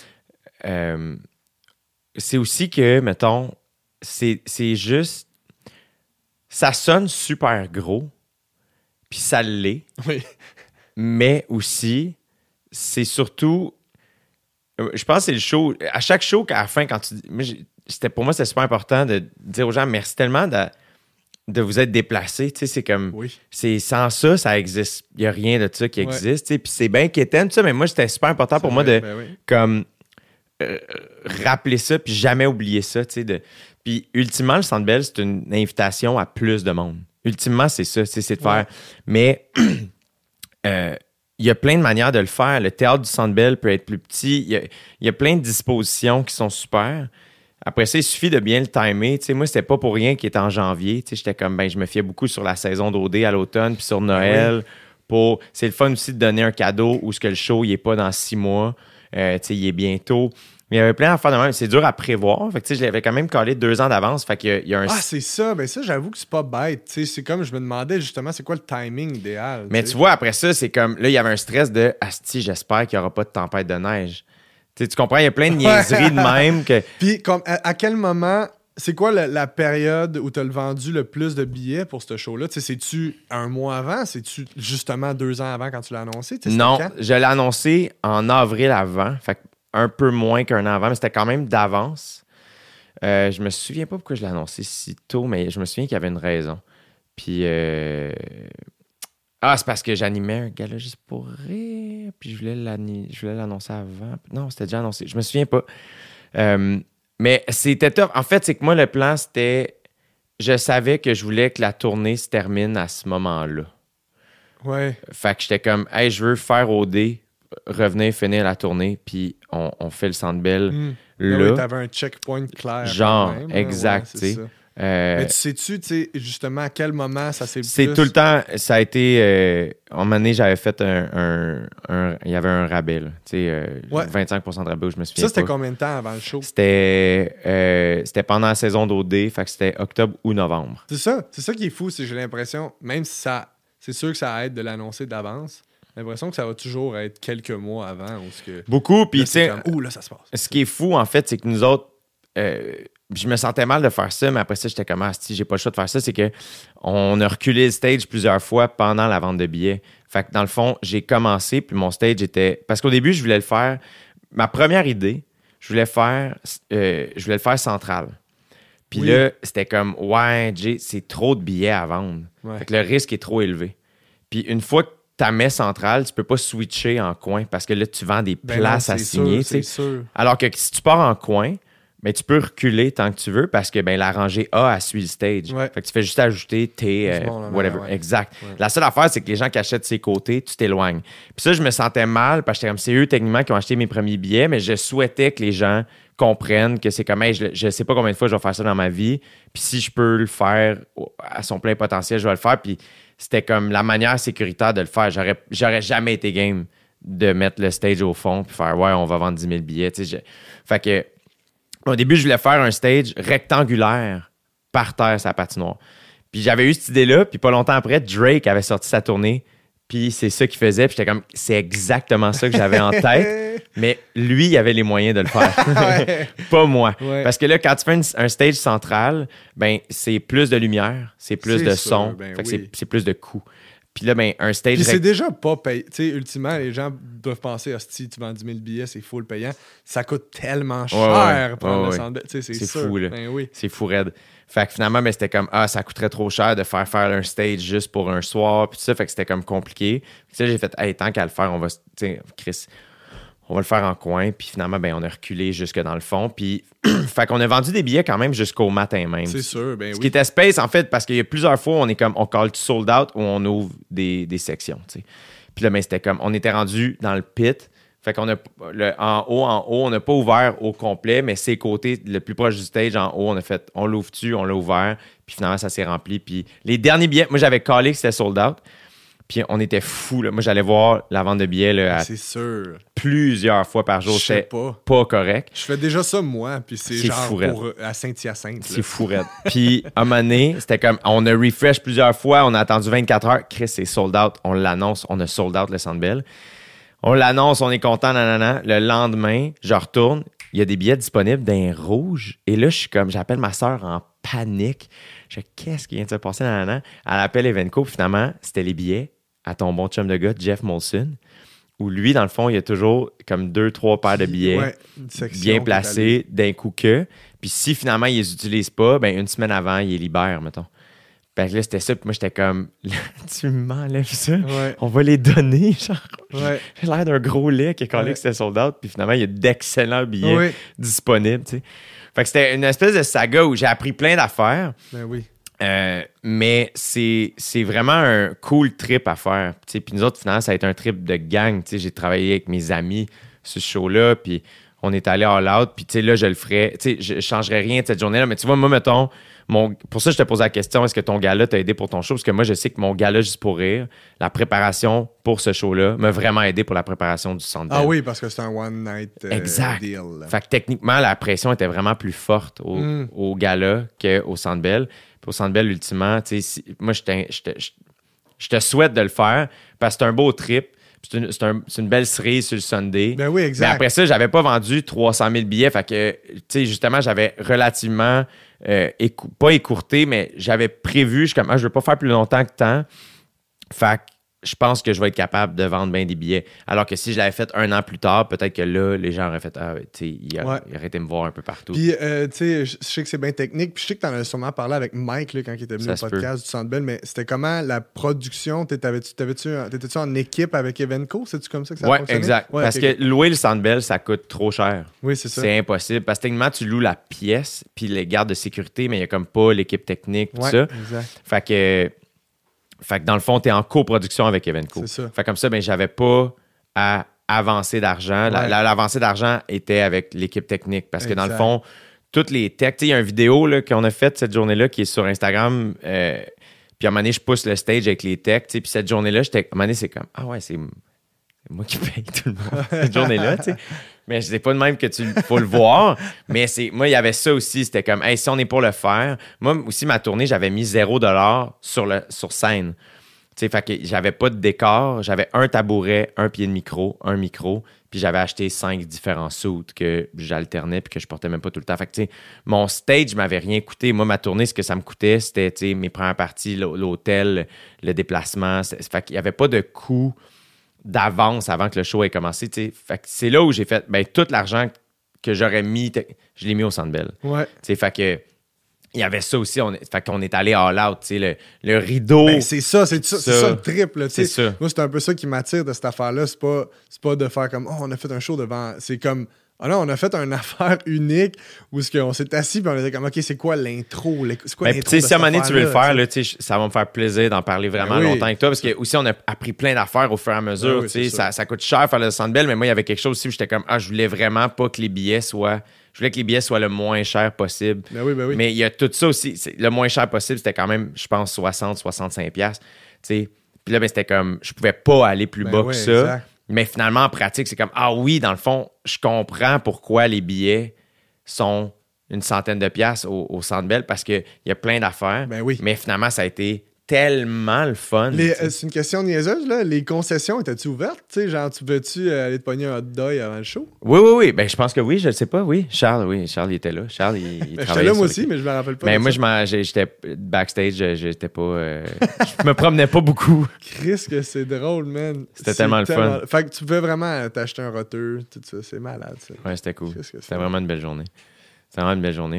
aussi que, mettons, c'est juste... Ça sonne super gros, puis ça l'est. Oui. Mais aussi, c'est surtout... Je pense que c'est le show... À chaque show, à la fin, quand tu... Pour moi, c'était super important de dire aux gens merci tellement de vous être déplacés. Tu sais, c'est comme... Oui. C'est, sans ça existe. Il n'y a rien de ça qui existe. Tu sais, puis c'est bien quétaine, tout ça, mais moi, c'était super important pour moi de... Ben oui. comme rappeler ça, puis jamais oublier ça, tu sais. Puis, ultimement, le Centre Bell, c'est une invitation à plus de monde. Ultimement, c'est ça, c'est de faire. Mais, il y a plein de manières de le faire. Le théâtre du Centre Bell peut être plus petit. Il y a plein de dispositions qui sont super. Après ça, il suffit de bien le timer. Tu sais, moi, c'était pas pour rien qu'il était en janvier. Tu sais, j'étais comme, je me fiais beaucoup sur la saison d'OD à l'automne, puis sur Noël. C'est le fun aussi de donner un cadeau où ce que le show, il est pas dans 6 mois. Tu sais, il est bientôt. Mais il y avait plein d'affaires de même. C'est dur à prévoir. Fait que, tu sais, je l'avais quand même collé 2 ans d'avance. Fait qu'il y a un... Ah, c'est ça. Ben ça, j'avoue que c'est pas bête. Tu sais, c'est comme, je me demandais justement, c'est quoi le timing idéal? Mais tu vois, après ça, c'est comme... Là, il y avait un stress de « Asti, j'espère qu'il n'y aura pas de tempête de neige. » Tu comprends? Il y a plein de niaiseries de même que... Puis, comme, à quel moment... C'est quoi la période où tu as vendu le plus de billets pour ce show-là? Tu sais, c'est-tu un mois avant? C'est-tu justement 2 ans avant quand tu l'as annoncé? Non, je l'ai annoncé en avril avant. Fait un peu moins qu'un an avant, mais c'était quand même d'avance. Je me souviens pas pourquoi je l'ai annoncé si tôt, mais je me souviens qu'il y avait une raison. Puis... c'est parce que j'animais un gala juste pour rire, puis je voulais l'annoncer avant. Non, c'était déjà annoncé. Je me souviens pas. Mais c'était tough. En fait, c'est que moi, le plan, c'était... Je savais que je voulais que la tournée se termine à ce moment-là. Ouais. Fait que j'étais comme, hey, je veux faire OD, revenir, finir la tournée, puis on fait le Centre Bell là. Oui, t'avais un checkpoint clair. Genre, même, exact, ouais, tu sais. Mais tu sais-tu, justement, à quel moment ça s'est C'est plus... tout le temps, ça a été... à un moment donné, j'avais fait il y avait un rabais, là, tu sais, 25% de rabais, je me souviens Ça, c'était pas. combien de temps avant le show? C'était pendant la saison d'OD, fait que c'était octobre ou novembre. C'est ça qui est fou, c'est que j'ai l'impression, même si c'est sûr que ça aide de l'annoncer d'avance, j'ai l'impression que ça va toujours être quelques mois avant. Beaucoup, puis tu sais, là, ça se passe. Ce qui est fou, en fait, c'est que nous autres... je me sentais mal de faire ça, mais après ça, j'étais comme, si j'ai pas le choix de faire ça, c'est que on a reculé le stage plusieurs fois pendant la vente de billets. Fait que dans le fond, j'ai commencé, puis mon stage était... Parce qu'au début, je voulais le faire... Ma première idée, je voulais le faire central. Puis là, c'était comme, Jay, c'est trop de billets à vendre. Ouais. Fait que le risque est trop élevé. Puis une fois que tu mets central, tu peux pas switcher en coin parce que là, tu vends des places à signer. C'est sûr. Alors que si tu pars en coin... Mais tu peux reculer tant que tu veux parce que la rangée A suit le stage. Ouais. Fait que tu fais juste ajouter tes whatever. Ouais. Exact. Ouais. La seule affaire, c'est que les gens qui achètent ses côtés, tu t'éloignes. Puis ça, je me sentais mal parce que j'étais comme, c'est eux techniquement qui ont acheté mes premiers billets, mais je souhaitais que les gens comprennent que c'est comme, hey, je sais pas combien de fois je vais faire ça dans ma vie. Puis si je peux le faire à son plein potentiel, je vais le faire. Puis c'était comme la manière sécuritaire de le faire. J'aurais jamais été game de mettre le stage au fond puis faire, on va vendre 10 000 billets. Fait que au début, je voulais faire un stage rectangulaire par terre sur la patinoire. Puis j'avais eu cette idée-là, puis pas longtemps après, Drake avait sorti sa tournée, puis c'est ça qu'il faisait, puis j'étais comme, c'est exactement ça que j'avais en tête, mais lui, il avait les moyens de le faire. Pas moi. Ouais. Parce que là, quand tu fais un stage central, c'est plus de lumière, c'est plus de son, fait que c'est plus de coûts. Puis là, un stage... Puis c'est déjà pas payé. Tu sais, ultimement, les gens doivent penser, hostie, tu vends 10 000 billets, c'est full payant. Ça coûte tellement cher prendre le centre. Tu sais, c'est fou, là. Oui. C'est fou raide. Fait que finalement, c'était comme, ça coûterait trop cher de faire un stage juste pour un soir, puis tout ça. Fait que c'était comme compliqué. Puis ça, j'ai fait, hey, tant qu'à le faire, on va... Tu sais, Chris... On va le faire en coin, puis finalement, on a reculé jusque dans le fond. Puis, fait qu'on a vendu des billets quand même jusqu'au matin même. C'est sûr, Ce qui était space, en fait, parce qu'il y a plusieurs fois où on call sold out, où on ouvre des sections, tu sais. Puis là, c'était comme, on était rendu dans le pit. Fait qu'on a, en haut, on n'a pas ouvert au complet, mais ses côtés, le plus proche du stage, en haut, on l'ouvre-tu, on l'a ouvert, puis finalement, ça s'est rempli. Puis les derniers billets, moi, j'avais callé que c'était sold out. Puis on était fous. Là. Moi, j'allais voir la vente de billets là, c'est sûr. Plusieurs fois par jour. C'était pas correct. Je fais déjà ça, moi. Puis c'est genre à Saint-Hyacinthe. C'est fou raide. Puis à un moment donné, c'était comme... On a refresh plusieurs fois. On a attendu 24 heures. Chris, c'est sold out. On l'annonce. On a sold out le Centre Bell. On l'annonce. On est content. Nanana. Le lendemain, je retourne. Il y a des billets disponibles d'un rouge. Et là, je suis comme... J'appelle ma soeur en panique. Je dis, qu'est-ce qui vient de se passer? Nanana. Elle appelle Evenco. Puis finalement, c'était les billets à ton bon chum de gars, Jeff Molson, où lui, dans le fond, il y a toujours comme 2-3 paires de billets bien placés d'un coup que. Puis si finalement, il les utilise pas, une semaine avant, il les libère, mettons. Fait que là, c'était ça. Puis moi, j'étais comme, là, tu m'enlèves ça. Ouais. On va les donner. Genre, Ouais. j'ai l'air d'un gros lait qui a collé Ouais. que c'était sold out. Puis finalement, il y a d'excellents billets Oui. disponibles. Tu sais. Fait que c'était une espèce de saga où j'ai appris plein d'affaires. Ben oui. Mais c'est vraiment un cool trip à faire. Tu sais, puis nous autres, finalement, ça a été un trip de gang. Tu sais, j'ai travaillé avec mes amis sur ce show-là. Puis on est allé all out. Puis tu sais, là, je le ferais. Tu sais, je changerais rien de cette journée-là. Mais tu vois, moi, mettons, pour ça, je te pose la question, est-ce que ton gala t'a aidé pour ton show? Parce que moi, je sais que mon gala Juste pour rire, la préparation pour ce show-là m'a vraiment aidé pour la préparation du Centre Bell. Ah oui, parce que c'est un one night Exact. deal. Là. Fait que techniquement, la pression était vraiment plus forte au gala qu'au Centre Bell. Puis au Centre Bell, ultimement, tu sais, moi, je te souhaite de le faire parce que c'est un beau trip. Puis c'est une belle cerise sur le Sunday. Ben oui, exact. Mais après ça, j'avais pas vendu 300 000 billets. Fait que, tu sais, justement, j'avais relativement, pas écourté, mais j'avais prévu, je veux pas faire plus longtemps que tant. Fait que je pense que je vais être capable de vendre bien des billets. Alors que si je l'avais fait un an plus tard, peut-être que là, les gens auraient fait, tu sais, ils auraient été me voir un peu partout. Puis, tu sais, je sais que c'est bien technique. Puis, je sais que tu en as sûrement parlé avec Mike là, quand il était venu Ça au se podcast du Centre Bell. Mais c'était comment la production? T'étais-tu en équipe avec Evenco? C'est-tu comme ça que ça Ouais, fonctionnait? exact. Ouais, Parce ok, que louer le Centre Bell, ça coûte trop cher. oui, c'est ça. C'est impossible. Parce que techniquement, tu loues la pièce, puis les gardes de sécurité, mais il n'y a comme pas l'équipe technique, tout Ouais, ça. exact. Fait que dans le fond, tu es en coproduction avec Evenco. C'est ça. Fait que comme ça, ben, j'avais pas à avancer d'argent. Ouais. L'avancée d'argent était avec l'équipe technique. Parce que dans le Exact. fond, toutes les techs, tu sais, il y a une vidéo là, qu'on a faite cette journée-là qui est sur Instagram. Puis à un moment donné, je pousse le stage avec les techs. Tu sais, puis cette journée-là, à un moment donné, c'est comme, ah ouais, c'est moi qui paye tout le monde cette journée-là, tu sais. Mais c'est pas de même que faut le voir. Mais moi, il y avait ça aussi. C'était comme, hey, si on est pour le faire. Moi aussi, ma tournée, j'avais mis $0 sur scène. Tu sais, fait que j'avais pas de décor. J'avais un tabouret, un pied de micro, un micro. Puis j'avais acheté 5 différents suits que j'alternais puis que je portais même pas tout le temps. Fait que, tu sais, mon stage m'avait rien coûté. Moi, ma tournée, ce que ça me coûtait, c'était, tu sais, mes premières parties, l'hôtel, le déplacement. Fait qu'il y avait pas de coût d'avance avant que le show ait commencé. T'sais. Fait que c'est là où j'ai fait tout l'argent que j'aurais mis, je l'ai mis au Centre Bell. Ouais. T'sais, fait que il y avait ça aussi. Fait qu'on est allé all out. Le rideau. Ben, c'est ça le trip. Là, c'est t'sais. ça. Moi, c'est un peu ça qui m'attire de cette affaire-là. C'est pas de faire comme, oh, on a fait un show devant. C'est comme, oh non, on a fait une affaire unique où on s'est assis et on était comme, OK, c'est quoi l'intro? C'est quoi l'intro? Si à un moment donné, tu veux le faire, là, ça va me faire plaisir d'en parler vraiment longtemps avec toi. Parce que aussi, on a appris plein d'affaires au fur et à mesure. Oui, ça coûte cher faire le Centre Bell, mais moi, il y avait quelque chose aussi où j'étais comme, je voulais vraiment pas que les billets soient. Je voulais que les billets soient le moins cher possible. Ben oui. Mais il y a tout ça aussi. Le moins cher possible, c'était quand même, je pense, 60-65$. Puis là, ben, c'était comme, je pouvais pas aller plus bas que ça. Exact. Mais finalement, en pratique, c'est comme, oui, dans le fond, je comprends pourquoi les billets sont une centaine de piastres au Centre Bell parce qu'il y a plein d'affaires. Ben oui. Mais finalement, ça a été tellement le fun. C'est une question niaiseuse, là. Les concessions, étaient-tu ouvertes? T'sais, genre, tu veux-tu aller te pogner un hot dog avant le show? Oui. Ben, je pense que oui, je ne sais pas. Oui, Charles, il était là. Charles, il J'étais travaillait là, sur moi le- aussi, mais je me rappelle pas. Mais de moi, ça. j'étais backstage, j'étais pas. Je me promenais pas beaucoup. Chris, que c'est drôle, man. C'était tellement le fun. Fait que tu pouvais vraiment t'acheter un roteur, tout ça. C'est malade, ça. Ouais, c'était cool. Qu'est-ce que c'est? C'était vraiment une belle journée. C'était vraiment une belle journée.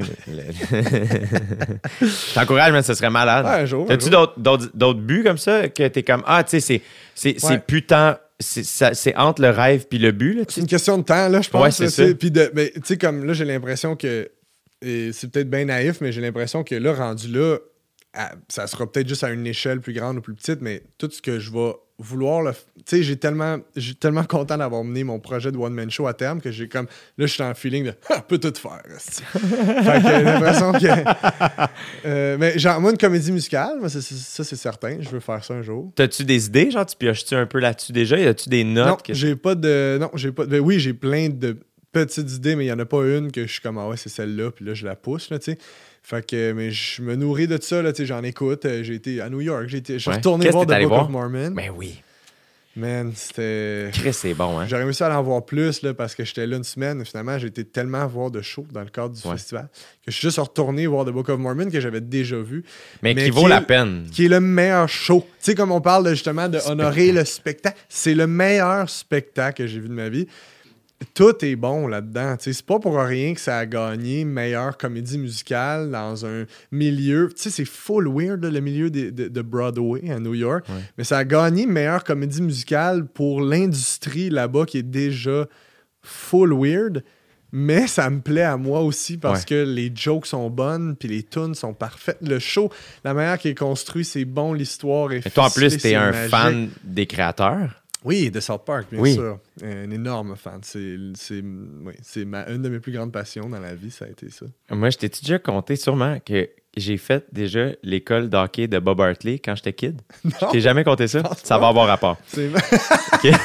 Je t'encourage, mais ce serait malade. Ouais, un jour. T'as-tu d'autres buts comme ça que t'es comme, tu sais, c'est Ouais. plus tant. C'est entre le rêve puis le but, là, tu C'est sais. une question de temps, là, je pense. Ouais, c'est là, ça. tu sais. Puis mais tu sais, comme là, j'ai l'impression que. Et c'est peut-être bien naïf, mais j'ai l'impression que là, rendu là, ça sera peut-être juste à une échelle plus grande ou plus petite, mais tout ce que je vais vouloir. Tu sais, j'ai tellement content d'avoir mené mon projet de One Man Show à terme que j'ai comme. Là, je suis dans le feeling de. On peut tout faire. esti. Fait que j'ai l'impression que. Mais genre, moi, une comédie musicale, moi, ça, c'est certain. Je veux faire ça un jour. T'as-tu des idées, genre, tu pioches-tu un peu là-dessus déjà? Y a-tu des notes? Non, que- j'ai pas de. Non, j'ai pas. Ben oui, j'ai plein de petites idées, mais il y en a pas une que je suis comme, ah ouais, c'est celle-là, puis là, je la pousse, là, tu sais. Fait que, mais je me nourris de ça, là, tu sais, j'en écoute. J'ai été à New York, je suis Ouais. retourné Qu'est-ce voir que t'es The allé Book voir? of Mormon. Ben oui. Man, c'était. Chris, c'est bon, hein? J'aurais aimé ça aller en voir plus, là, parce que j'étais là une semaine, mais finalement, j'ai été tellement voir de shows dans le cadre du Ouais. festival que je suis juste retourné voir The Book of Mormon que j'avais déjà vu. Mais qui qui vaut est- la peine. Qui est le meilleur show. Tu sais, comme on parle justement de honorer le spectacle, c'est le meilleur spectacle que j'ai vu de ma vie. tout est bon là-dedans. Tu sais, c'est pas pour rien que ça a gagné meilleure comédie musicale dans un milieu. Tu sais, c'est full weird, là, le milieu de Broadway à New York. Ouais. Mais ça a gagné meilleure comédie musicale pour l'industrie là-bas qui est déjà full weird. Mais ça me plaît à moi aussi parce que les jokes sont bonnes puis les tunes sont parfaites. Le show, la manière qu'il est construit, c'est bon, l'histoire est Et toi, en plus, ficelée, t'es c'est un magique. fan des créateurs. Oui, de South Park, bien Oui. sûr. Un énorme fan. C'est une de mes plus grandes passions dans la vie, ça a été ça. Moi, je t'ai déjà conté sûrement que j'ai fait déjà l'école d'hockey de Bob Hartley quand j'étais kid. Non, Je t'ai jamais conté ça? pense Ça pas. va avoir rapport. c'est... OK?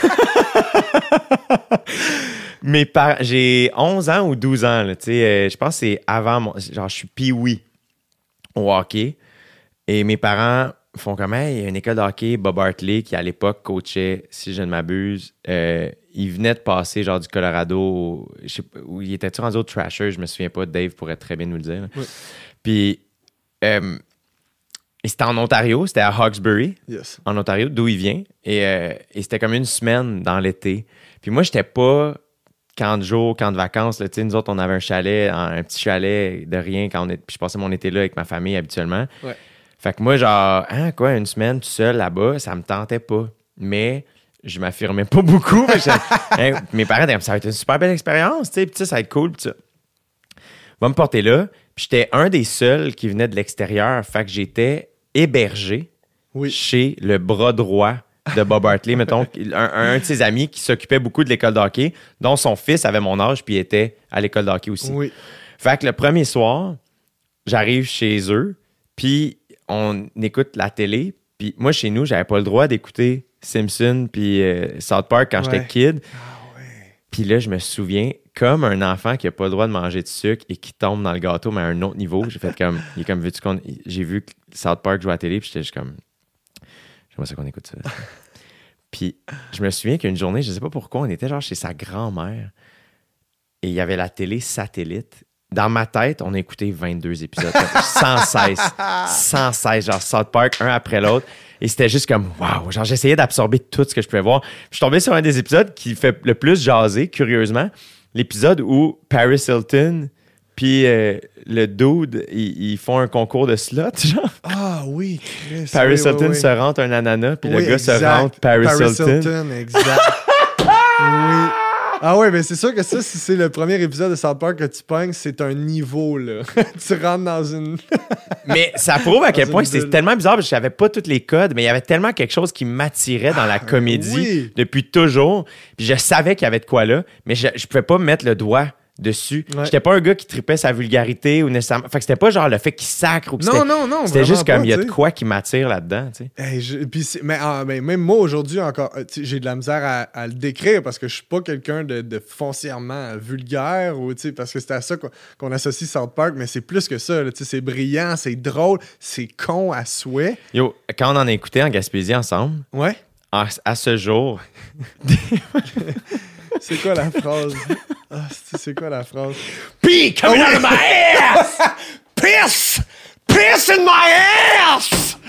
J'ai 11 ans ou 12 ans. Là, je pense que c'est avant genre, je suis pee-wee au hockey. Et mes parents font comme, hey, il y a une école de hockey, Bob Hartley, qui à l'époque coachait, si je ne m'abuse. Il venait de passer genre du Colorado, je sais pas, où il était-tu rendu au Trasher, je me souviens pas. Dave pourrait très bien nous le dire. Oui. Puis, et c'était en Ontario, c'était à Hawkesbury, Yes. en Ontario, d'où il vient. Et c'était comme une semaine dans l'été. Puis moi, j'étais pas camp de jour, camp de vacances. Là, nous autres, on avait un chalet, un petit chalet de rien. Puis je passais mon été là avec ma famille habituellement. Ouais. Fait que moi, genre, une semaine tout seul là-bas, ça me tentait pas. Mais je m'affirmais pas beaucoup. Mes parents disaient, ça va être une super belle expérience, tu sais, puis ça va être cool. Pis ça. Va me porter là. Puis j'étais un des seuls qui venait de l'extérieur. Fait que j'étais hébergé Oui. chez le bras droit de Bob Hartley, mettons, un de ses amis qui s'occupait beaucoup de l'école de hockey, dont son fils avait mon âge, puis il était à l'école de hockey aussi. Oui. Fait que le premier soir, j'arrive chez eux, puis on écoute la télé, puis moi, chez nous, j'avais pas le droit d'écouter Simpson puis South Park quand j'étais kid. Ah ouais. Puis là, je me souviens, comme un enfant qui a pas le droit de manger de sucre et qui tombe dans le gâteau, mais à un autre niveau, j'ai fait comme, veux-tu qu'on... J'ai vu South Park jouer à la télé, puis j'étais juste comme... J'aimerais ça qu'on écoute ça. Puis je me souviens qu'une journée, je sais pas pourquoi, on était genre chez sa grand-mère et il y avait la télé satellite. Dans ma tête, on a écouté 22 épisodes. sans cesse, genre South Park, un après l'autre. Et c'était juste comme, waouh! Genre, j'essayais d'absorber tout ce que je pouvais voir. Puis je suis tombé sur un des épisodes qui fait le plus jaser, curieusement. L'épisode où Paris Hilton puis le dude, ils font un concours de slots, genre. Ah oui, Chris. Paris oui, Hilton oui, se rentre un ananas, puis oui, le gars se exact. rentre Paris Hilton. Exact. Oui. Ah ouais, mais c'est sûr que ça, si c'est le premier épisode de South Park que tu pognes, c'est un niveau, là. Tu rentres dans une... Mais ça prouve à quel Dans point une c'est bulle. tellement bizarre parce que je savais pas tous les codes, mais il y avait tellement quelque chose qui m'attirait dans la comédie oui. depuis toujours. Puis je savais qu'il y avait de quoi là, mais je pouvais pas mettre le doigt dessus. Ouais. J'étais pas un gars qui tripait sa vulgarité ou nécessairement. Fait que c'était pas genre le fait qu'il sacre ou que c'était. Non, C'était juste vraiment comme il y a pas, de tu sais. quoi qui m'attire là-dedans, tu sais. Hey, mais même moi, aujourd'hui, encore, tu sais, j'ai de la misère à le décrire parce que je suis pas quelqu'un de foncièrement vulgaire ou, tu sais, parce que c'est à ça qu'on associe South Park, mais c'est plus que ça, là, tu sais, c'est brillant, c'est drôle, c'est con à souhait. Yo, quand on en a écouté en Gaspésie ensemble, Ouais. à ce jour, C'est quoi la phrase? Ah, c'est quoi la phrase? Pee coming out of my ass! Piss! Piss in my ass!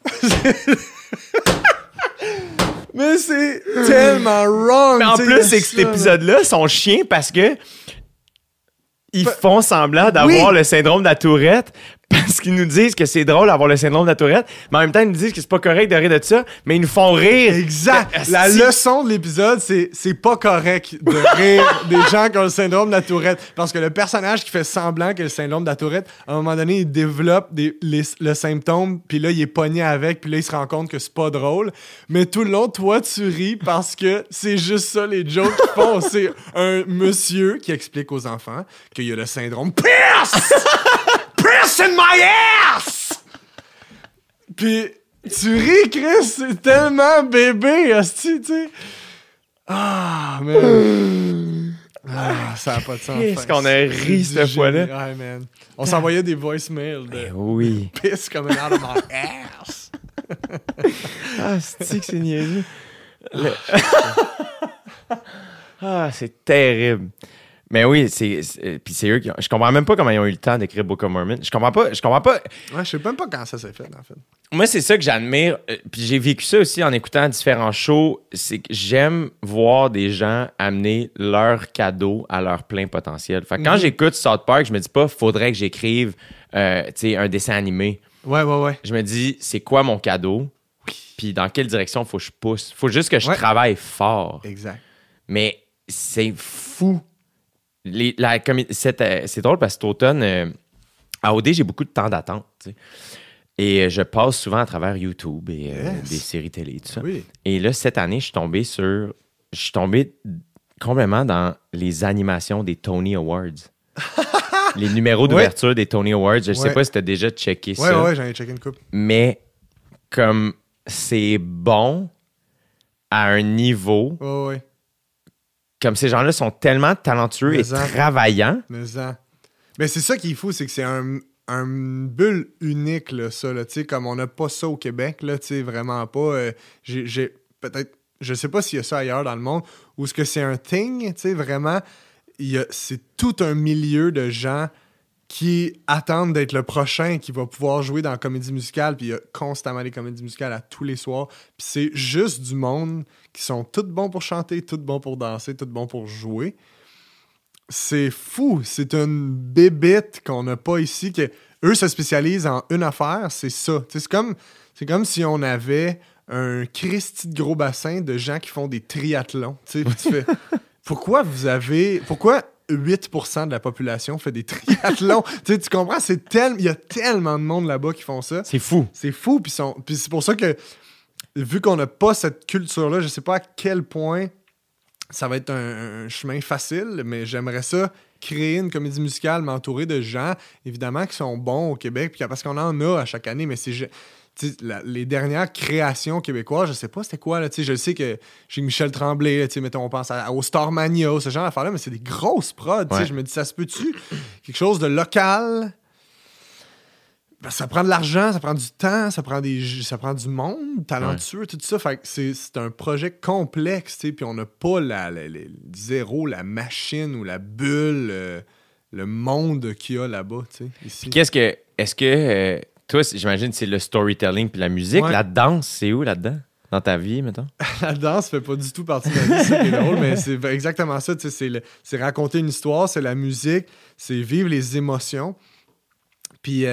Mais c'est tellement wrong! Mais en tu sais, plus, c'est que cet ça, là. épisode-là sont chiens parce que ils font semblant d'avoir Oui. le syndrome de la tourette parce qu'ils nous disent que c'est drôle d'avoir le syndrome de la tourette, mais en même temps, ils nous disent que c'est pas correct de rire de ça, mais ils nous font rire. Exact. Mais, La asti- leçon de l'épisode, c'est pas correct de rire des gens qui ont le syndrome de la tourette. Parce que le personnage qui fait semblant qu'il a le syndrome de la tourette, à un moment donné, il développe le symptôme, puis là, il est pogné avec, puis là, il se rend compte que c'est pas drôle. Mais tout le long, toi, tu ris parce que c'est juste ça, les jokes qu'ils font. C'est un monsieur qui explique aux enfants qu'il y a le syndrome Pierce! Pierce in my ass! Puis tu ris, Chris, c'est tellement bébé, hostie, tu sais. Ah, man. Ah, ça a pas de sens. Qu'est-ce qu'on a ri C'est cette du fois-là? génie. Ouais, man. On s'envoyait des voicemails de Eh oui. piss coming out of my ass. Ah, c'est que c'est niaiseux. Ah, c'est terrible. Mais oui, puis c'est eux qui ont... Je comprends même pas comment ils ont eu le temps d'écrire Book of Mormon. Je comprends pas. Ouais, je sais même pas quand ça s'est fait, en fait. Moi, c'est ça que j'admire. Puis j'ai vécu ça aussi en écoutant différents shows. C'est que j'aime voir des gens amener leur cadeau à leur plein potentiel. Fait que quand j'écoute South Park, je me dis pas, faudrait que j'écrive un dessin animé. Ouais. Je me dis, c'est quoi mon cadeau? Puis dans quelle direction faut que je pousse? Faut juste que je travaille fort. Exact. Mais c'est fou. C'est drôle parce que cet automne, à OD, j'ai beaucoup de temps d'attente. T'sais. Et je passe souvent à travers YouTube et des séries télé, tout ça. Oui. Et là, cette année, je suis tombé complètement dans les animations des Tony Awards. Les numéros d'ouverture des Tony Awards. Je sais pas si tu as déjà checké ça. Ouais, j'en ai checké une couple. Mais comme c'est bon à un niveau... Ouais. Comme ces gens-là sont tellement talentueux et travaillants. Mais c'est ça qui est fou, c'est que c'est un bulle unique, là, ça. Là, comme on n'a pas ça au Québec, là, vraiment pas. J'ai peut-être... Je sais pas s'il y a ça ailleurs dans le monde, ou est-ce que c'est un thing, vraiment. C'est tout un milieu de gens qui attendent d'être le prochain qui va pouvoir jouer dans la comédie musicale, puis il y a constamment des comédies musicales à tous les soirs, puis c'est juste du monde qui sont tous bons pour chanter, tous bons pour danser, tous bons pour jouer. C'est fou, c'est une bébite qu'on n'a pas ici, que eux se spécialisent en une affaire, c'est ça. C'est comme si on avait un Christy de gros bassin de gens qui font des triathlons. Tu fais, pourquoi 8% de la population fait des triathlons? Tu comprends? Il y a tellement de monde là-bas qui font ça. C'est fou. C'est fou. Puis c'est pour ça que, vu qu'on n'a pas cette culture-là, je sais pas à quel point ça va être un chemin facile, mais j'aimerais ça créer une comédie musicale, m'entourer de gens, évidemment, qui sont bons au Québec, puis parce qu'on en a à chaque année, mais les dernières créations québécoises, je sais pas c'était quoi, là, je sais que j'ai Michel Tremblay, mettons, on pense au Starmania, ce genre d'affaires-là, mais c'est des grosses prods, je me dis, ça se peut-tu? Quelque chose de local? Ben, ça prend de l'argent, ça prend du temps, ça prend du monde talentueux, tout ça. Fait que c'est un projet complexe, puis on n'a pas zéro, la machine ou la bulle, le monde qu'il y a là-bas, ici. Puis est-ce que toi, j'imagine c'est le storytelling puis la musique, la danse, c'est où là-dedans? Dans ta vie, mettons? La danse fait pas du tout partie de ma vie, c'est drôle, mais c'est exactement ça, c'est raconter une histoire, c'est la musique, c'est vivre les émotions. Puis...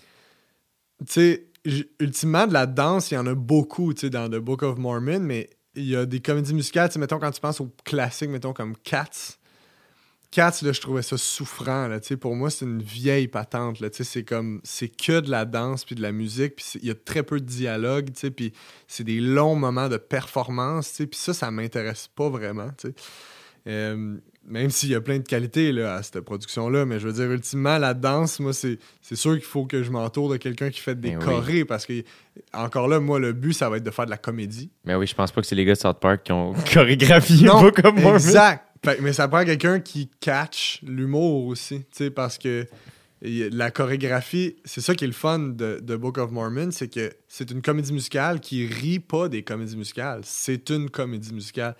ultimement, de la danse, il y en a beaucoup, dans The Book of Mormon, mais il y a des comédies musicales, mettons, quand tu penses aux classiques, mettons, comme Cats. Cats, là, je trouvais ça souffrant, là, pour moi, c'est une vieille patente, là, c'est que de la danse puis de la musique, puis il y a très peu de dialogue, puis c'est des longs moments de performance, puis ça m'intéresse pas vraiment, même s'il y a plein de qualités là, à cette production-là, mais je veux dire, ultimement, la danse, moi, c'est sûr qu'il faut que je m'entoure de quelqu'un qui fait des chorés, parce que, encore là, moi, le but, ça va être de faire de la comédie. Mais oui, je pense pas que c'est les gars de South Park qui ont chorégraphié pas comme moi. Exact! Mais ça prend quelqu'un qui catch l'humour aussi, parce que la chorégraphie, c'est ça qui est le fun de Book of Mormon, c'est que c'est une comédie musicale qui rit pas des comédies musicales. C'est une comédie musicale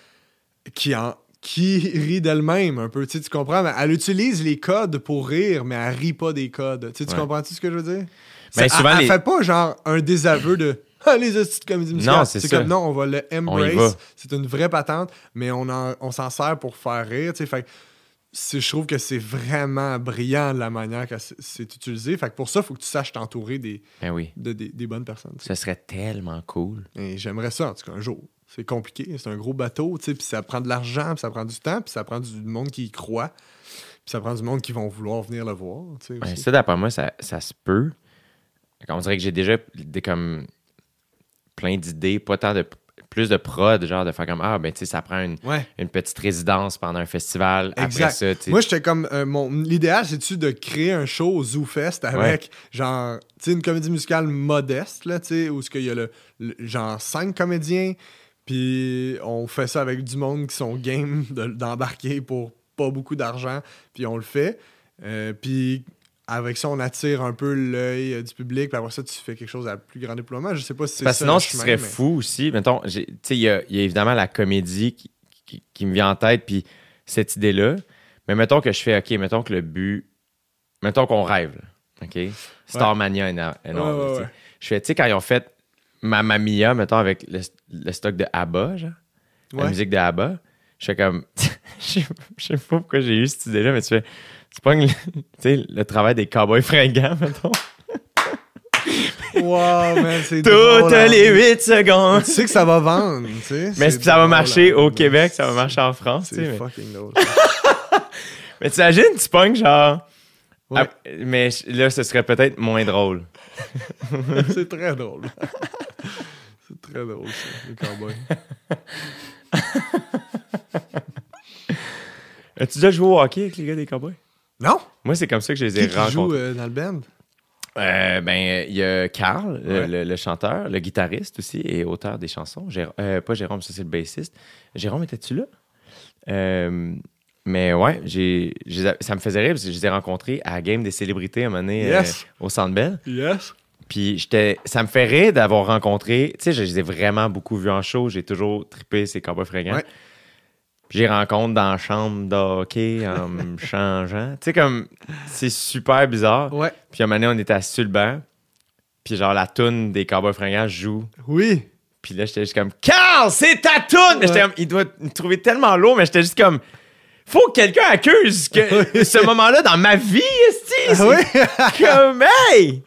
qui rit d'elle-même un peu, tu comprends? Mais elle utilise les codes pour rire, mais elle rit pas des codes. Tu comprends-tu ce que je veux dire? Ben, elle fait pas genre un désaveu de les hosties de comédie musicale. Non, c'est comme non, on va le embrace. C'est une vraie patente, mais on s'en sert pour faire rire. Fait je trouve que c'est vraiment brillant de la manière que c'est utilisé. Fait que pour ça, il faut que tu saches t'entourer des bonnes personnes. Ça serait tellement cool. Et j'aimerais ça, en tout cas, un jour. C'est compliqué, c'est un gros bateau, puis ça prend de l'argent, puis ça prend du temps, puis ça prend du monde qui y croit, puis ça prend du monde qui vont vouloir venir le voir. Ça, d'après moi, ça se peut. On dirait que j'ai déjà comme plein d'idées, pas tant de plus de prod, genre de faire comme ça prend une petite résidence pendant un festival. Exact. Après ça, moi, j'étais comme l'idéal, c'est-tu de créer un show au ZooFest avec genre une comédie musicale modeste, là, où il y a genre 5 comédiens. Puis on fait ça avec du monde qui sont game d'embarquer pour pas beaucoup d'argent. Puis on le fait. Puis avec ça, on attire un peu l'œil du public. Puis après ça, tu fais quelque chose à plus grand déploiement. Je sais pas si c'est ça. Sinon, ce qui serait fou aussi, mettons, il y a évidemment la comédie qui me vient en tête, puis cette idée-là. Mais mettons que je fais, OK, mettons que le but... Mettons qu'on rêve, là, OK? Starmania énorme. Ouais. Je fais, tu sais, quand ils ont fait Mamma Mia, mettons, avec le stock de ABBA, genre, la musique de ABBA, je fais comme... je sais pas pourquoi j'ai eu cette idée-là, mais tu pognes le travail des cowboys fringants, mettons. Wow, man, c'est drôle. Toutes les 8 secondes. Tu sais que ça va vendre, tu sais. Mais ça va marcher au Québec, ça va marcher en France, tu sais. C'est Mais... fucking drôle. mais t'imagines, tu pognes genre... Ouais. Mais là, ce serait peut-être moins drôle. C'est très drôle. C'est très drôle, ça, les cowboys. As-tu déjà joué au hockey avec les gars des cowboys? Non? Moi, c'est comme ça que je les ai Qui rencontrés. joue dans le band? Il y a Carl, Ouais. le chanteur, le guitariste aussi et auteur des chansons. Pas Jérôme, ça c'est le bassiste. Jérôme, étais-tu là? Mais ouais, ça me faisait rire parce que je les ai rencontrés à la Game des célébrités à un moment donné Yes. au Centre Bell. Yes. Puis ça me fait rire d'avoir rencontré... Tu sais, je les ai vraiment beaucoup vus en show. J'ai toujours trippé ces cowboys fringants. Ouais. Puis j'ai rencontre dans la chambre de hockey en me changeant. Tu sais, comme... C'est super bizarre. Ouais. Puis à un moment donné, on était assis sur le banc. Puis genre, la toune des cowboys fringants joue. Oui. Puis là, j'étais juste comme... Carl, c'est ta toune! Mais j'étais comme... Il doit me trouver tellement lourd, mais j'étais juste comme... Faut que quelqu'un accuse que ce moment-là dans ma vie, esti! Ah oui? C'est comme... Hey!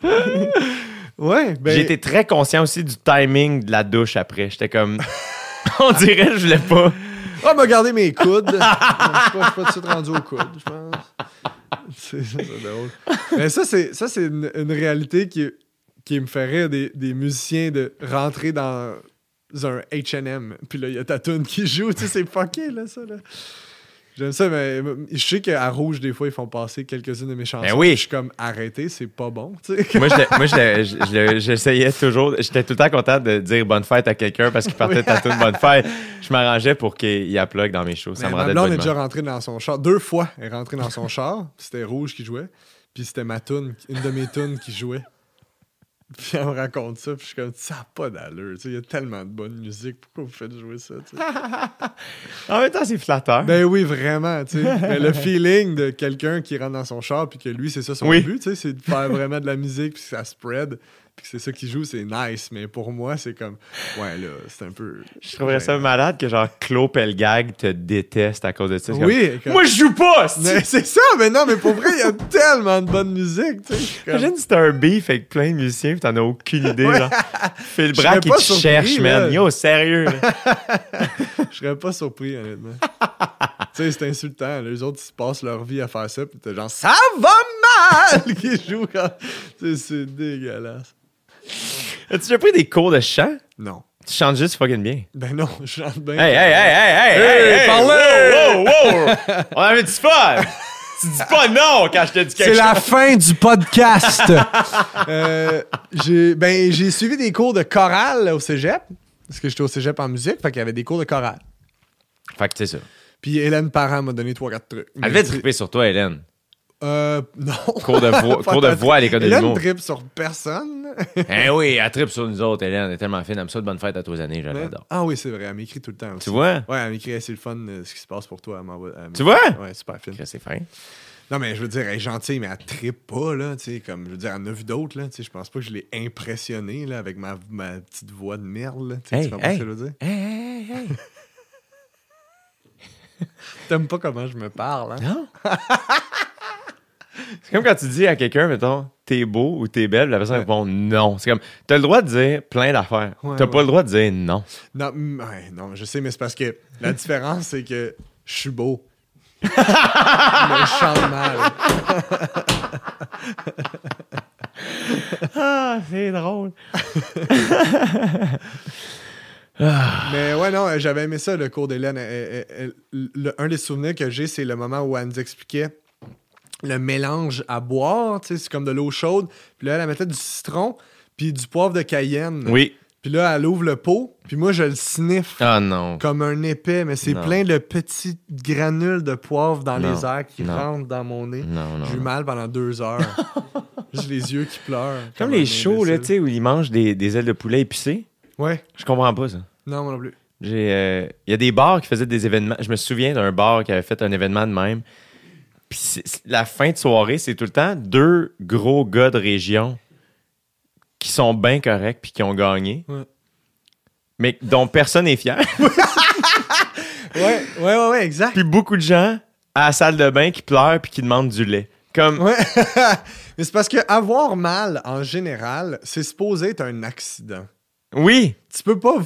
Ouais. Ben, J'ai été très conscient aussi du timing de la douche après. J'étais comme... On dirait que je voulais pas. oh, m'a gardé mes coudes. Je suis pas tout de suite rendu aux coudes, je pense. C'est drôle. Mais ça, c'est une réalité qui me fait rire des musiciens de rentrer dans un H&M. Puis là, il y a ta tune qui joue. Tu sais, c'est fucké, là, ça, là. J'aime ça, mais je sais qu'à Rouge, des fois, ils font passer quelques-unes de mes chansons. Ben oui. Je suis comme, arrêtez, c'est pas bon, tu sais. Moi, j'essayais toujours... J'étais tout le temps content de dire bonne fête à quelqu'un parce qu'il partait de ta tune bonne fête. Je m'arrangeais pour qu'il upload dans mes shows. Ça me Ma rendait de blonde bonne est déjà humeur. rentrée dans son char. 2 fois, elle est rentrée dans son char. C'était Rouge qui jouait. Puis c'était ma tune, une de mes tunes qui jouait. Puis elle me raconte ça. Puis je suis comme, ça n'a pas d'allure. Il y a tellement de bonne musique. Pourquoi vous faites jouer ça? T'sais? En même temps, c'est flatteur. Ben oui, vraiment. Mais le feeling de quelqu'un qui rentre dans son char. Puis que lui, c'est ça son Oui. but. C'est de faire vraiment de la musique. Puis que ça spread. Puis que c'est ça qui joue. C'est nice. Mais pour moi, c'est comme, ouais, là, c'est un peu. Je trouverais ça malade que genre Claude Pelgag te déteste à cause de ça. C'est Oui. comme, moi, je joue pas! Mais c'est ça, mais non, mais pour vrai, il y a tellement de bonne musique, tu sais. Comme- Imagine si t'as un beef avec plein de musiciens pis t'en as aucune idée. Genre. Phil Je Brack, serais il pas te surpris, cherche, là. man. Yo, sérieux. là. Je serais pas surpris, honnêtement. Tu sais, c'est insultant. Les autres, ils se passent leur vie à faire ça, pis t'es genre, ça va mal! Qui joue quand. Tu sais, c'est dégueulasse. As-tu déjà pris des cours de chant? Non. Tu chantes juste fucking bien. Ben non, je chante bien. Hey, parlez! wow! On avait du fun! Tu dis pas non quand je te dis quelque C'est chose. la fin du podcast! J'ai suivi des cours de chorale au cégep, parce que j'étais au cégep en musique, fait qu'il y avait des cours de chorale. Fait que c'est ça. Puis Hélène Parent m'a donné 3-4 trucs. Elle devait triper sur toi, Hélène. Non. Cours de voix à l'école de Hélène l'humour. tripe sur personne. Eh oui, elle tripe sur nous autres, Hélène. Elle est tellement fine. Elle me souhaite bonne fête à tous les années. Je l'adore. Ah oui, c'est vrai. Elle m'écrit tout le temps aussi. Tu vois? Ouais, elle m'écrit, c'est le fun, ce qui se passe pour toi. Tu vois? Ouais, super fine. C'est fin. Non, mais je veux dire, elle est gentille, mais elle trippe pas, là. Tu sais, comme, je veux dire, elle en a vu d'autres, là. Tu sais, je pense pas que je l'ai impressionné, là, avec ma petite voix de merde, là. Tu sais, Hey, tu comprends hey. ce que je veux dire? Hey. T'aimes pas comment je me parle, hein? Non? C'est comme quand tu dis à quelqu'un, mettons, t'es beau ou t'es belle, la personne répond non. C'est comme, t'as le droit de dire plein d'affaires. Ouais, T'as pas le droit de dire non. Non, ouais, non, je sais, mais c'est parce que la différence, c'est que je suis beau. Mais je chante mal. Ah, c'est drôle. Mais ouais, non, j'avais aimé ça, le cours d'Hélène. Un des souvenirs que j'ai, c'est le moment où elle nous expliquait le mélange à boire. Tu sais, c'est comme de l'eau chaude. Puis là, elle mettait du citron, puis du poivre de Cayenne. Oui. Puis là, elle ouvre le pot, puis moi, je le sniffe Ah non. comme un épais, mais c'est Non. plein de petits granules de poivre dans Non. les airs qui Non. rentrent dans mon nez. Non. J'ai eu mal pendant 2 heures. Juste les yeux qui pleurent. Comme un les shows, là, imbécile. tu sais, où ils mangent des ailes de poulet épicées. Ouais. Je comprends pas ça. Non, moi non plus. Il y a des bars qui faisaient des événements. Je me souviens d'un bar qui avait fait un événement de même. Puis la fin de soirée, c'est tout le temps 2 gros gars de région qui sont bien corrects puis qui ont gagné, mais dont personne n'est fier. Ouais, exact. Puis beaucoup de gens à la salle de bain qui pleurent puis qui demandent du lait. Comme... Ouais. Mais c'est parce que avoir mal, en général, c'est supposé être un accident. Oui! Tu peux pas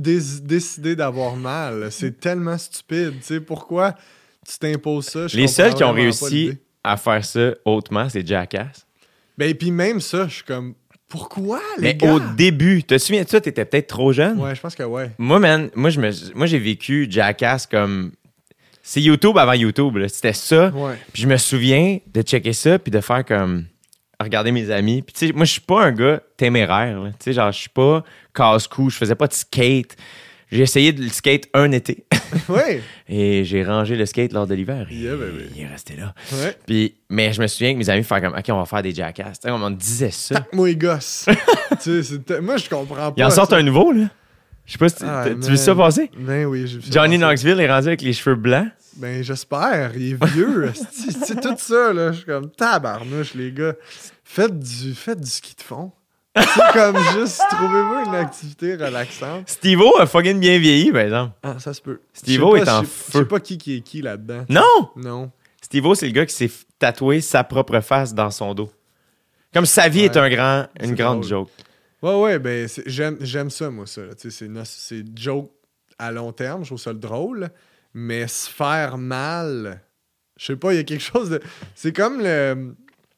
décider d'avoir mal. C'est tellement stupide. Tu sais, pourquoi tu t'imposes ça? Les seuls qui ont vraiment pas réussi l'idée. à faire ça hautement, c'est Jackass. Ben, puis même ça, je suis comme, pourquoi, les Mais gars? au début, te souviens de ça? T'étais peut-être trop jeune. Ouais, je pense que ouais. Moi, man, moi j'ai vécu Jackass comme... C'est YouTube avant YouTube, là. C'était ça. Ouais. Puis je me souviens de checker ça puis de faire comme... Regarder mes amis. Puis tu sais, moi, je suis pas un gars téméraire, là. Tu sais, genre, je suis pas casse-cou. Je faisais pas de skate. J'ai essayé de le skate un été. Ouais. Et j'ai rangé le skate lors de l'hiver. Yeah, baby. Il est resté là. Ouais. Puis, mais je me souviens que mes amis faisaient comme, OK, on va faire des Jackass. Tu sais, on me disait ça. Moi, les gosses. Tu sais, moi, je comprends pas. Ils en sortent ça. un nouveau, là. Je sais pas si tu man. veux ça passer? Ben oui, j'ai vu ça. Johnny passer. Knoxville est rendu avec les cheveux blancs. Ben, j'espère. Il est vieux. C'est tout ça, là. Je suis comme tabarnouche, les gars. Faites du ski de fond. C'est comme juste, trouvez-vous une activité relaxante. Steve-O a fucking bien vieilli, par exemple. Ah, ça se peut. Steve-O Je sais est pas, en Je feu. sais pas qui est qui là-dedans. Non! Non. Steve-O, c'est le gars qui s'est tatoué sa propre face dans son dos. Comme sa vie est une C'est grande drôle. joke. Ouais, ben, j'aime ça, moi, ça. là. Tu sais, c'est joke à long terme, je trouve ça le drôle. Mais se faire mal, je sais pas, il y a quelque chose de... C'est comme le...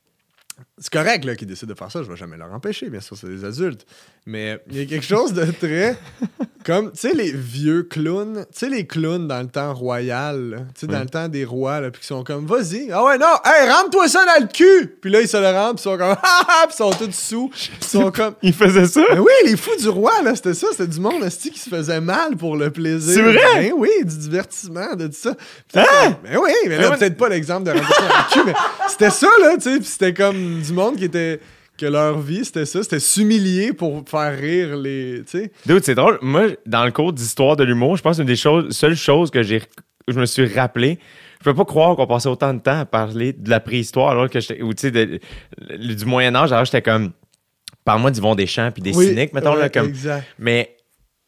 C'est correct là, qu'ils décident de faire ça, je vais jamais leur empêcher, bien sûr, c'est des adultes. Mais il y a quelque chose de très... Comme, tu sais, les vieux clowns, tu sais, les clowns dans le temps royal, là, tu sais, dans le temps des rois, là, puis qui sont comme, vas-y, ah ouais, non, hey, rentre-toi ça dans le cul! Puis là, ils se le rentrent, puis ils sont comme, ah, puis ils sont tous sous, ils sont comme... Il faisait ça? Ben oui, les fous du roi, là, c'était ça, c'était du monde, esti, qui se faisait mal pour le plaisir. C'est vrai? Ben oui, du divertissement, de tout ça. Ben oui, mais là, peut-être pas l'exemple de rentrer ça dans le cul, mais c'était ça, là, tu sais, puis c'était comme du monde qui était... Que leur vie, c'était ça. C'était s'humilier pour faire rire les... Tu sais. Dude, c'est drôle. Moi, dans le cours d'histoire de l'humour, je pense que une des seules choses que je me suis rappelé, je peux pas croire qu'on passait autant de temps à parler de la préhistoire alors que j'étais... Ou tu sais, du Moyen-Âge, alors j'étais comme... Parle-moi d'Yvon Deschamps puis des cyniques, mettons, là, comme... Exact. Mais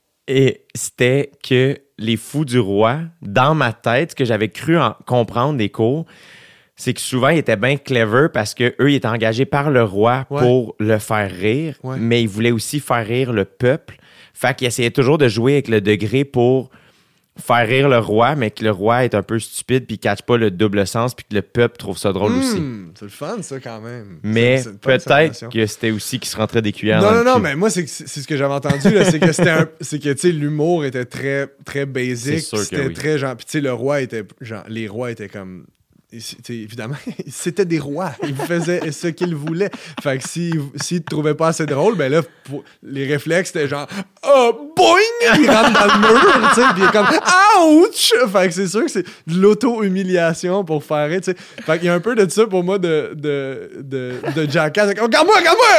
c'était que les fous du roi, dans ma tête, ce que j'avais cru comprendre des cours, c'est que souvent, ils étaient bien clever parce qu'eux, ils étaient engagés par le roi pour le faire rire, mais ils voulaient aussi faire rire le peuple. Fait qu'ils essayaient toujours de jouer avec le degré pour faire rire le roi, mais que le roi est un peu stupide puis il ne catche pas le double sens puis que le peuple trouve ça drôle aussi. C'est le fun, ça, quand même. Mais C'est une bonne peut-être observation. que c'était aussi qu'ils se rentraient des cuillères Non, dans non, le non, cul. mais moi, c'est ce que j'avais entendu, là, c'est que c'est que, tu sais, l'humour était très, très basic. C'est sûr que C'était oui. très genre. Puis, tu sais, le roi était. Genre, les rois étaient comme. Évidemment, c'était des rois. Ils faisaient ce qu'ils voulaient. Fait que s'ils te trouvaient pas assez drôle, ben là, les réflexes, c'était genre « Oh, boing! » Il rentre dans le mur, tu sais, puis il est comme « Ouch! » Fait que c'est sûr que c'est de l'auto-humiliation pour faire rire, tu sais. Fait qu'il y a un peu de ça pour moi de Jackass. Regarde-moi!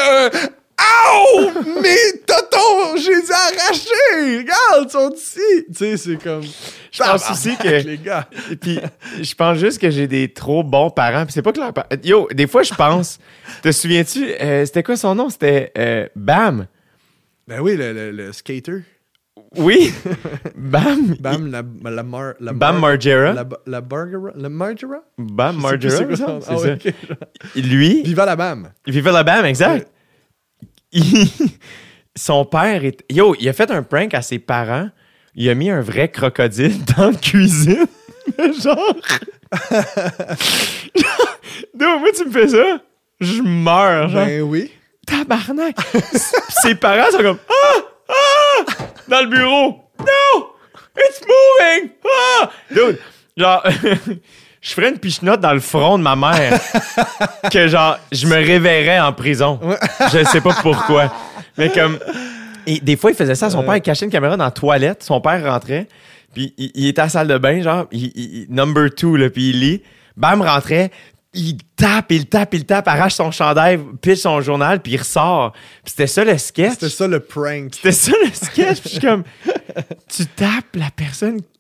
Ow! Mes totons, j'ai les ai arrachés! Regarde, ils sont ici! Tu sais, c'est comme... Je pense aussi que... Les gars. Et puis, je pense juste que j'ai des trop bons parents. Puis c'est pas que leurs parents... Yo, des fois, je pense... Te souviens-tu? C'était quoi son nom? C'était Bam. Ben oui, le skater. Oui. Bam. Bam, Bam Margera. La Margera? Bam Je sais plus Margera, c'est quoi c'est son- ça. Ah, ouais, ok. Lui, Viva la Bam. il vivait la Bam, exact. Son père... Yo, il a fait un prank à ses parents. Il a mis un vrai crocodile dans la cuisine. Genre... Non, moi, tu me fais ça, je meurs, genre. Ben oui. Tabarnak! Ses parents sont comme dans le bureau. No! It's moving! Ah! Dude, genre, je ferais une pichenote dans le front de ma mère que genre, je me réveillerais en prison. Je sais pas pourquoi. Mais comme, et des fois, il faisait ça à son père, il cachait une caméra dans la toilette, son père rentrait, puis il était à la salle de bain, genre, number 2, là, puis il lit. Bam rentrait, il tape, arrache son chandail, pitch son journal, puis il ressort. Puis c'était ça le sketch. C'était ça le prank. C'était ça le sketch. Puis je suis comme, tu tapes la personne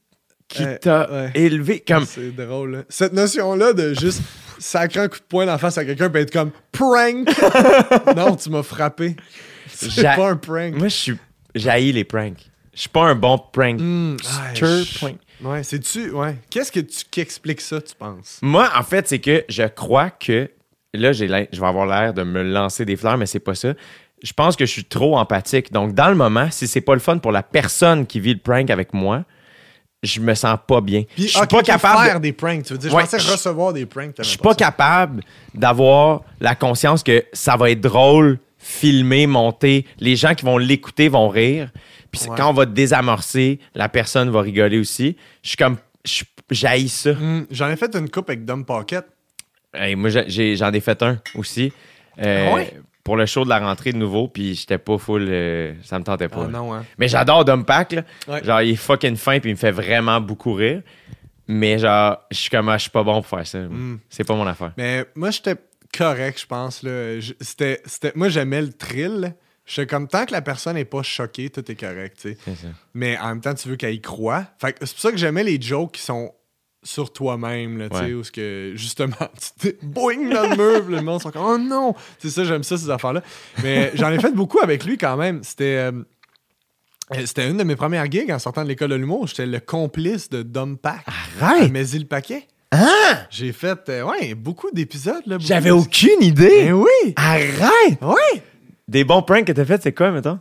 qui t'a élevé comme... C'est drôle. Hein. Cette notion-là de juste sacrer un coup de poing dans la face à quelqu'un et être comme « prank ». Non, tu m'as frappé. C'est pas un prank. Moi, j'haïs les pranks. Je suis pas un bon prank. Prank. Ouais, c'est-tu... Ouais. Qu'est-ce qui explique ça, tu penses? Moi, en fait, c'est que je crois que... Là, je vais avoir l'air de me lancer des fleurs, mais c'est pas ça. Je pense que je suis trop empathique. Donc, dans le moment, si c'est pas le fun pour la personne qui vit le prank avec moi, je me sens pas bien. Puis, je suis pas capable de faire des pranks, tu veux dire. Je pensais recevoir des pranks. Je suis pas capable d'avoir la conscience que ça va être drôle, filmé, monté. Les gens qui vont l'écouter vont rire. Puis quand on va désamorcer, la personne va rigoler aussi. Je suis comme... J'haïs ça. J'en ai fait une coupe avec Dom Pocket. Hey, moi, j'en ai fait un aussi. Pour le show de la rentrée de nouveau, puis j'étais pas full... ça me tentait pas. Non, hein. Mais j'adore Dom Pack, là. Ouais. Genre, il est fucking fin, puis il me fait vraiment beaucoup rire. Mais genre, je suis comme, je suis pas bon pour faire ça. C'est pas mon affaire. Mais moi, j'étais correct, je pense. Là. Moi, j'aimais le thrill. J'étais comme, tant que la personne n'est pas choquée, tout est correct, tu sais. C'est ça. Mais en même temps, tu veux qu'elle y croie. Fait que c'est pour ça que j'aimais les jokes qui sont sur toi-même, là, tu sais, où ce que, justement, tu te boing dans le mur, puis le monde sont comme, oh non! C'est ça, j'aime ça, ces affaires-là. Mais j'en ai fait beaucoup avec lui quand même. C'était une de mes premières gigs en sortant de l'école de l'humour. J'étais le complice de Dom Pack. Arrête! Mais le paquet. Hein? J'ai fait, beaucoup d'épisodes, là. J'avais aucune idée! Ben oui! Arrête! Oui! Des bons pranks que t'as fait, c'est quoi, mettons?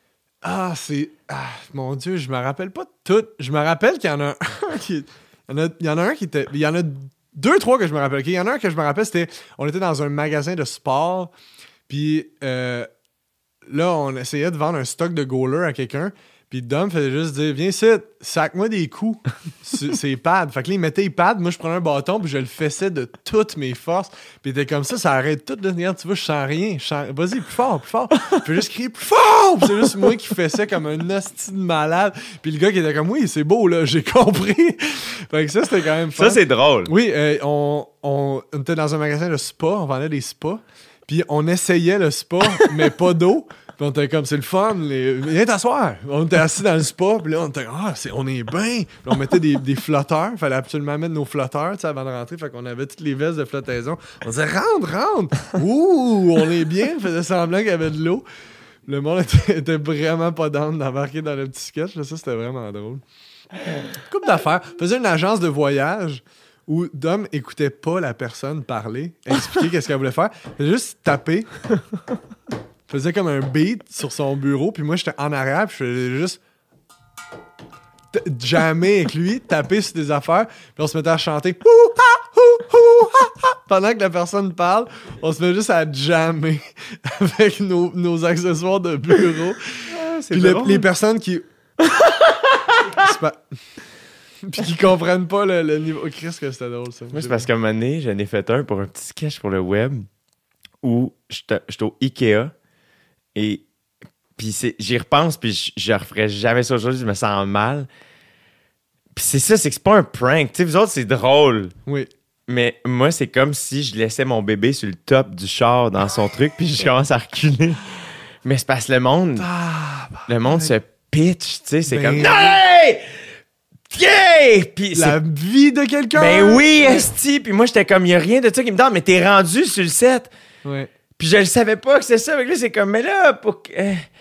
Mon Dieu, je me rappelle pas de tout. Je me rappelle qu'il y en a un qui... Il y en a un qui était... Il y en a 2, 3 que je me rappelle. Okay? Il y en a un que je me rappelle, c'était... On était dans un magasin de sport, puis là, on essayait de vendre un stock de goalers à quelqu'un, puis Dom faisait juste dire « Viens ici, sac-moi des coups sur ses pads. » Fait que là, il mettait les pads, moi, je prenais un bâton, puis je le fessais de toutes mes forces. Puis il était comme ça arrête tout. Là. Regarde, tu vois, je sens rien. Vas-y, plus fort, plus fort. Je fais juste crier « Plus fort! » Puis c'est juste moi qui fessais comme un hostie de malade. Puis le gars qui était comme « Oui, c'est beau, là, j'ai compris. » Fait que ça, c'était quand même fun. Ça, c'est drôle. Oui, on était dans un magasin de spa, on vendait des spas. Puis on essayait le spa, mais pas d'eau. Puis on était comme, c'est le fun, viens t'asseoir. On était assis dans le spa, puis là, on était, on est bien. Puis on mettait des flotteurs. Il fallait absolument mettre nos flotteurs, tu sais, avant de rentrer. Fait qu'on avait toutes les vestes de flottaison. On disait, rentre. Ouh, on est bien. On faisait semblant qu'il y avait de l'eau. Le monde était vraiment pas down d'embarquer dans le petit sketch. Là. Ça, c'était vraiment drôle. Couple d'affaires. Faisait une agence de voyage où Dom écoutait pas la personne parler, expliquer qu'est-ce qu'elle voulait faire. Il faisait juste taper. Faisait comme un beat sur son bureau, puis moi, j'étais en arrière, puis je faisais juste jammer avec lui, taper sur des affaires, puis on se mettait à chanter pendant que la personne parle, on se met juste à jammer avec nos accessoires de bureau. Puis les personnes qui... Puis qui comprennent pas le niveau... Oh, Christ, que c'était drôle, ça. Moi, c'est parce qu'à un moment donné, j'en ai fait un pour un petit sketch pour le web où j'étais au Ikea et puis j'y repense puis je referais jamais ça aujourd'hui, je me sens mal. Puis c'est ça, c'est que c'est pas un prank. Tu sais, vous autres, c'est drôle. Oui. Mais moi, c'est comme si je laissais mon bébé sur le top du char dans son truc puis je commence à reculer. Mais c'est parce que le monde se pitch, tu sais, c'est comme... Hey! Yeah! Puis la vie de quelqu'un! Ben oui, esti! Puis moi, j'étais comme, il y a rien de ça qui me tente, mais t'es rendu sur le set. Ouais. Puis je le savais pas que c'est ça. Avec lui, c'est comme, mais là, pour que...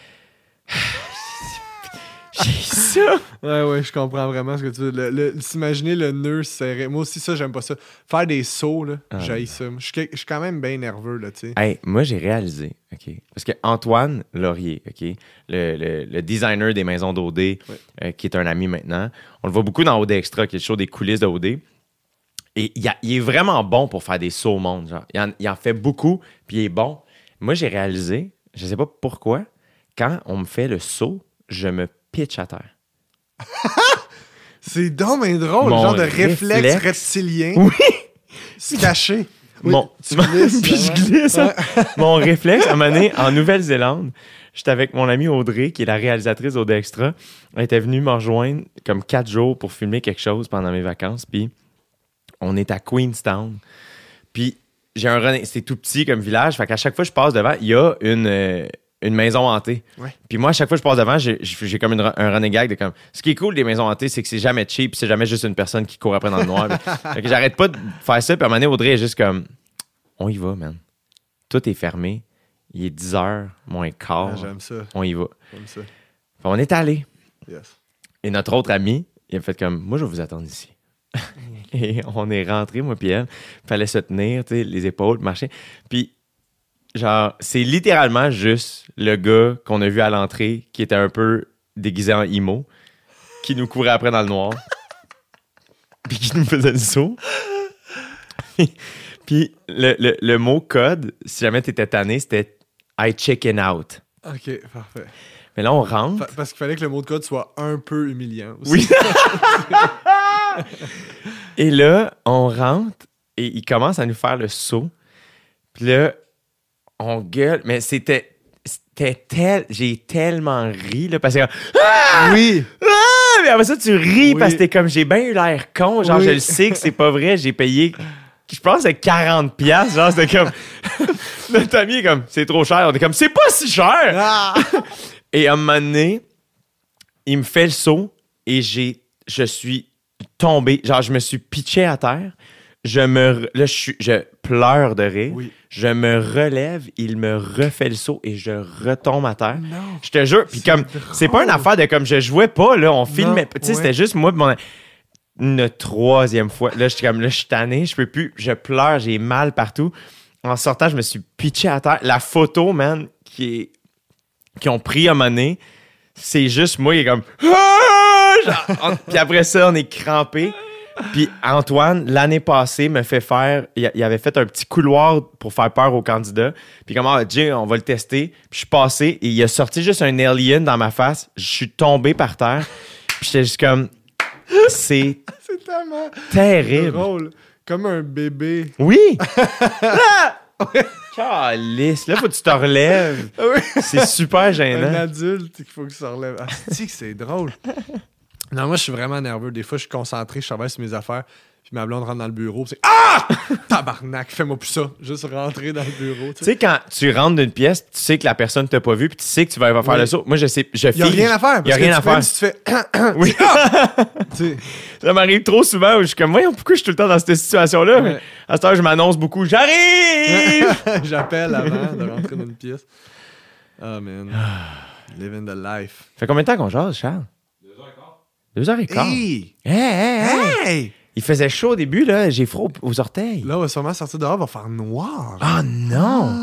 J'ai ça. Ouais, je comprends vraiment ce que tu veux. S'imaginer le nœud serré. Moi aussi, ça, j'aime pas ça. Faire des sauts, là, j'haïs ça. Je suis quand même bien nerveux, là, tu sais. Hey, moi, j'ai réalisé, OK? Parce que Antoine Laurier, OK? Le designer des maisons d'OD, qui est un ami maintenant, on le voit beaucoup dans OD Extra, qui est le show des coulisses de OD. Et il est vraiment bon pour faire des sauts au monde. Genre. Il en fait beaucoup, puis il est bon. Moi, j'ai réalisé, je sais pas pourquoi, quand on me fait le saut, je me pitch à terre. C'est donc bien drôle, Mon genre de réflexe reptilien. Oui! Se cacher. Oui, Puis je glisse. Ouais. Mon réflexe, à un moment donné, en Nouvelle-Zélande, j'étais avec mon amie Audrey, qui est la réalisatrice d'Aude Extra. Elle était venue me rejoindre comme 4 jours pour filmer quelque chose pendant mes vacances. Puis on est à Queenstown. Puis j'ai c'est tout petit comme village. Fait qu'à chaque fois que je passe devant, il y a une maison hantée. Ouais. Puis moi, à chaque fois que je passe devant, j'ai comme un running gag de comme... Ce qui est cool des maisons hantées, c'est que c'est jamais cheap, c'est jamais juste une personne qui court après dans le noir. Fait que j'arrête pas de faire ça, puis à un moment donné, Audrey est juste comme... On y va, man. Tout est fermé. Il est 10h, moins quart. Ah, j'aime ça. On y va. J'aime ça. Fait on est allé. Yes. Et notre autre ami, il a fait comme... Moi, je vais vous attendre ici. Et on est rentré, moi puis elle. Fallait se tenir, tu sais, les épaules, marcher. Puis, genre, c'est littéralement juste le gars qu'on a vu à l'entrée qui était un peu déguisé en emo, qui nous courait après dans le noir, puis qui nous faisait le saut. Puis, le mot code, si jamais t'étais tanné, c'était « I chicken out OK, parfait. ». Mais là, on rentre. Parce qu'il fallait que le mot de code soit un peu humiliant aussi. Oui. Et là, on rentre et il commence à nous faire le saut. Puis là, on gueule. Mais c'était j'ai tellement ri, là, parce que... Ah! Oui! Ah! Mais après ça, tu ris Oui. parce que t'es comme, j'ai bien eu l'air con. Genre, Oui. je le sais que c'est pas vrai. J'ai payé, je pense, c'est 40$. Genre, c'était comme... Notre ami est comme, c'est trop cher. On est comme, c'est pas si cher! Ah! Et à un moment donné, il me fait le saut et je suis tombé. Genre, je me suis pitché à terre. Je pleure de rire. Oui. Je me relève, il me refait le saut et je retombe à terre. Non. Je te jure. Puis comme, c'est pas une affaire de comme je jouais pas, là, on filmait. Tu sais, ouais. c'était juste moi. Une troisième fois. Là, je suis tanné, je peux plus. Je pleure, j'ai mal partout. En sortant, je me suis pitché à terre. La photo, man, qui ont pris à un moment donné, c'est juste moi, il est comme... Puis après ça, on est crampé. Puis Antoine, l'année passée, me fait faire... Il avait fait un petit couloir pour faire peur aux candidats. Puis comme, Jay, on va le tester. Puis je suis passé et il a sorti juste un alien dans ma face. Je suis tombé par terre. Puis j'étais juste comme... C'est C'est tellement terrible. drôle. Comme un bébé. Oui! Calice, là, faut que tu te relèves. Oui. C'est super Un gênant. adulte qu'il faut qu'il se relève. Ah, c'est drôle. Non, moi, je suis vraiment nerveux. Des fois, je suis concentré, je travaille sur mes affaires. Puis ma blonde rentre dans le bureau. C'est Ah! Tabarnak, fais-moi plus ça. Juste rentrer dans le bureau. Tu sais, quand tu rentres d'une pièce, tu sais que la personne t'a pas vu, puis tu sais que tu vas faire Oui. le saut. Moi, je sais, Il n'y a rien à faire. Il y a rien à faire. Même si tu fais. Oui. Tu sais, Ça m'arrive trop souvent où je suis comme, voyons, pourquoi je suis tout le temps dans cette situation-là? Ouais. Mais à cette heure, je m'annonce beaucoup. J'arrive! j'appelle avant de rentrer dans une pièce. Oh, man. Living the life. Fait combien de temps qu'on jase, Charles? 2h15. Hey! Hey! Il faisait chaud au début, là. J'ai froid aux orteils. Là, on va sûrement sortir dehors, va faire noir. Oh non!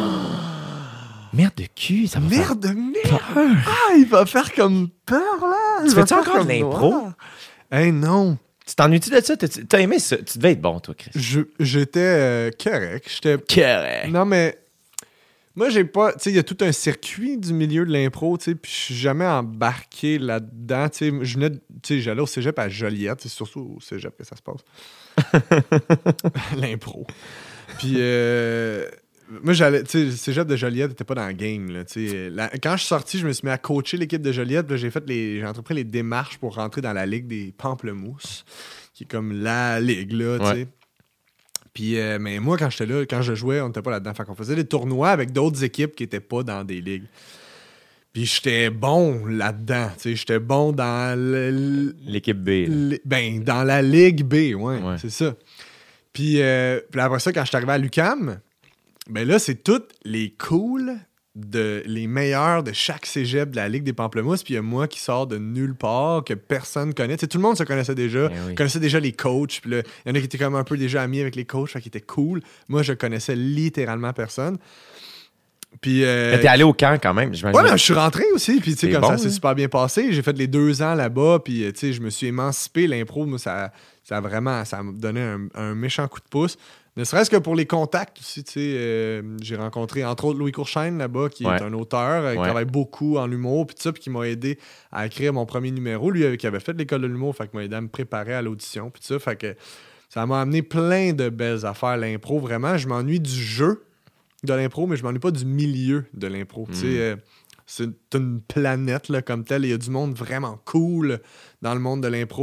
Merde de cul, ça va faire Merde de merde! peur. Ah, il va faire comme peur, là! Tu fais-tu encore de l'impro? Hey, non! Tu t'ennuies-tu de ça? T'as aimé ça? Tu devais être bon, toi, Chris. J'étais correct. J'étais. Correct. Non, mais. Moi, j'ai pas. Tu sais, il y a tout un circuit du milieu de l'impro, tu sais, puis je suis jamais embarqué là-dedans. Tu sais, je venais. Tu sais, j'allais au cégep à Joliette. C'est surtout au cégep que ça se passe. L'impro. Puis. Moi, j'allais. Tu sais, le cégep de Joliette n'était pas dans le game, là. Tu sais, quand je suis sorti, je me suis mis à coacher l'équipe de Joliette. Puis là, j'ai entrepris les démarches pour rentrer dans la Ligue des Pamplemousses, qui est comme la ligue, là, tu sais. Ouais. Puis, mais moi, quand j'étais là, quand je jouais, on n'était pas là-dedans. Fait qu'on faisait des tournois avec d'autres équipes qui n'étaient pas dans des ligues. Puis j'étais bon là-dedans. Tu sais, j'étais bon dans L'équipe B. là. ben, dans la Ligue B, ouais. Ouais. C'est ça. Puis après ça, quand je suis arrivé à l'UQAM, ben là, c'est tous les cools, les meilleurs de chaque cégep de la Ligue des Pamplemousses. Puis il y a moi qui sors de nulle part, que personne connaît. Tu sais, tout le monde se connaissait déjà. Ben oui. Connaissait déjà les coachs. Puis là, il y en a qui étaient comme un peu déjà amis avec les coachs, fait qu'ils étaient cool. Moi, je connaissais littéralement personne. Puis... Mais t'es allé au camp quand même, j'imagine. Ouais, mais je suis rentré aussi, puis tu sais, C'est comme bon, ça s'est hein? super bien passé. J'ai fait les 2 ans là-bas, puis tu sais, je me suis émancipé. L'impro, moi, ça m'a donné un méchant coup de pouce. Ne serait-ce que pour les contacts aussi, tu sais. J'ai rencontré, entre autres, Louis Courchaine là-bas, qui Ouais. est un auteur, qui Ouais. travaille beaucoup en humour, puis tout ça, puis qui m'a aidé à écrire mon premier numéro. Lui, qui avait fait l'école de l'humour, fait qu'il m'a aidé à me préparer à l'audition, puis tout ça. Fait que ça m'a amené plein de belles affaires, l'impro, vraiment. Je m'ennuie du jeu de l'impro, mais je m'ennuie pas du milieu de l'impro. Tu sais, c'est une planète là, comme telle. Il y a du monde vraiment cool dans le monde de l'impro.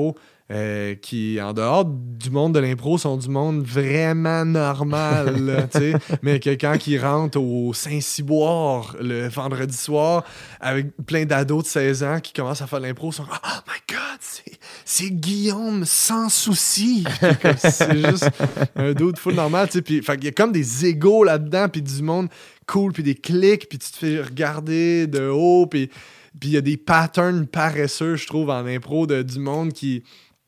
qui, en dehors du monde de l'impro, sont du monde vraiment normal, là, tu sais. Mais quelqu'un qui rentre au Saint-Cyboire le vendredi soir avec plein d'ados de 16 ans qui commencent à faire de l'impro, sont comme « Oh my God, c'est Guillaume sans souci! » C'est juste un dude full normal, tu sais. Puis, fait qu'il y a comme des égos là-dedans, puis du monde cool, puis des clics, puis tu te fais regarder de haut, puis il y a des patterns paresseux, je trouve, en impro du monde qui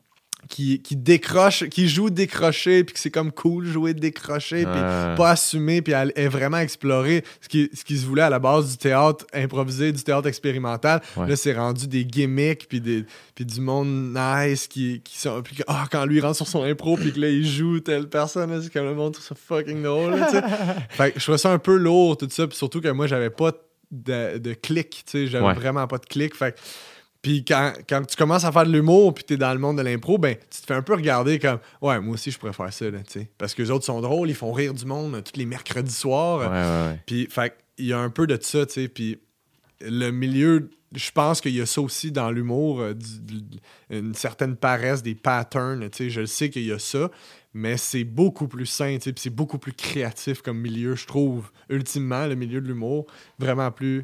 décroche, qui joue décroché, puis que c'est comme cool jouer décroché, puis pas assumé, puis elle est vraiment exploré ce qui se voulait à la base du théâtre improvisé, du théâtre expérimental. Ouais. Là, c'est rendu des gimmicks, puis du monde nice qui sont... Puis quand lui rentre sur son impro, puis que là, il joue telle personne, là, c'est comme le monde trouve ça fucking drôle, là, tu sais. Fait que je trouvais ça un peu lourd, tout ça, puis surtout que moi, j'avais pas de clic, tu sais, j'avais vraiment pas de clic, fait que puis quand tu commences à faire de l'humour puis t'es dans le monde de l'impro, ben tu te fais un peu regarder comme « Ouais, moi aussi, je pourrais faire ça, là, tu sais. » Parce que les autres sont drôles, ils font rire du monde tous les mercredis soirs. Ouais. Puis, fait il y a un peu de ça, tu sais. Puis le milieu, je pense qu'il y a ça aussi dans l'humour, une certaine paresse, des patterns, tu sais. Je le sais qu'il y a ça, mais c'est beaucoup plus sain, tu sais. Puis c'est beaucoup plus créatif comme milieu, je trouve. Ultimement, le milieu de l'humour, vraiment plus...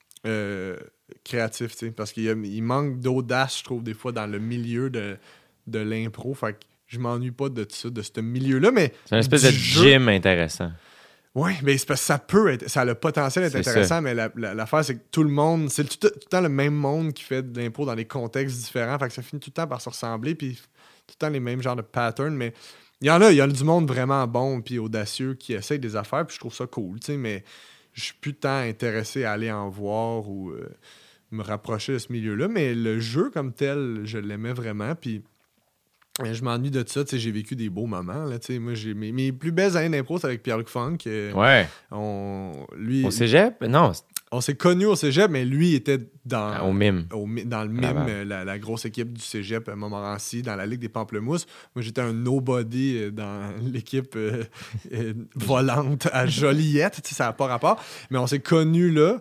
créatif, tu sais, parce qu'il manque d'audace, je trouve, des fois, dans le milieu de l'impro. Fait que je m'ennuie pas de ça, de ce milieu-là, mais... C'est une espèce de gym intéressant. Oui, mais c'est parce que ça peut être... Ça a le potentiel d'être intéressant, ça. Mais l'affaire, c'est que tout le monde... C'est tout le temps le même monde qui fait de l'impro dans des contextes différents. Fait que ça finit tout le temps par se ressembler, puis tout le temps les mêmes genres de patterns, mais... Il y a du monde vraiment bon puis audacieux qui essaye des affaires, puis je trouve ça cool, tu sais, mais... Je suis plus tant intéressé à aller en voir ou me rapprocher de ce milieu-là, mais le jeu comme tel, je l'aimais vraiment, puis je m'ennuie de ça, tu sais, j'ai vécu des beaux moments, là, tu sais, moi, j'ai mes plus belles années d'impro, c'est avec Pierre-Luc Funk. Ouais. Au cégep? Non. On s'est connus au cégep, mais lui était Au MIM. Dans le MIM, la grosse équipe du cégep Montmorency, dans la Ligue des Pamplemousses. Moi, j'étais un nobody dans l'équipe volante à Joliette. Ça n'a pas rapport. Mais on s'est connus là.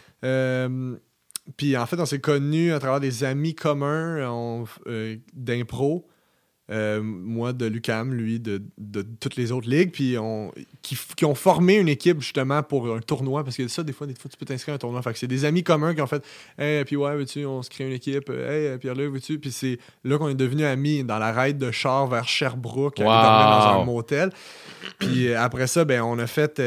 Puis en fait, on s'est connus à travers des amis communs d'impro. Moi de l'UQAM, lui de toutes les autres ligues, puis qui ont formé une équipe justement pour un tournoi, parce que ça, des fois tu peux t'inscrire à un tournoi. Fait que c'est des amis communs qui ont fait « Hey, puis ouais, veux-tu, on se crée une équipe. Hey, Pierre-Luc, veux-tu? » Puis c'est là qu'on est devenus amis dans la ride de char vers Sherbrooke, wow. dans un motel. Puis après ça, ben on a fait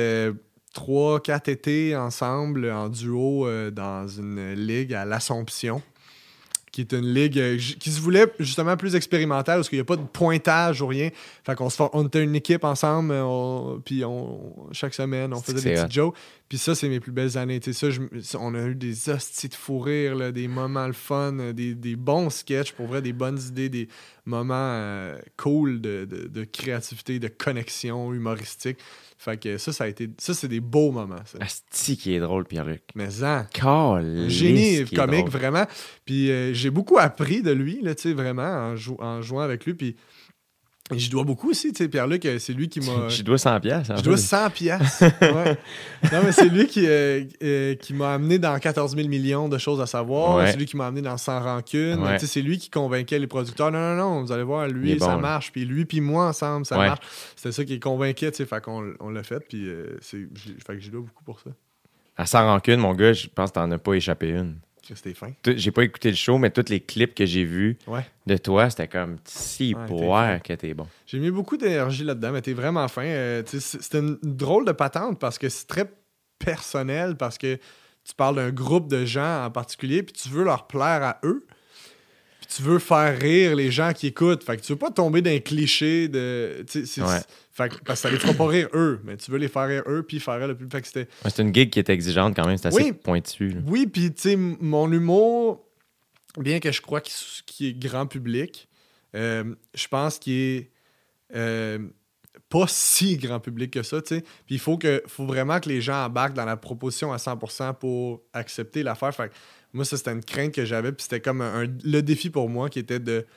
3-4 étés ensemble en duo dans une ligue à l'Assomption, qui est une ligue qui se voulait justement plus expérimentale parce qu'il n'y a pas de pointage ou rien. Fait qu'on on était une équipe ensemble, puis chaque semaine, on faisait des petites jokes. Puis ça, c'est mes plus belles années. On a eu des hosties de fou rire, là, des moments le fun, des bons sketchs, pour vrai, des bonnes idées, des moments cool de créativité, de connexion humoristique. Fait que ça a été... Ça, c'est des beaux moments, ça. Asti qui est drôle, Pierre-Luc. Mais ça... Génie comique, vraiment. Puis j'ai beaucoup appris de lui, là, tu sais, vraiment, en jouant avec lui. Puis j'y dois beaucoup aussi, tu sais, Pierre-Luc, c'est lui qui m'a... Je dois 100 piastres. Je dois 100 piastres, ouais. Non, mais c'est lui qui m'a amené dans 14 000 millions de choses à savoir. Ouais. C'est lui qui m'a amené dans Sans rancune. Ouais. Tu sais, c'est lui qui convainquait les producteurs. Non, vous allez voir, lui, ça marche. Puis lui, puis moi, ensemble, ça marche. C'était ça qui convainquait, tu sais, fait qu'on l'a fait. Puis fait que j'y dois beaucoup pour ça. À Sans rancune, mon gars, je pense que t'en as pas échappé une. C'était fin. J'ai pas écouté le show, mais tous les clips que j'ai vus de toi, c'était comme si poire que t'es bon. J'ai mis beaucoup d'énergie là-dedans, mais t'es vraiment fin. C'était une drôle de patente parce que c'est très personnel, parce que tu parles d'un groupe de gens en particulier, puis tu veux leur plaire à eux, puis tu veux faire rire les gens qui écoutent. Fait que tu veux pas tomber dans un cliché de... Fait que, parce que ça les fera pas rire eux, mais tu veux les faire rire eux, puis faire rire le plus... Fait que c'était... C'est une gig qui est exigeante quand même, c'est assez pointu. Là. Oui, puis tu sais, mon humour, bien que je crois qu'il est grand public, je pense qu'il est pas si grand public que ça, tu sais. Puis il faut vraiment que les gens embarquent dans la proposition à 100% pour accepter l'affaire. Fait que moi, ça, c'était une crainte que j'avais, puis c'était comme le défi pour moi qui était de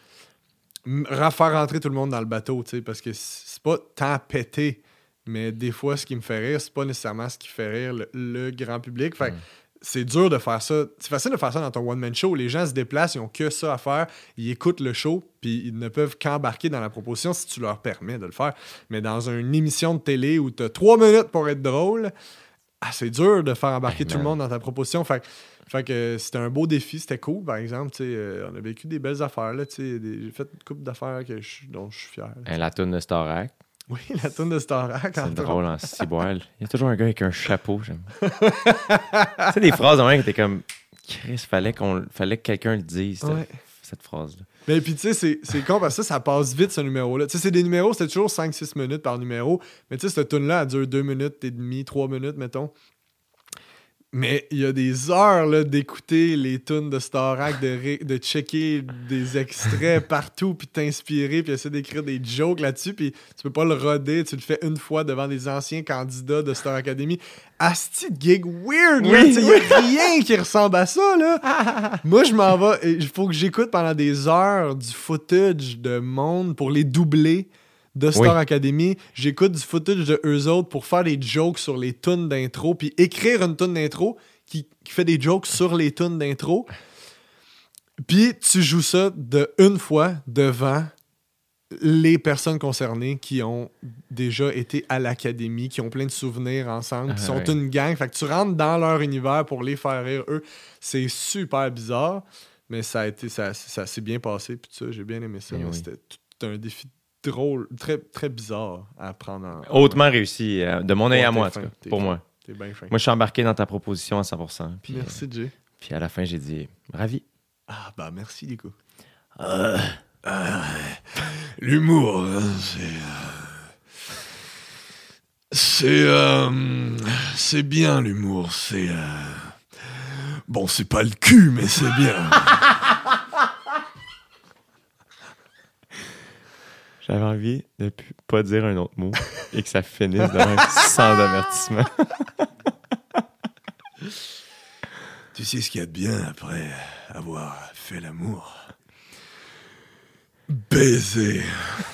faire rentrer tout le monde dans le bateau, tu sais, parce que c'est pas tant pété, mais des fois, ce qui me fait rire, c'est pas nécessairement ce qui fait rire le grand public. Fait c'est dur de faire ça. C'est facile de faire ça dans ton one-man show. Les gens se déplacent, ils ont que ça à faire. Ils écoutent le show, puis ils ne peuvent qu'embarquer dans la proposition si tu leur permets de le faire. Mais dans une émission de télé où tu as 3 minutes pour être drôle, c'est dur de faire embarquer tout le monde dans ta proposition. Fait que c'était un beau défi, c'était cool, par exemple. On a vécu des belles affaires. Là, j'ai fait une couple d'affaires dont je suis fier. La toune de Starac. Oui, la toune de Starac. C'est drôle en ciboire. Il y a toujours un gars avec un chapeau, j'aime. Tu sais, des phrases de même qui étaient comme Chris, fallait que quelqu'un le dise, cette phrase-là. Mais puis tu sais, c'est con parce que ça passe vite ce numéro-là. Tu sais, c'est des numéros, c'était toujours 5-6 minutes par numéro. Mais tu sais, cette tune-là, elle dure 2 minutes et demie, 3 minutes, mettons. Mais il y a des heures là, d'écouter les tunes de Starac, de checker des extraits partout, puis t'inspirer, puis essayer d'écrire des jokes là-dessus, puis tu peux pas le roder, tu le fais une fois devant des anciens candidats de Star Academy. Asti de gig weird, là! Il y a rien qui ressemble à ça, là! Moi, je m'en vais, il faut que j'écoute pendant des heures du footage de monde pour les doubler de Star Academy. J'écoute du footage de eux autres pour faire des jokes sur les tunes d'intro, puis écrire une tune d'intro qui fait des jokes sur les tunes d'intro. Puis tu joues ça une fois devant les personnes concernées qui ont déjà été à l'académie, qui ont plein de souvenirs ensemble, qui sont une gang. Fait que tu rentres dans leur univers pour les faire rire, eux. C'est super bizarre, mais ça s'est bien passé, puis ça, j'ai bien aimé ça. C'était tout un défi drôle, très, très bizarre à prendre en... Hautement réussi, de mon œil à moi, en tout cas, pour moi. T'es bien fin. Moi, je suis embarqué dans ta proposition à 100%. Puis, merci, Jay. Puis à la fin, j'ai dit ravi. Ah, bah merci, Nico. L'humour, c'est bien, l'humour. Bon, c'est pas le cul, mais c'est bien. J'avais envie de pas dire un autre mot et que ça finisse sans avertissement. Tu sais ce qu'il y a de bien après avoir fait l'amour? Baiser.